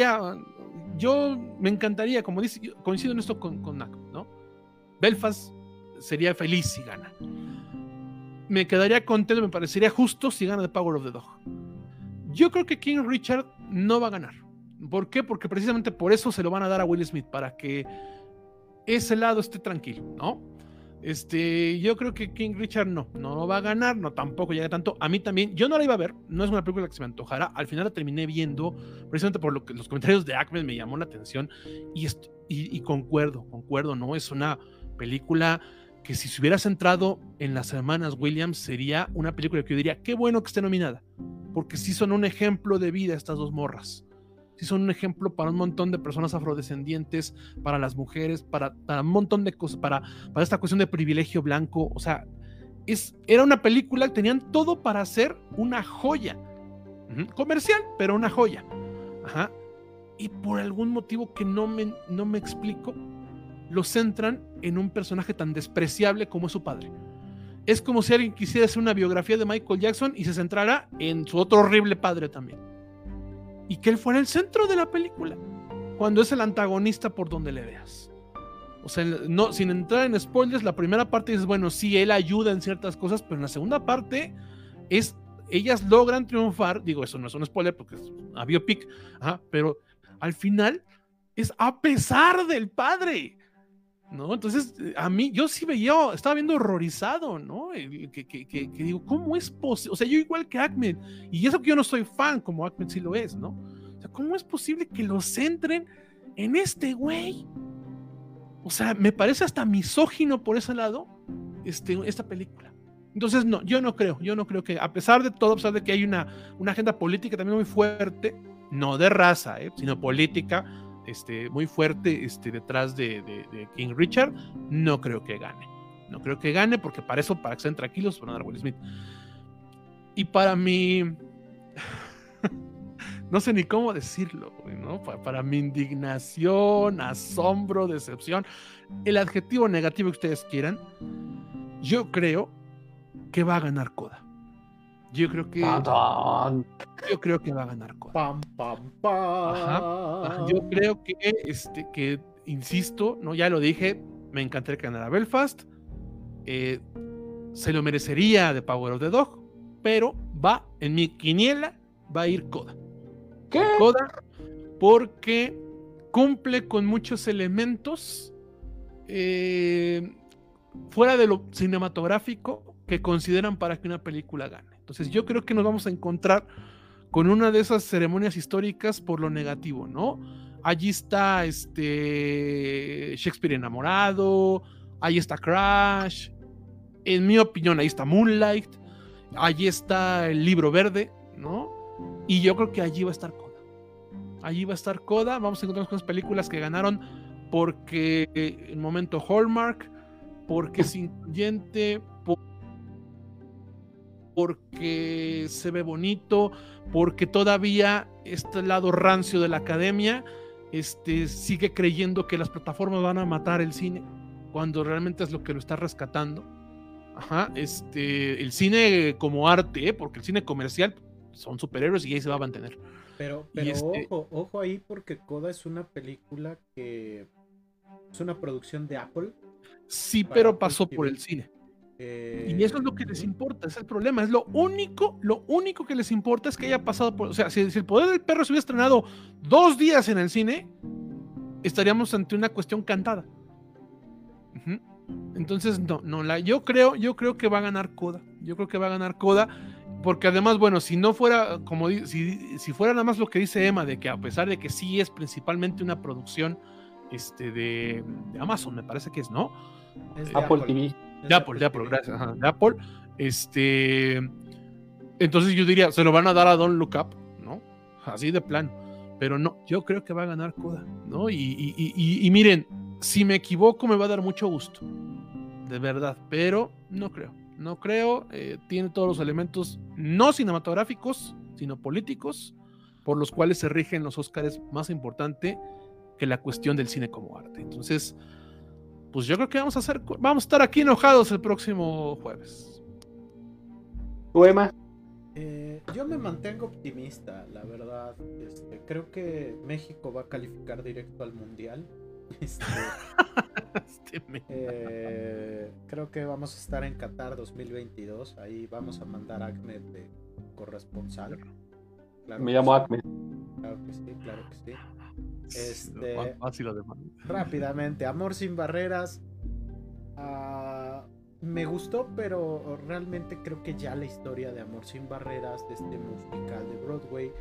me encantaría, como dice, coincido en esto con Naco, ¿no? Belfast sería feliz si gana. Me quedaría contento, me parecería justo si gana The Power of the Dog. Yo creo que King Richard no va a ganar. ¿Por qué? Porque precisamente por eso se lo van a dar a Will Smith, para que ese lado esté tranquilo, ¿no? Yo creo que King Richard no va a ganar, no tampoco llega tanto. A mí también, yo no la iba a ver, no es una película que se me antojara, al final la terminé viendo, precisamente por lo que los comentarios de Ahmed me llamó la atención, y concuerdo, ¿no? Es una película que si se hubiera centrado en las hermanas Williams, sería una película que yo diría, qué bueno que esté nominada, porque sí son un ejemplo de vida estas dos morras. Sí son un ejemplo para un montón de personas afrodescendientes, para las mujeres, para un montón de cosas, para esta cuestión de privilegio blanco. O sea, era una película que tenían todo para hacer una joya. Comercial, pero una joya. Ajá. Y por algún motivo que no me explico, lo centran en un personaje tan despreciable como es su padre. Es como si alguien quisiera hacer una biografía de Michael Jackson y se centrara en su otro horrible padre también. Y que él fuera el centro de la película, cuando es el antagonista por donde le veas. O sea, no, sin entrar en spoilers, la primera parte es, bueno, sí, él ayuda en ciertas cosas, pero en la segunda parte ellas logran triunfar. Digo, eso no es un spoiler porque es una biopic, pero al final es a pesar del padre, ¿no? Entonces, a mí, yo sí estaba viendo horrorizado, ¿no? Que digo, ¿cómo es posible? O sea, yo igual que Ahmed, y eso que yo no soy fan, como Ahmed sí lo es, ¿no? O sea, ¿cómo es posible que lo centren en este güey? O sea, me parece hasta misógino por ese lado, esta película. Entonces, no, yo no creo que, a pesar de todo, a pesar de que hay una agenda política también muy fuerte, no de raza, sino política, muy fuerte detrás de King Richard, no creo que gane, porque para que estén tranquilos van a dar a Will Smith. Y para mí no sé ni cómo decirlo, ¿no? Para mi indignación, asombro, decepción, el adjetivo negativo que ustedes quieran, yo creo que va a ganar Coda. Yo creo que va a ganar Coda. Pam, pam, pam. Ajá. Yo creo que insisto, ¿no? Ya lo dije, me encantaría que ganara Belfast. Se lo merecería The Power of the Dog, pero va en mi quiniela, va a ir Coda. ¿Qué? Coda, porque cumple con muchos elementos fuera de lo cinematográfico que consideran para que una película gane. Entonces yo creo que nos vamos a encontrar con una de esas ceremonias históricas por lo negativo, ¿no? Allí está Shakespeare enamorado, ahí está Crash, en mi opinión ahí está Moonlight, allí está el Libro Verde, ¿no? Y yo creo que allí va a estar Coda. Allí va a estar Coda, vamos a encontrarnos con las películas que ganaron porque el momento Hallmark, porque es incluyente, porque se ve bonito, porque todavía este lado rancio de la academia sigue creyendo que las plataformas van a matar el cine, cuando realmente es lo que lo está rescatando. Ajá, el cine como arte, porque el cine comercial son superhéroes y ahí se va a mantener. Pero ojo ahí, porque Coda es una película que es una producción de Apple. Sí, pero pasó por el cine. Y eso es lo que les importa, es el problema, es lo único que les importa es que haya pasado por, o sea, si El Poder del Perro se hubiera estrenado 2 días en el cine, estaríamos ante una cuestión cantada. Uh-huh. Entonces, yo creo que va a ganar Coda, porque además, bueno, si no fuera, como si fuera nada más lo que dice Emma, de que a pesar de que sí es principalmente una producción de Amazon, me parece que es, ¿no? Es de Apple TV. De Apple, gracias. Ajá, de Apple. Entonces yo diría, se lo van a dar a Don't Look Up, ¿no? Así de plano. Pero no, yo creo que va a ganar Coda, ¿no? Y miren, si me equivoco me va a dar mucho gusto. De verdad, pero no creo. Tiene todos los elementos no cinematográficos, sino políticos, por los cuales se rigen los Óscares, más importante que la cuestión del cine como arte. Entonces, pues yo creo que vamos a estar aquí enojados el próximo jueves. ¿Tú, Emma? Yo me mantengo optimista, la verdad. Creo que México va a calificar directo al Mundial. Creo que vamos a estar en Qatar 2022. Ahí vamos a mandar a Ahmed de corresponsal. Claro, me llamo Ahmed. Claro que sí. Fácil, rápidamente, Amor sin barreras. Me gustó, pero realmente creo que ya la historia de Amor sin barreras, de este musical de Broadway,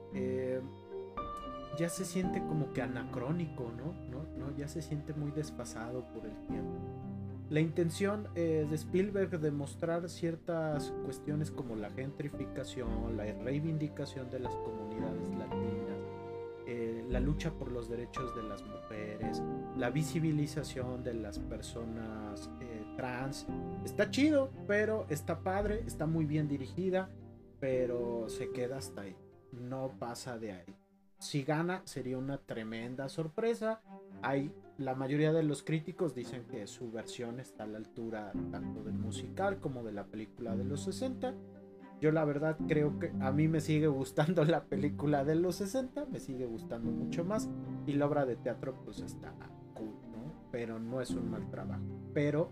ya se siente como que anacrónico, ¿no? Ya se siente muy desfasado por el tiempo. La intención de Spielberg de mostrar ciertas cuestiones como la gentrificación, la reivindicación de las comunidades latinas, la lucha por los derechos de las mujeres, la visibilización de las personas trans, está chido, pero está padre, está muy bien dirigida, pero se queda hasta ahí, no pasa de ahí. Si gana sería una tremenda sorpresa. La mayoría de los críticos dicen que su versión está a la altura tanto del musical como de la película de los 60. Yo la verdad creo que a mí me sigue gustando la película de los 60, me sigue gustando mucho más, y la obra de teatro pues está cool, ¿no? Pero no es un mal trabajo. Pero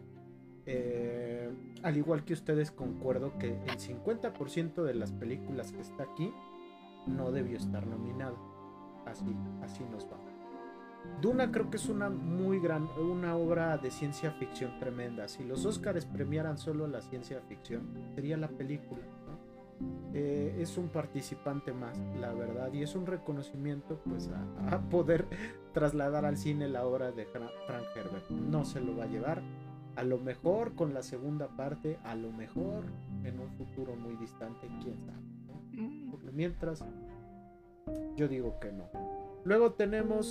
al igual que ustedes, concuerdo que el 50% de las películas que está aquí no debió estar nominado. Así nos va. Duna creo que es una obra de ciencia ficción tremenda. Si los Óscares premiaran solo la ciencia ficción, sería la película, ¿no? Es un participante más, la verdad, y es un reconocimiento pues a poder trasladar al cine la obra de Frank Herbert. No se lo va a llevar, a lo mejor con la segunda parte, a lo mejor en un futuro muy distante, quién sabe, ¿no? Porque mientras, yo digo que no. Luego tenemos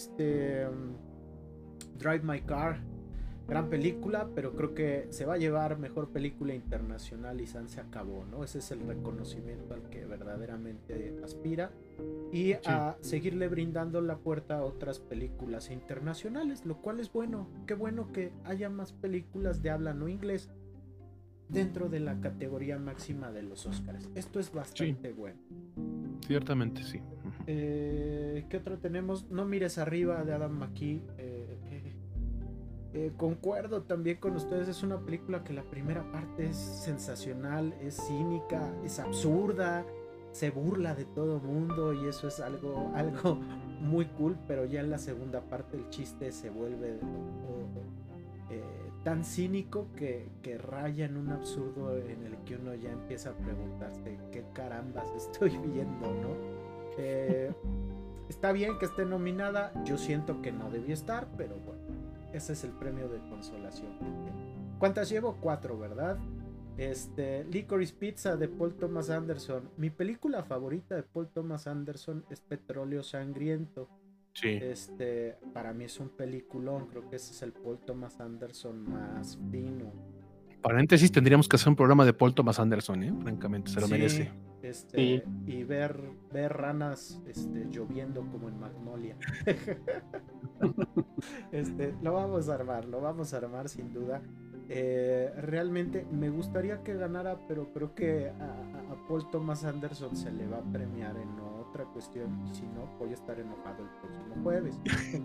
Drive My Car, gran película, pero creo que se va a llevar mejor película internacional y se acabó, ¿no? Ese es el reconocimiento al que verdaderamente aspira, y a seguirle brindando la puerta a otras películas internacionales, lo cual es bueno. Qué bueno que haya más películas de habla no inglés dentro de la categoría máxima de los Óscares. Esto es bastante bueno. Ciertamente sí. ¿Qué otro tenemos? No mires arriba, de Adam McKay. Concuerdo también con ustedes, es una película que la primera parte es sensacional, es cínica, es absurda, se burla de todo mundo y eso es algo muy cool, pero ya en la segunda parte el chiste se vuelve tan cínico que raya en un absurdo en el que uno ya empieza a preguntarse qué carambas estoy viendo, ¿no? Está bien que esté nominada, yo siento que no debía estar, pero bueno, ese es el premio de consolación. ¿Cuántas llevo? 4, ¿verdad? Licorice Pizza de Paul Thomas Anderson. Mi película favorita de Paul Thomas Anderson es Petróleo Sangriento. Sí. Para mí es un peliculón, creo que ese es el Paul Thomas Anderson más fino. Paréntesis, tendríamos que hacer un programa de Paul Thomas Anderson, francamente, se lo merece. Sí. Y ver ranas lloviendo como en Magnolia. Lo vamos a armar sin duda. Realmente me gustaría que ganara, pero creo que a Paul Thomas Anderson se le va a premiar en otra cuestión, y si no, voy a estar enojado el próximo jueves.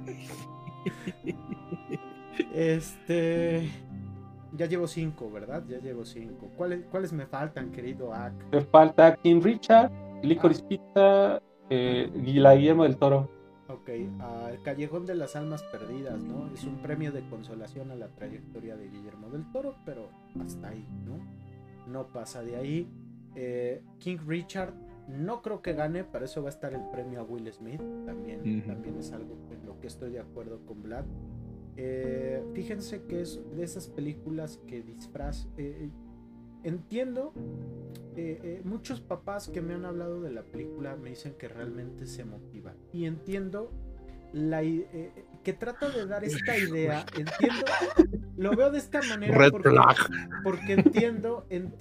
Ya llevo 5, ¿verdad? Ya llevo 5. ¿Cuáles me faltan, querido Ak? Me falta King Richard, Licorice Pizza y la Guillermo del Toro. Ok, El Callejón de las Almas Perdidas, ¿no? Es un premio de consolación a la trayectoria de Guillermo del Toro, pero hasta ahí, ¿no? No pasa de ahí. King Richard, no creo que gane, para eso va a estar el premio a Will Smith, también es algo en lo que estoy de acuerdo con Vlad. Fíjense que es de esas películas que entiendo, muchos papás que me han hablado de la película me dicen que realmente se motiva, y entiendo que trata de dar esta idea, entiendo, lo veo de esta manera porque entiendo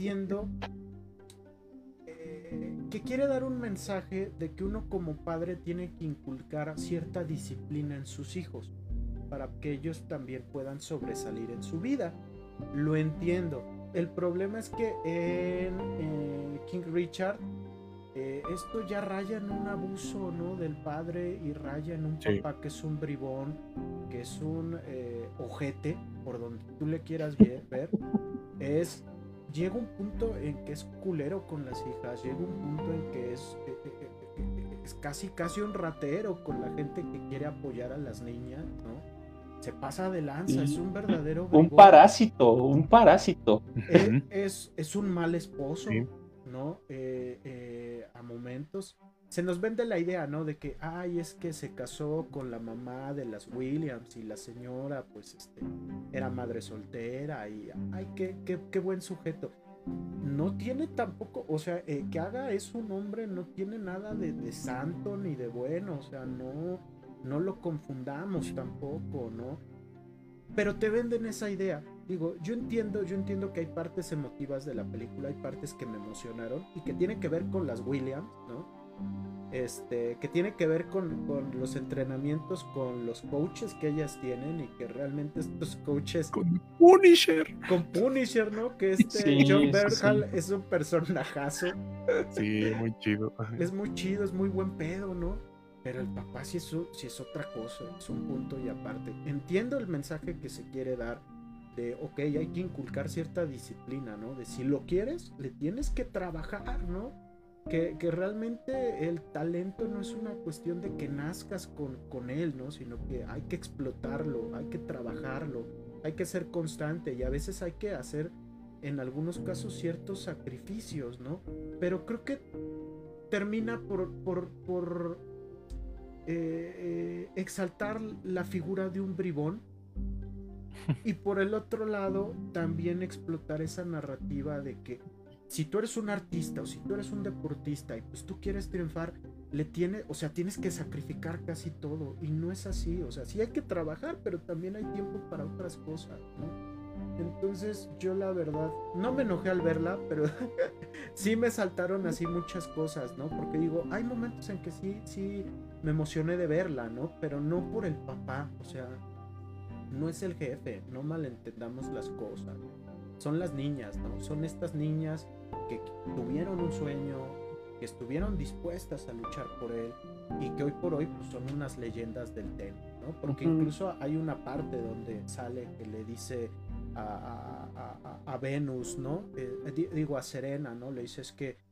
que quiere dar un mensaje de que uno como padre tiene que inculcar cierta disciplina en sus hijos para que ellos también puedan sobresalir en su vida. Lo entiendo. El problema es que en King Richard esto ya raya en un abuso, ¿no?, del padre, y raya en un papá que es un bribón, que es un ojete, por donde tú le quieras ver. Llega un punto en que es culero con las hijas, llega un punto en que es casi un ratero con la gente que quiere apoyar a las niñas, ¿no? Se pasa de lanza, es un verdadero bribón. Un parásito. Es un mal esposo, ¿no? A momentos se nos vende la idea, ¿no?, de que es que se casó con la mamá de las Williams y la señora pues era madre soltera y qué buen sujeto. No tiene tampoco, o sea, que haga eso un hombre no tiene nada de santo ni de bueno, o sea, no lo confundamos tampoco, ¿no? Pero te venden esa idea. Digo, yo entiendo que hay partes emotivas de la película, hay partes que me emocionaron y que tienen que ver con las Williams, ¿no? Que tiene que ver con los entrenamientos con los coaches que ellas tienen, y que realmente estos coaches con Punisher, ¿no? Que John Bernthal es un personajazo. Sí, muy chido. Es muy chido, es muy buen pedo, ¿no? Pero el papá sí es otra cosa, es un punto y aparte. Entiendo el mensaje que se quiere dar de, ok, hay que inculcar cierta disciplina, ¿no? De si lo quieres, le tienes que trabajar, ¿no? Que realmente el talento no es una cuestión de que nazcas con él, ¿no? Sino que hay que explotarlo, hay que trabajarlo, hay que ser constante, y a veces hay que hacer, en algunos casos, ciertos sacrificios, ¿no? Pero creo que termina por exaltar la figura de un bribón, y por el otro lado también explotar esa narrativa de que si tú eres un artista o si tú eres un deportista y pues tú quieres triunfar, tienes que sacrificar casi todo, y no es así. O sea, sí hay que trabajar, pero también hay tiempo para otras cosas, ¿no? Entonces yo la verdad no me enojé al verla, pero sí me saltaron así muchas cosas, ¿no? Porque digo, hay momentos en que sí me emocioné de verla, ¿no? Pero no por el papá, o sea, no es el jefe, no malentendamos las cosas. Son las niñas, ¿no? Son estas niñas que tuvieron un sueño, que estuvieron dispuestas a luchar por él, y que hoy por hoy pues, son unas leyendas del tenis, ¿no? Porque incluso hay una parte donde sale que le dice a Venus, ¿no? A Serena, ¿no? Le dice, es que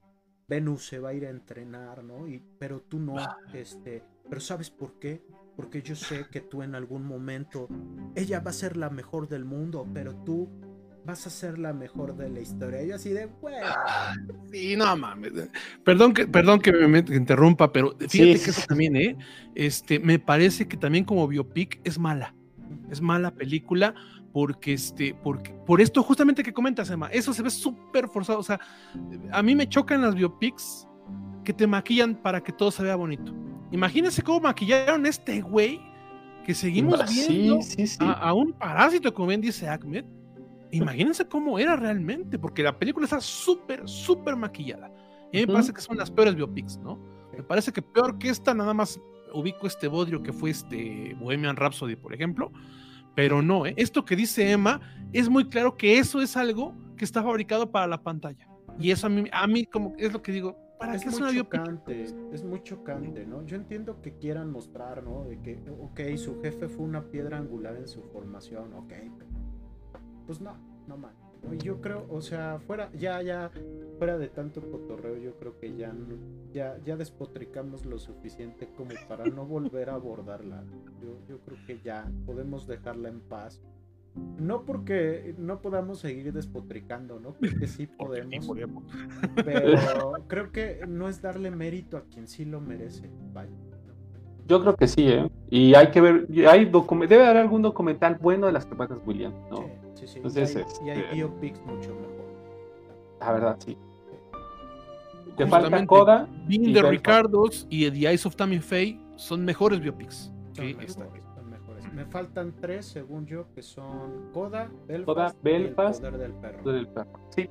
Venus se va a ir a entrenar, ¿no? Pero tú no, pero ¿sabes por qué? Porque yo sé que tú en algún momento, ella va a ser la mejor del mundo, pero tú vas a ser la mejor de la historia. Y yo así de, bueno. Sí, no mames. Perdón que me interrumpa, pero fíjate que eso también, me parece que también como biopic es mala película, porque por esto justamente que comentas, Emma, eso se ve súper forzado. O sea, a mí me chocan las biopics que te maquillan para que todo se vea bonito. Imagínense cómo maquillaron a este güey que seguimos viendo a un parásito, como bien dice Ahmed. Imagínense cómo era realmente, porque la película está súper, súper maquillada. Y a mí me parece que son las peores biopics, ¿no? Me parece que peor que esta, nada más ubico este bodrio que fue Bohemian Rhapsody, por ejemplo, pero no, esto que dice Emma, es muy claro que eso es algo que está fabricado para la pantalla. Y eso a mí como es lo que digo, ¿para qué es una biopic? Es muy chocante, ¿no? Yo entiendo que quieran mostrar, ¿no? De que, ok, su jefe fue una piedra angular en su formación, ok, pues no man. Yo creo, o sea, fuera de tanto cotorreo, yo creo que ya despotricamos lo suficiente como para no volver a abordarla. Yo creo que ya podemos dejarla en paz. No porque no podamos seguir despotricando, ¿no? Creo que sí podemos. Pero creo que no es darle mérito a quien sí lo merece. Vaya. Yo creo que sí, y hay que ver, debe haber algún documental bueno de las hermanas Williams, ¿no? Sí. Entonces, y hay biopics mucho mejor. La verdad, sí. Te Justamente, falta Coda. Being the Ricardos y The Eyes of Tammy Faye son mejores biopics que esta. Son mejores. Me faltan 3, según yo, que son Coda, Belfast y El Poder del Perro. Sí.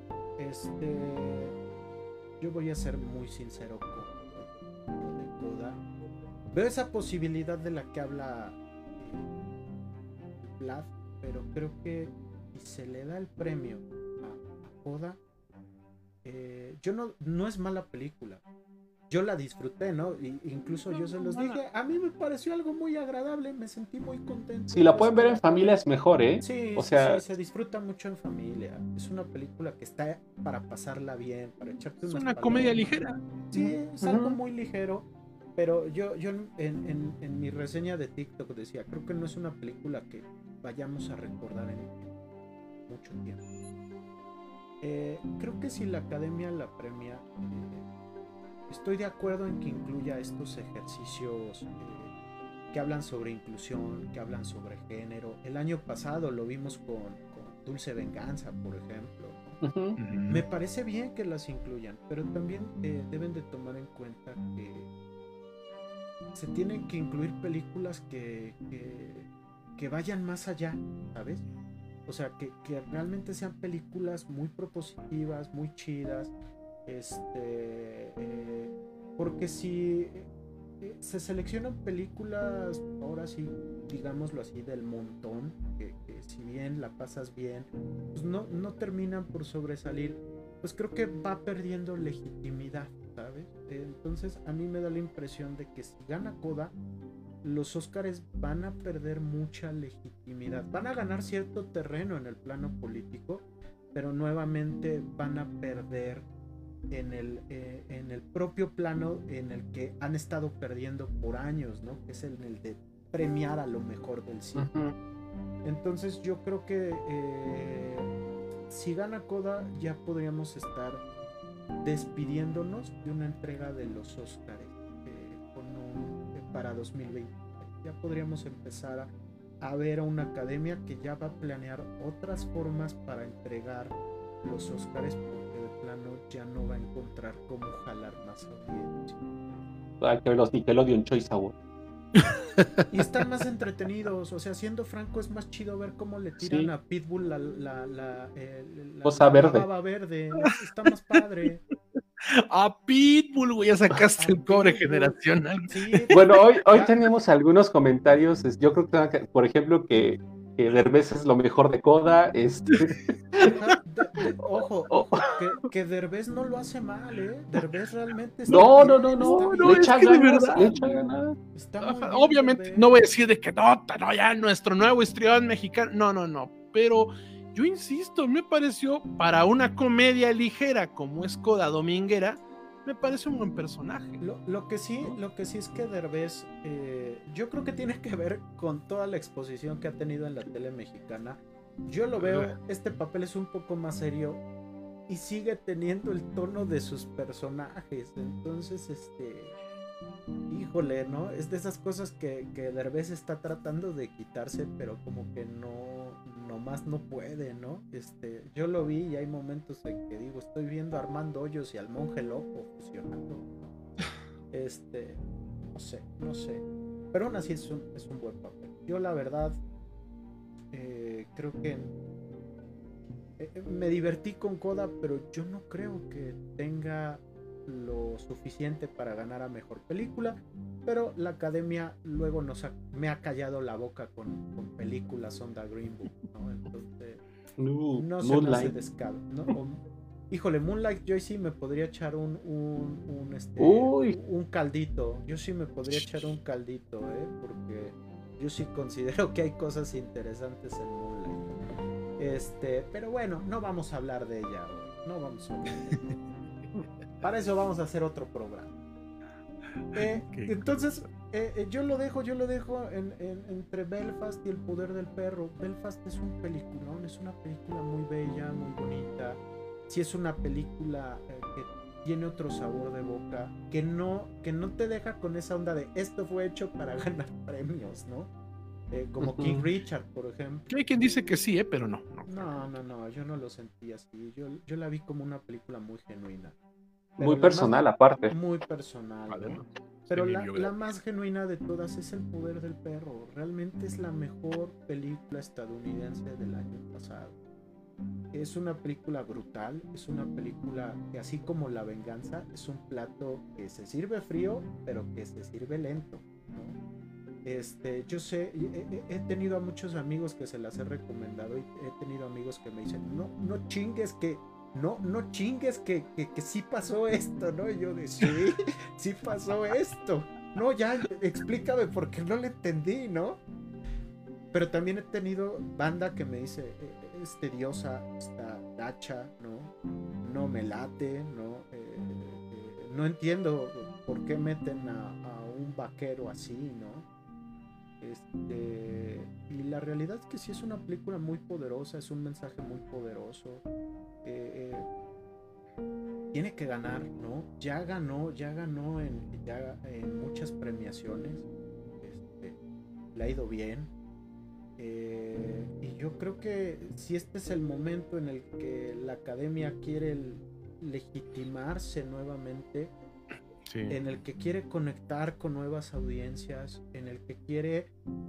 Yo voy a ser muy sincero con Coda. Veo esa posibilidad de la que habla Vlad, pero creo que si se le da el premio a Coda, no es mala película. Yo la disfruté, ¿no? Incluso yo se los dije, a mí me pareció algo muy agradable, me sentí muy contento. Si la pueden ver en familia es mejor, Sí, sí, se disfruta mucho en familia. Es una película que está para pasarla bien, para echarte unas una comedia ligera. Sí, es algo muy ligero. Pero yo en mi reseña de TikTok decía, creo que no es una película que vayamos a recordar en mucho tiempo. Creo que si la academia la premia, estoy de acuerdo en que incluya estos ejercicios que hablan sobre inclusión, que hablan sobre género. El año pasado lo vimos con Dulce Venganza, por ejemplo. Me parece bien que las incluyan, pero también deben de tomar en cuenta que se tienen que incluir películas que vayan más allá, ¿sabes? O sea, que realmente sean películas muy propositivas, muy chidas, porque si se seleccionan películas, ahora sí, digámoslo así, del montón, que si bien la pasas bien, pues no terminan por sobresalir, pues creo que va perdiendo legitimidad, ¿sabes? Entonces a mí me da la impresión de que si gana Coda, los Óscares van a perder mucha legitimidad, van a ganar cierto terreno en el plano político, pero nuevamente van a perder en el propio plano en el que han estado perdiendo por años, ¿no? Que es en el de premiar a lo mejor del cine. Entonces yo creo que si gana Coda ya podríamos estar despidiéndonos de una entrega de los Óscares para 2020. Ya podríamos empezar a ver a una academia que ya va a planear otras formas para entregar los Óscares, porque de plano ya no va a encontrar cómo jalar más audiencia. Hay que ver los Nickelodeon Choice Awards. Y están más entretenidos, o sea, siendo franco, es más chido ver cómo le tiran a Pitbull la cosa verde. baba verde. Está más padre. A Pitbull, güey, ya sacaste el cobre generacional. Sí, bueno, hoy tenemos algunos comentarios. Yo creo que, por ejemplo, que Derbez es lo mejor de Coda. Ojo, que Derbez no lo hace mal, Derbez realmente no, le echa ganas. Obviamente bien, no voy a decir de que no, ya nuestro nuevo histrión mexicano, no, pero yo insisto, me pareció para una comedia ligera como es Coda dominguera, me parece un buen personaje. Lo que sí es que Derbez, yo creo que tiene que ver con toda la exposición que ha tenido en la tele mexicana. Yo lo veo, este papel es un poco más serio y sigue teniendo el tono de sus personajes. Entonces, híjole, ¿no? Es de esas cosas que Derbez está tratando de quitarse, pero como que nomás no puede, ¿no? Yo lo vi y hay momentos en que digo, estoy viendo a Armando Hoyos y al Monje Loco fusionando. No sé. Pero aún así es un buen papel. Yo la verdad creo que me divertí con Coda, pero yo no creo que tenga lo suficiente para ganar a mejor película, pero la academia luego me ha callado la boca con películas Sonda Green Book, ¿no? Entonces no se me hace descaro, ¿no? Híjole, Moonlight, yo sí me podría echar un caldito. Yo sí me podría echar un caldito, porque yo sí considero que hay cosas interesantes en Moonlight. Pero bueno, no vamos a hablar de ella hoy. No vamos a hablar de ella. Para eso vamos a hacer otro programa. Entonces, yo lo dejo entre Belfast y El Poder del Perro. Belfast es un peliculón, es una película muy bella, muy bonita. Sí, es una película que tiene otro sabor de boca, que no te deja con esa onda de esto fue hecho para ganar premios, ¿no? Como King Richard, por ejemplo. Hay quien dice que sí, pero no. No, yo no lo sentí así. Yo la vi como una película muy genuina. Muy personal, aparte. Muy personal, ¿no? Pero la más genuina de todas es El Poder del Perro. Realmente es la mejor película estadounidense del año pasado. Es una película brutal, es una película que, así como La Venganza, es un plato que se sirve frío, pero que se sirve lento, ¿no? Yo sé, he tenido a muchos amigos que se las he recomendado y he tenido amigos que me dicen, no chingues que sí pasó esto, ¿no? Y yo de sí pasó esto. No, ya explícame porque no le entendí, ¿no? Pero también he tenido banda que me dice, es tediosa, está tacha, no me late, no entiendo por qué meten a un vaquero así, ¿no? Y la realidad es que sí es una película muy poderosa, es un mensaje muy poderoso. Tiene que ganar, ¿no? Ya ganó en muchas premiaciones. Le ha ido bien. Y yo creo que si este es el momento en el que la academia quiere legitimarse nuevamente, sí, en el que quiere conectar con nuevas audiencias, en el que quiere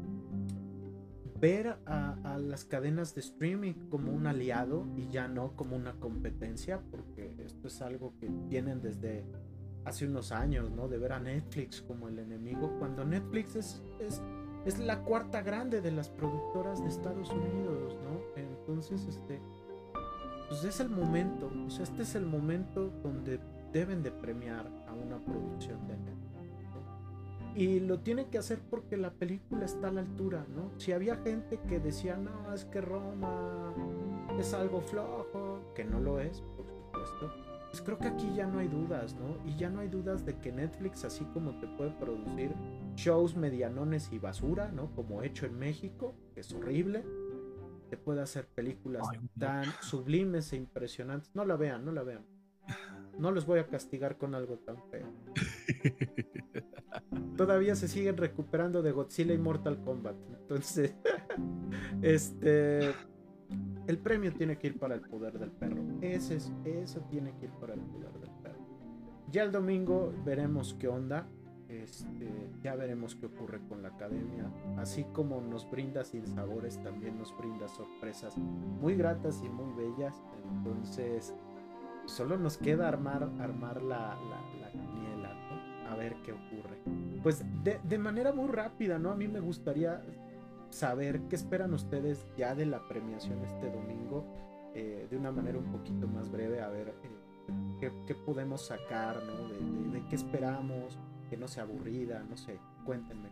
ver a las cadenas de streaming como un aliado y ya no como una competencia, porque esto es algo que tienen desde hace unos años, ¿no? De ver a Netflix como el enemigo, cuando Netflix es la cuarta grande de las productoras de Estados Unidos, ¿no? Entonces, pues es el momento, o sea, este es el momento donde deben de premiar a una producción de Netflix, ¿no? Y lo tienen que hacer porque la película está a la altura, ¿no? Si había gente que decía, no, es que Roma es algo flojo, que no lo es, por supuesto, pues creo que aquí ya no hay dudas, ¿no? Y ya no hay dudas de que Netflix, así como te puede producir shows medianones y basura, ¿no? Como Hecho en México, que es horrible, te puede hacer películas tan sublimes e impresionantes. No la vean. No los voy a castigar con algo tan feo. Todavía se siguen recuperando de Godzilla y Mortal Kombat. Entonces, el premio tiene que ir para El Poder del Perro. Eso tiene que ir para El Poder del Perro. Ya el domingo veremos qué onda. Ya veremos qué ocurre con la academia. Así como nos brinda sinsabores, también nos brinda sorpresas muy gratas y muy bellas. Entonces, solo nos queda armar la quiniela, ¿no? A ver qué ocurre. Pues de manera muy rápida, ¿no? A mí me gustaría saber qué esperan ustedes ya de la premiación este domingo, de una manera un poquito más breve, a ver qué podemos sacar, ¿no? De qué esperamos, que no sea aburrida, no sé, cuéntenme.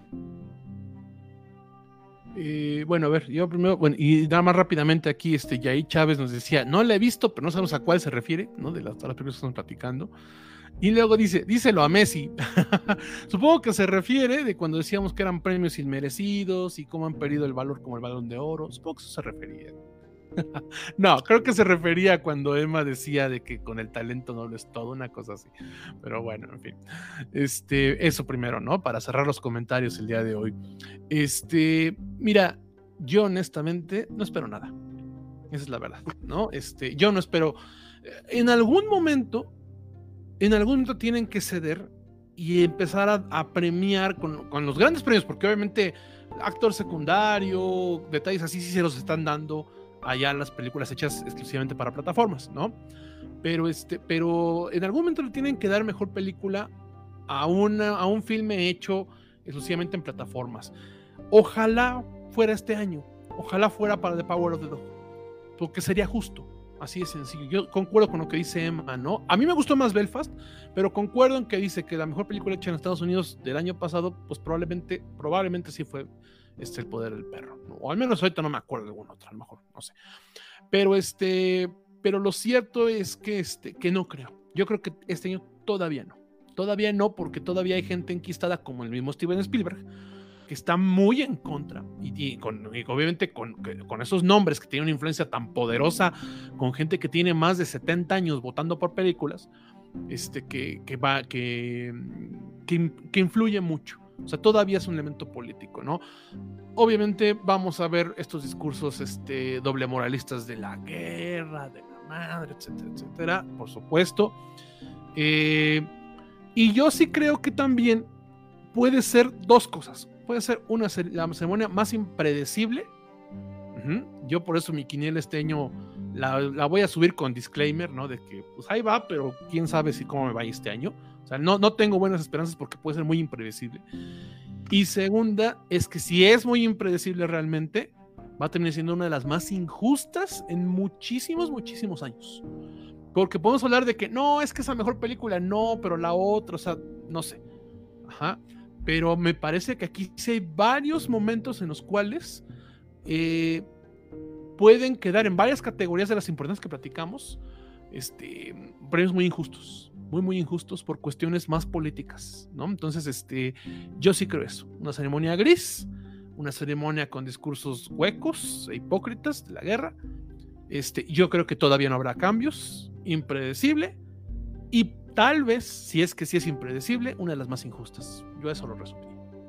Bueno, a ver, yo primero, y nada más rápidamente aquí, Yair Chávez nos decía, no la he visto, pero no sabemos a cuál se refiere, ¿no? De todas las películas que estamos platicando. Y luego dice, díselo a Messi. Supongo que se refiere de cuando decíamos que eran premios inmerecidos y cómo han perdido el valor como el Balón de Oro. Supongo que eso se refería. No, creo que se refería a cuando Emma decía de que con el talento no lo es todo, una cosa así. Pero bueno, en fin. Eso primero, ¿no? Para cerrar los comentarios el día de hoy. Mira, yo honestamente no espero nada. Esa es la verdad, ¿no? Yo no espero. En algún momento tienen que ceder y empezar a premiar con los grandes premios, porque obviamente actor secundario, detalles así sí se los están dando allá las películas hechas exclusivamente para plataformas, ¿no? Pero en algún momento le tienen que dar mejor película a un filme hecho exclusivamente en plataformas. Ojalá fuera este año, ojalá fuera para The Power of the Dog, porque sería justo. Así de sencillo. Yo concuerdo con lo que dice Emma, ¿no? A mí me gustó más Belfast, pero concuerdo en que dice que la mejor película hecha en Estados Unidos del año pasado, pues probablemente sí fue El Poder del Perro, ¿no? O al menos ahorita no me acuerdo de alguna otra, a lo mejor, no sé. Pero lo cierto es que no creo. Yo creo que este año todavía no, porque todavía hay gente enquistada como el mismo Steven Spielberg, que está muy en contra y obviamente con esos nombres que tienen una influencia tan poderosa, con gente que tiene más de 70 años votando por películas, que influye mucho. O sea, todavía es un elemento político, ¿no? Obviamente vamos a ver estos discursos doble moralistas de la guerra, de la madre, etcétera, etcétera, por supuesto. Y yo sí creo que también puede ser dos cosas. Puede ser la ceremonia más impredecible. Yo por eso mi quiniela este año la voy a subir con disclaimer, ¿no? De que pues ahí va, pero quién sabe cómo me va este año. O sea, no tengo buenas esperanzas porque puede ser muy impredecible. Y segunda, es que si es muy impredecible realmente, va a terminar siendo una de las más injustas en muchísimos, muchísimos años. Porque podemos hablar de que no, es que esa mejor película, no, pero la otra, o sea, no sé. Ajá. Pero me parece que aquí sí hay varios momentos en los cuales pueden quedar en varias categorías de las importantes que platicamos, premios muy injustos, muy injustos por cuestiones más políticas, ¿no? Entonces, yo sí creo eso, una ceremonia gris, una ceremonia con discursos huecos e hipócritas de la guerra. Yo creo que todavía no habrá cambios, impredecible, y tal vez, si es que sí es impredecible, una de las más injustas. Yo eso lo resumí.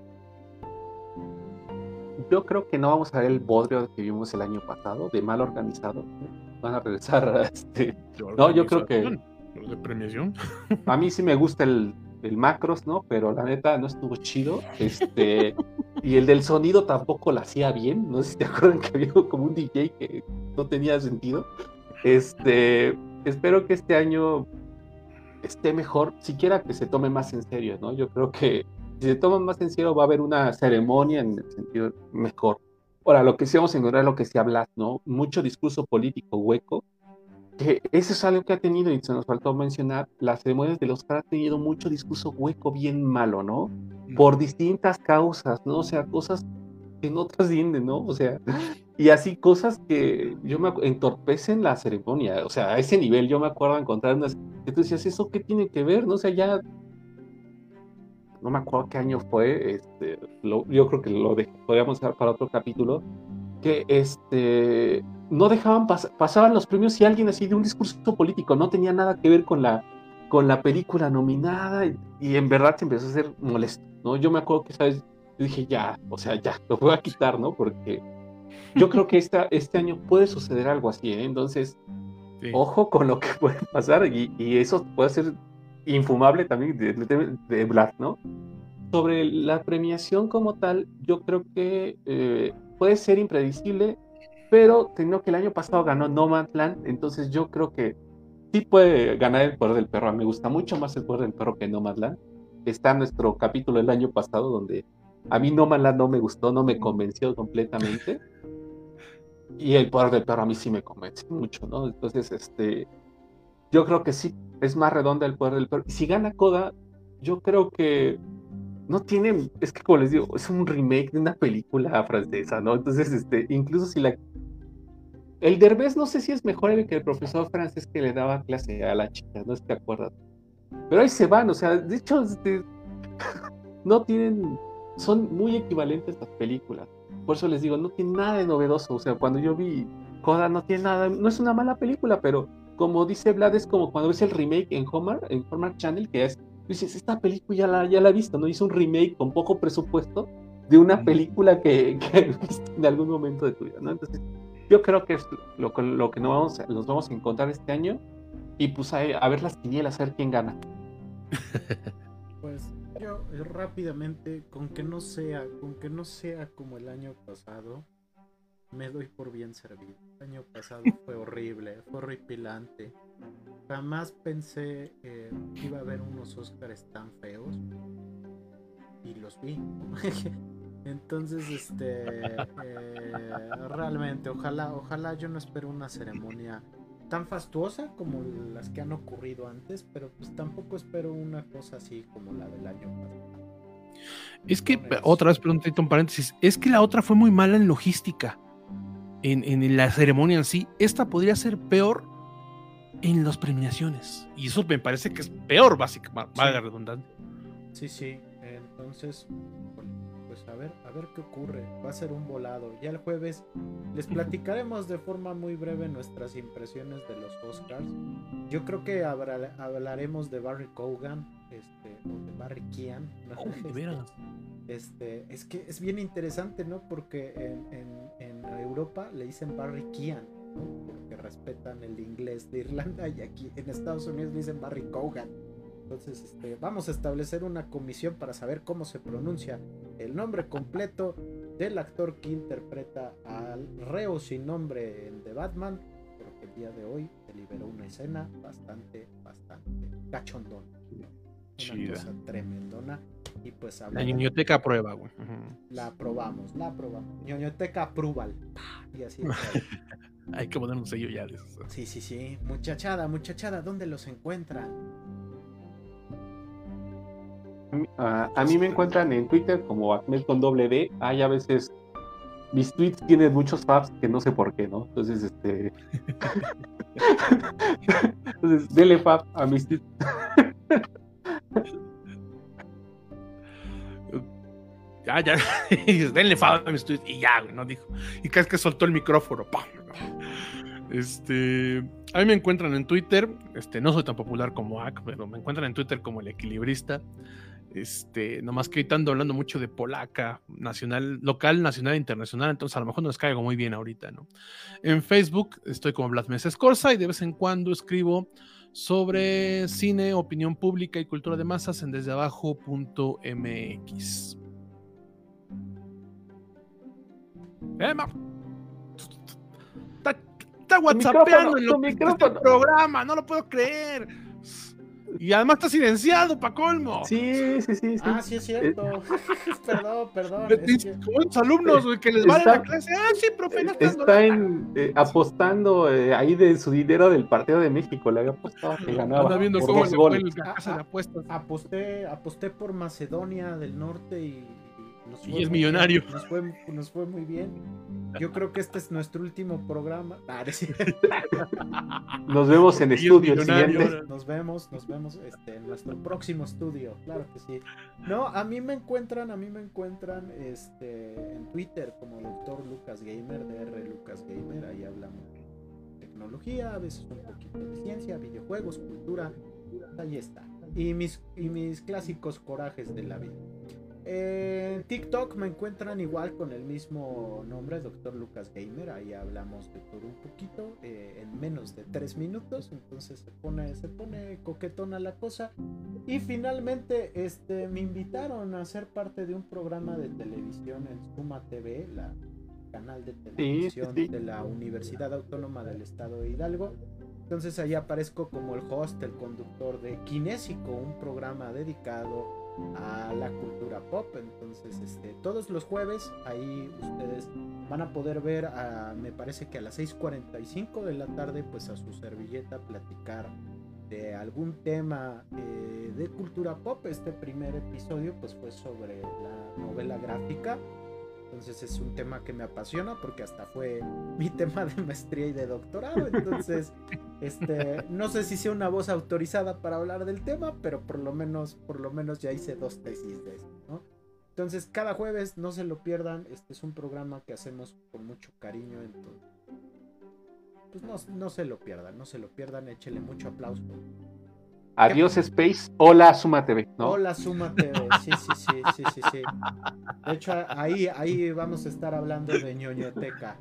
Yo creo que no vamos a ver el bodrio que vimos el año pasado, de mal organizado. Van a regresar a No, yo creo que... ¿De premiación? A mí sí me gusta el Macros, ¿no? Pero la neta no estuvo chido. Y el del sonido tampoco lo hacía bien. No sé si te acuerdan que había como un DJ que no tenía sentido. Espero que este año esté mejor, siquiera que se tome más en serio, ¿no? Yo creo que si se toma más en serio va a haber una ceremonia en el sentido mejor. Ahora, lo que sí vamos a ignorar es lo que sí hablas, ¿no? Mucho discurso político hueco, que eso es algo que ha tenido, y se nos faltó mencionar, las ceremonias de los Oscar ha tenido mucho discurso hueco bien malo, ¿no? Por distintas causas, ¿no? O sea, cosas que no trascienden, ¿no? O sea, y así cosas que entorpecen la ceremonia, o sea, a ese nivel yo me acuerdo de encontrar unas que tú decías, ¿eso qué tiene que ver? ¿No? O sea, ya no me acuerdo qué año fue, yo creo que podríamos dejar para otro capítulo, que no dejaban pasaban los premios y alguien así de un discurso político, no tenía nada que ver con la película nominada, y en verdad se empezó a hacer molesto, ¿no? Yo me acuerdo que, ¿sabes? Yo dije, ya, o sea, ya, lo voy a quitar, ¿no? Porque yo creo que este año puede suceder algo así, ¿eh? Entonces, sí. Ojo con lo que puede pasar, y eso puede ser infumable también de hablar, ¿no? Sobre la premiación como tal, yo creo que puede ser impredecible, pero teniendo que el año pasado ganó Nomadland, entonces yo creo que sí puede ganar El Poder del Perro. Me gusta mucho más El Poder del Perro que Nomadland. Está en nuestro capítulo del año pasado, donde a mí Nomadland no me gustó, no me convenció completamente, y El Poder del Perro a mí sí me convence mucho, ¿no? Entonces, yo creo que sí es más redonda El Poder del Perro. Y si gana Coda, yo creo que no tiene, es que como les digo, es un remake de una película francesa, ¿no? Entonces, incluso si el Derbez no sé si es mejor que el profesor francés que le daba clase a la chica, ¿no? ¿Te acuerdas? Pero ahí se van, o sea, de hecho, no tienen, son muy equivalentes las películas. Por eso les digo, no tiene nada de novedoso. O sea, cuando yo vi Coda, no tiene nada, no es una mala película, pero como dice Vlad, es como cuando ves el remake en Hallmark Channel, que es, dices, esta película ya la he visto, ¿no? Hizo un remake con poco presupuesto de una película que viste en algún momento de tu vida, ¿no? Entonces, yo creo que es lo que nos vamos a encontrar este año, y pues a ver las quinielas, a ver quién gana. Pues yo rápidamente, con que no sea como el año pasado, me doy por bien servido. El año pasado fue horrible, fue horripilante. Jamás pensé que iba a haber unos Oscars tan feos, y los vi. Entonces, realmente, ojalá yo no espero una ceremonia tan fastuosa como las que han ocurrido antes, pero pues tampoco espero una cosa así como la del año pasado. Es que, otra vez, perdón, un paréntesis, es que la otra fue muy mala en logística, en la ceremonia en sí. Esta podría ser peor en las premiaciones, y eso me parece que es peor, básicamente, valga la redundancia. Sí, entonces, pues a ver qué ocurre. Va a ser un volado. Ya el jueves les platicaremos de forma muy breve nuestras impresiones de los Oscars. Yo creo que hablaremos de Barry Keoghan, o de Barry Keoghan, ¿no? De veras. Es que es bien interesante, ¿no? Porque en Europa le dicen Barry Keoghan, ¿no? Porque respetan el inglés de Irlanda, y aquí en Estados Unidos le dicen Barry Keoghan. Entonces, vamos a establecer una comisión para saber cómo se pronuncia el nombre completo del actor que interpreta al reo sin nombre en The Batman, pero que el día de hoy se liberó una escena bastante cachondona. Una cosa tremendona. Y pues la ñoñoteca aprueba, güey. La aprobamos. ñoñoteca approval. Y así hay que poner un sello ya de eso. Sí. Muchachada, ¿dónde los encuentran? A mí me encuentran en Twitter como Ahmed con doble D. Hay a veces mis tweets tienen muchos faps que no sé por qué, ¿no? Entonces, entonces dele fab a mis tweets. Ya, denle fab a mis tweets y ya, güey, no dijo. Y casi que soltó el micrófono. ¡Pam! A mí me encuentran en Twitter, no soy tan popular como Ak, pero me encuentran en Twitter como El Equilibrista. Nomás que ahorita ando hablando mucho de polaca, nacional, local, nacional e internacional, entonces a lo mejor no les caigo muy bien ahorita, ¿no? En Facebook estoy como Vlad Mesa Escorza, y de vez en cuando escribo sobre cine, opinión pública y cultura de masas en desdeabajo.mx. Emma, está whatsappeando en lo que está este programa, no lo puedo creer. Y además está silenciado, pa' colmo. Sí. Ah, sí es cierto. Perdón. Como los alumnos, güey, que les vale la clase. Ah, sí, profe, no está apostando ahí de su dinero del Partido de México. Le había apostado que ganaba. Anda viendo cómo se fue el casa de apuestas. Aposté por Macedonia del Norte y es millonario. Nos fue muy bien. Yo creo que este es nuestro último programa. Nos vemos en estudio el siguiente. Nos vemos en nuestro próximo estudio. Claro que sí. No, a mí me encuentran en Twitter como Dr. Lucas Gamer, Dr. Lucas Gamer. Ahí hablamos de tecnología, a veces un poquito de ciencia, videojuegos, cultura. Ahí está. Y mis clásicos corajes de la vida. En TikTok me encuentran igual con el mismo nombre, Dr. Lucas Gamer. Ahí hablamos de todo un poquito en menos de 3 minutos. Entonces se pone coquetona la cosa. Y finalmente me invitaron a ser parte de un programa de televisión en Suma TV, la canal de televisión de la Universidad Autónoma del Estado de Hidalgo. Entonces ahí aparezco como el host, el conductor de Kinésico, un programa dedicado a la cultura pop. Entonces todos los jueves ahí ustedes van a poder ver me parece que a las 6:45 de la tarde, pues a su servilleta platicar de algún tema de cultura pop. Este primer episodio pues fue sobre la novela gráfica Entonces es un tema que me apasiona porque hasta fue mi tema de maestría y de doctorado. Entonces, no sé si sea una voz autorizada para hablar del tema, pero por lo menos ya hice 2 tesis de eso, ¿no? Entonces, cada jueves no se lo pierdan. Este es un programa que hacemos con mucho cariño. Entonces, pues no se lo pierdan, échele mucho aplauso. Adiós Space, hola Suma TV, ¿no? Hola Suma TV, sí. De hecho, ahí vamos a estar hablando de ñoñoteca.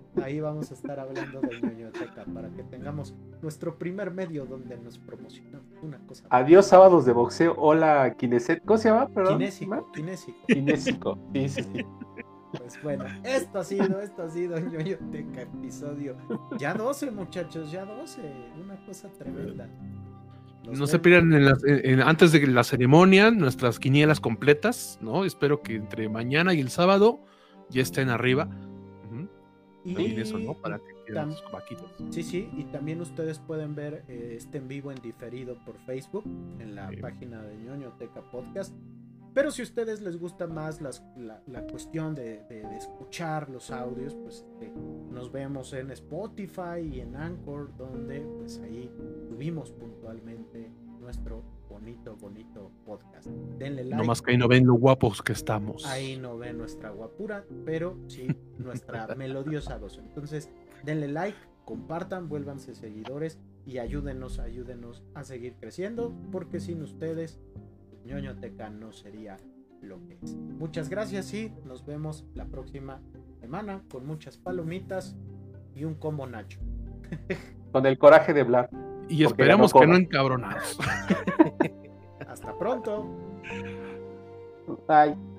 Para que tengamos nuestro primer medio donde nos promocionamos. Una cosa. Adiós sábados de boxeo, hola Kineset, ¿cómo se llama? Perdón. Kinésico. Sí. Pues bueno, esto ha sido ñoñoteca, episodio ya 12, muchachos, una cosa tremenda. No se pierdan antes de la ceremonia nuestras quinielas completas, ¿no? Espero que entre mañana y el sábado ya estén arriba. Y eso, ¿no? Para que queden sus vaquitas. Sí, y también ustedes pueden ver este en vivo en diferido por Facebook, en la página de ñoñoteca Podcast. Pero si a ustedes les gusta más la cuestión de escuchar los audios, pues nos vemos en Spotify y en Anchor, donde pues ahí subimos puntualmente nuestro bonito podcast. Denle like. No más que ahí no ven lo guapos que estamos. Ahí no ven nuestra guapura, pero sí nuestra melodiosa voz. Entonces, denle like, compartan, vuélvanse seguidores y ayúdenos a seguir creciendo, porque sin ustedes ñoñoteca no sería lo que es. Muchas gracias y nos vemos la próxima semana con muchas palomitas y un combo nacho. Con el coraje de hablar. Y esperemos que no encabronados. Hasta pronto. Bye.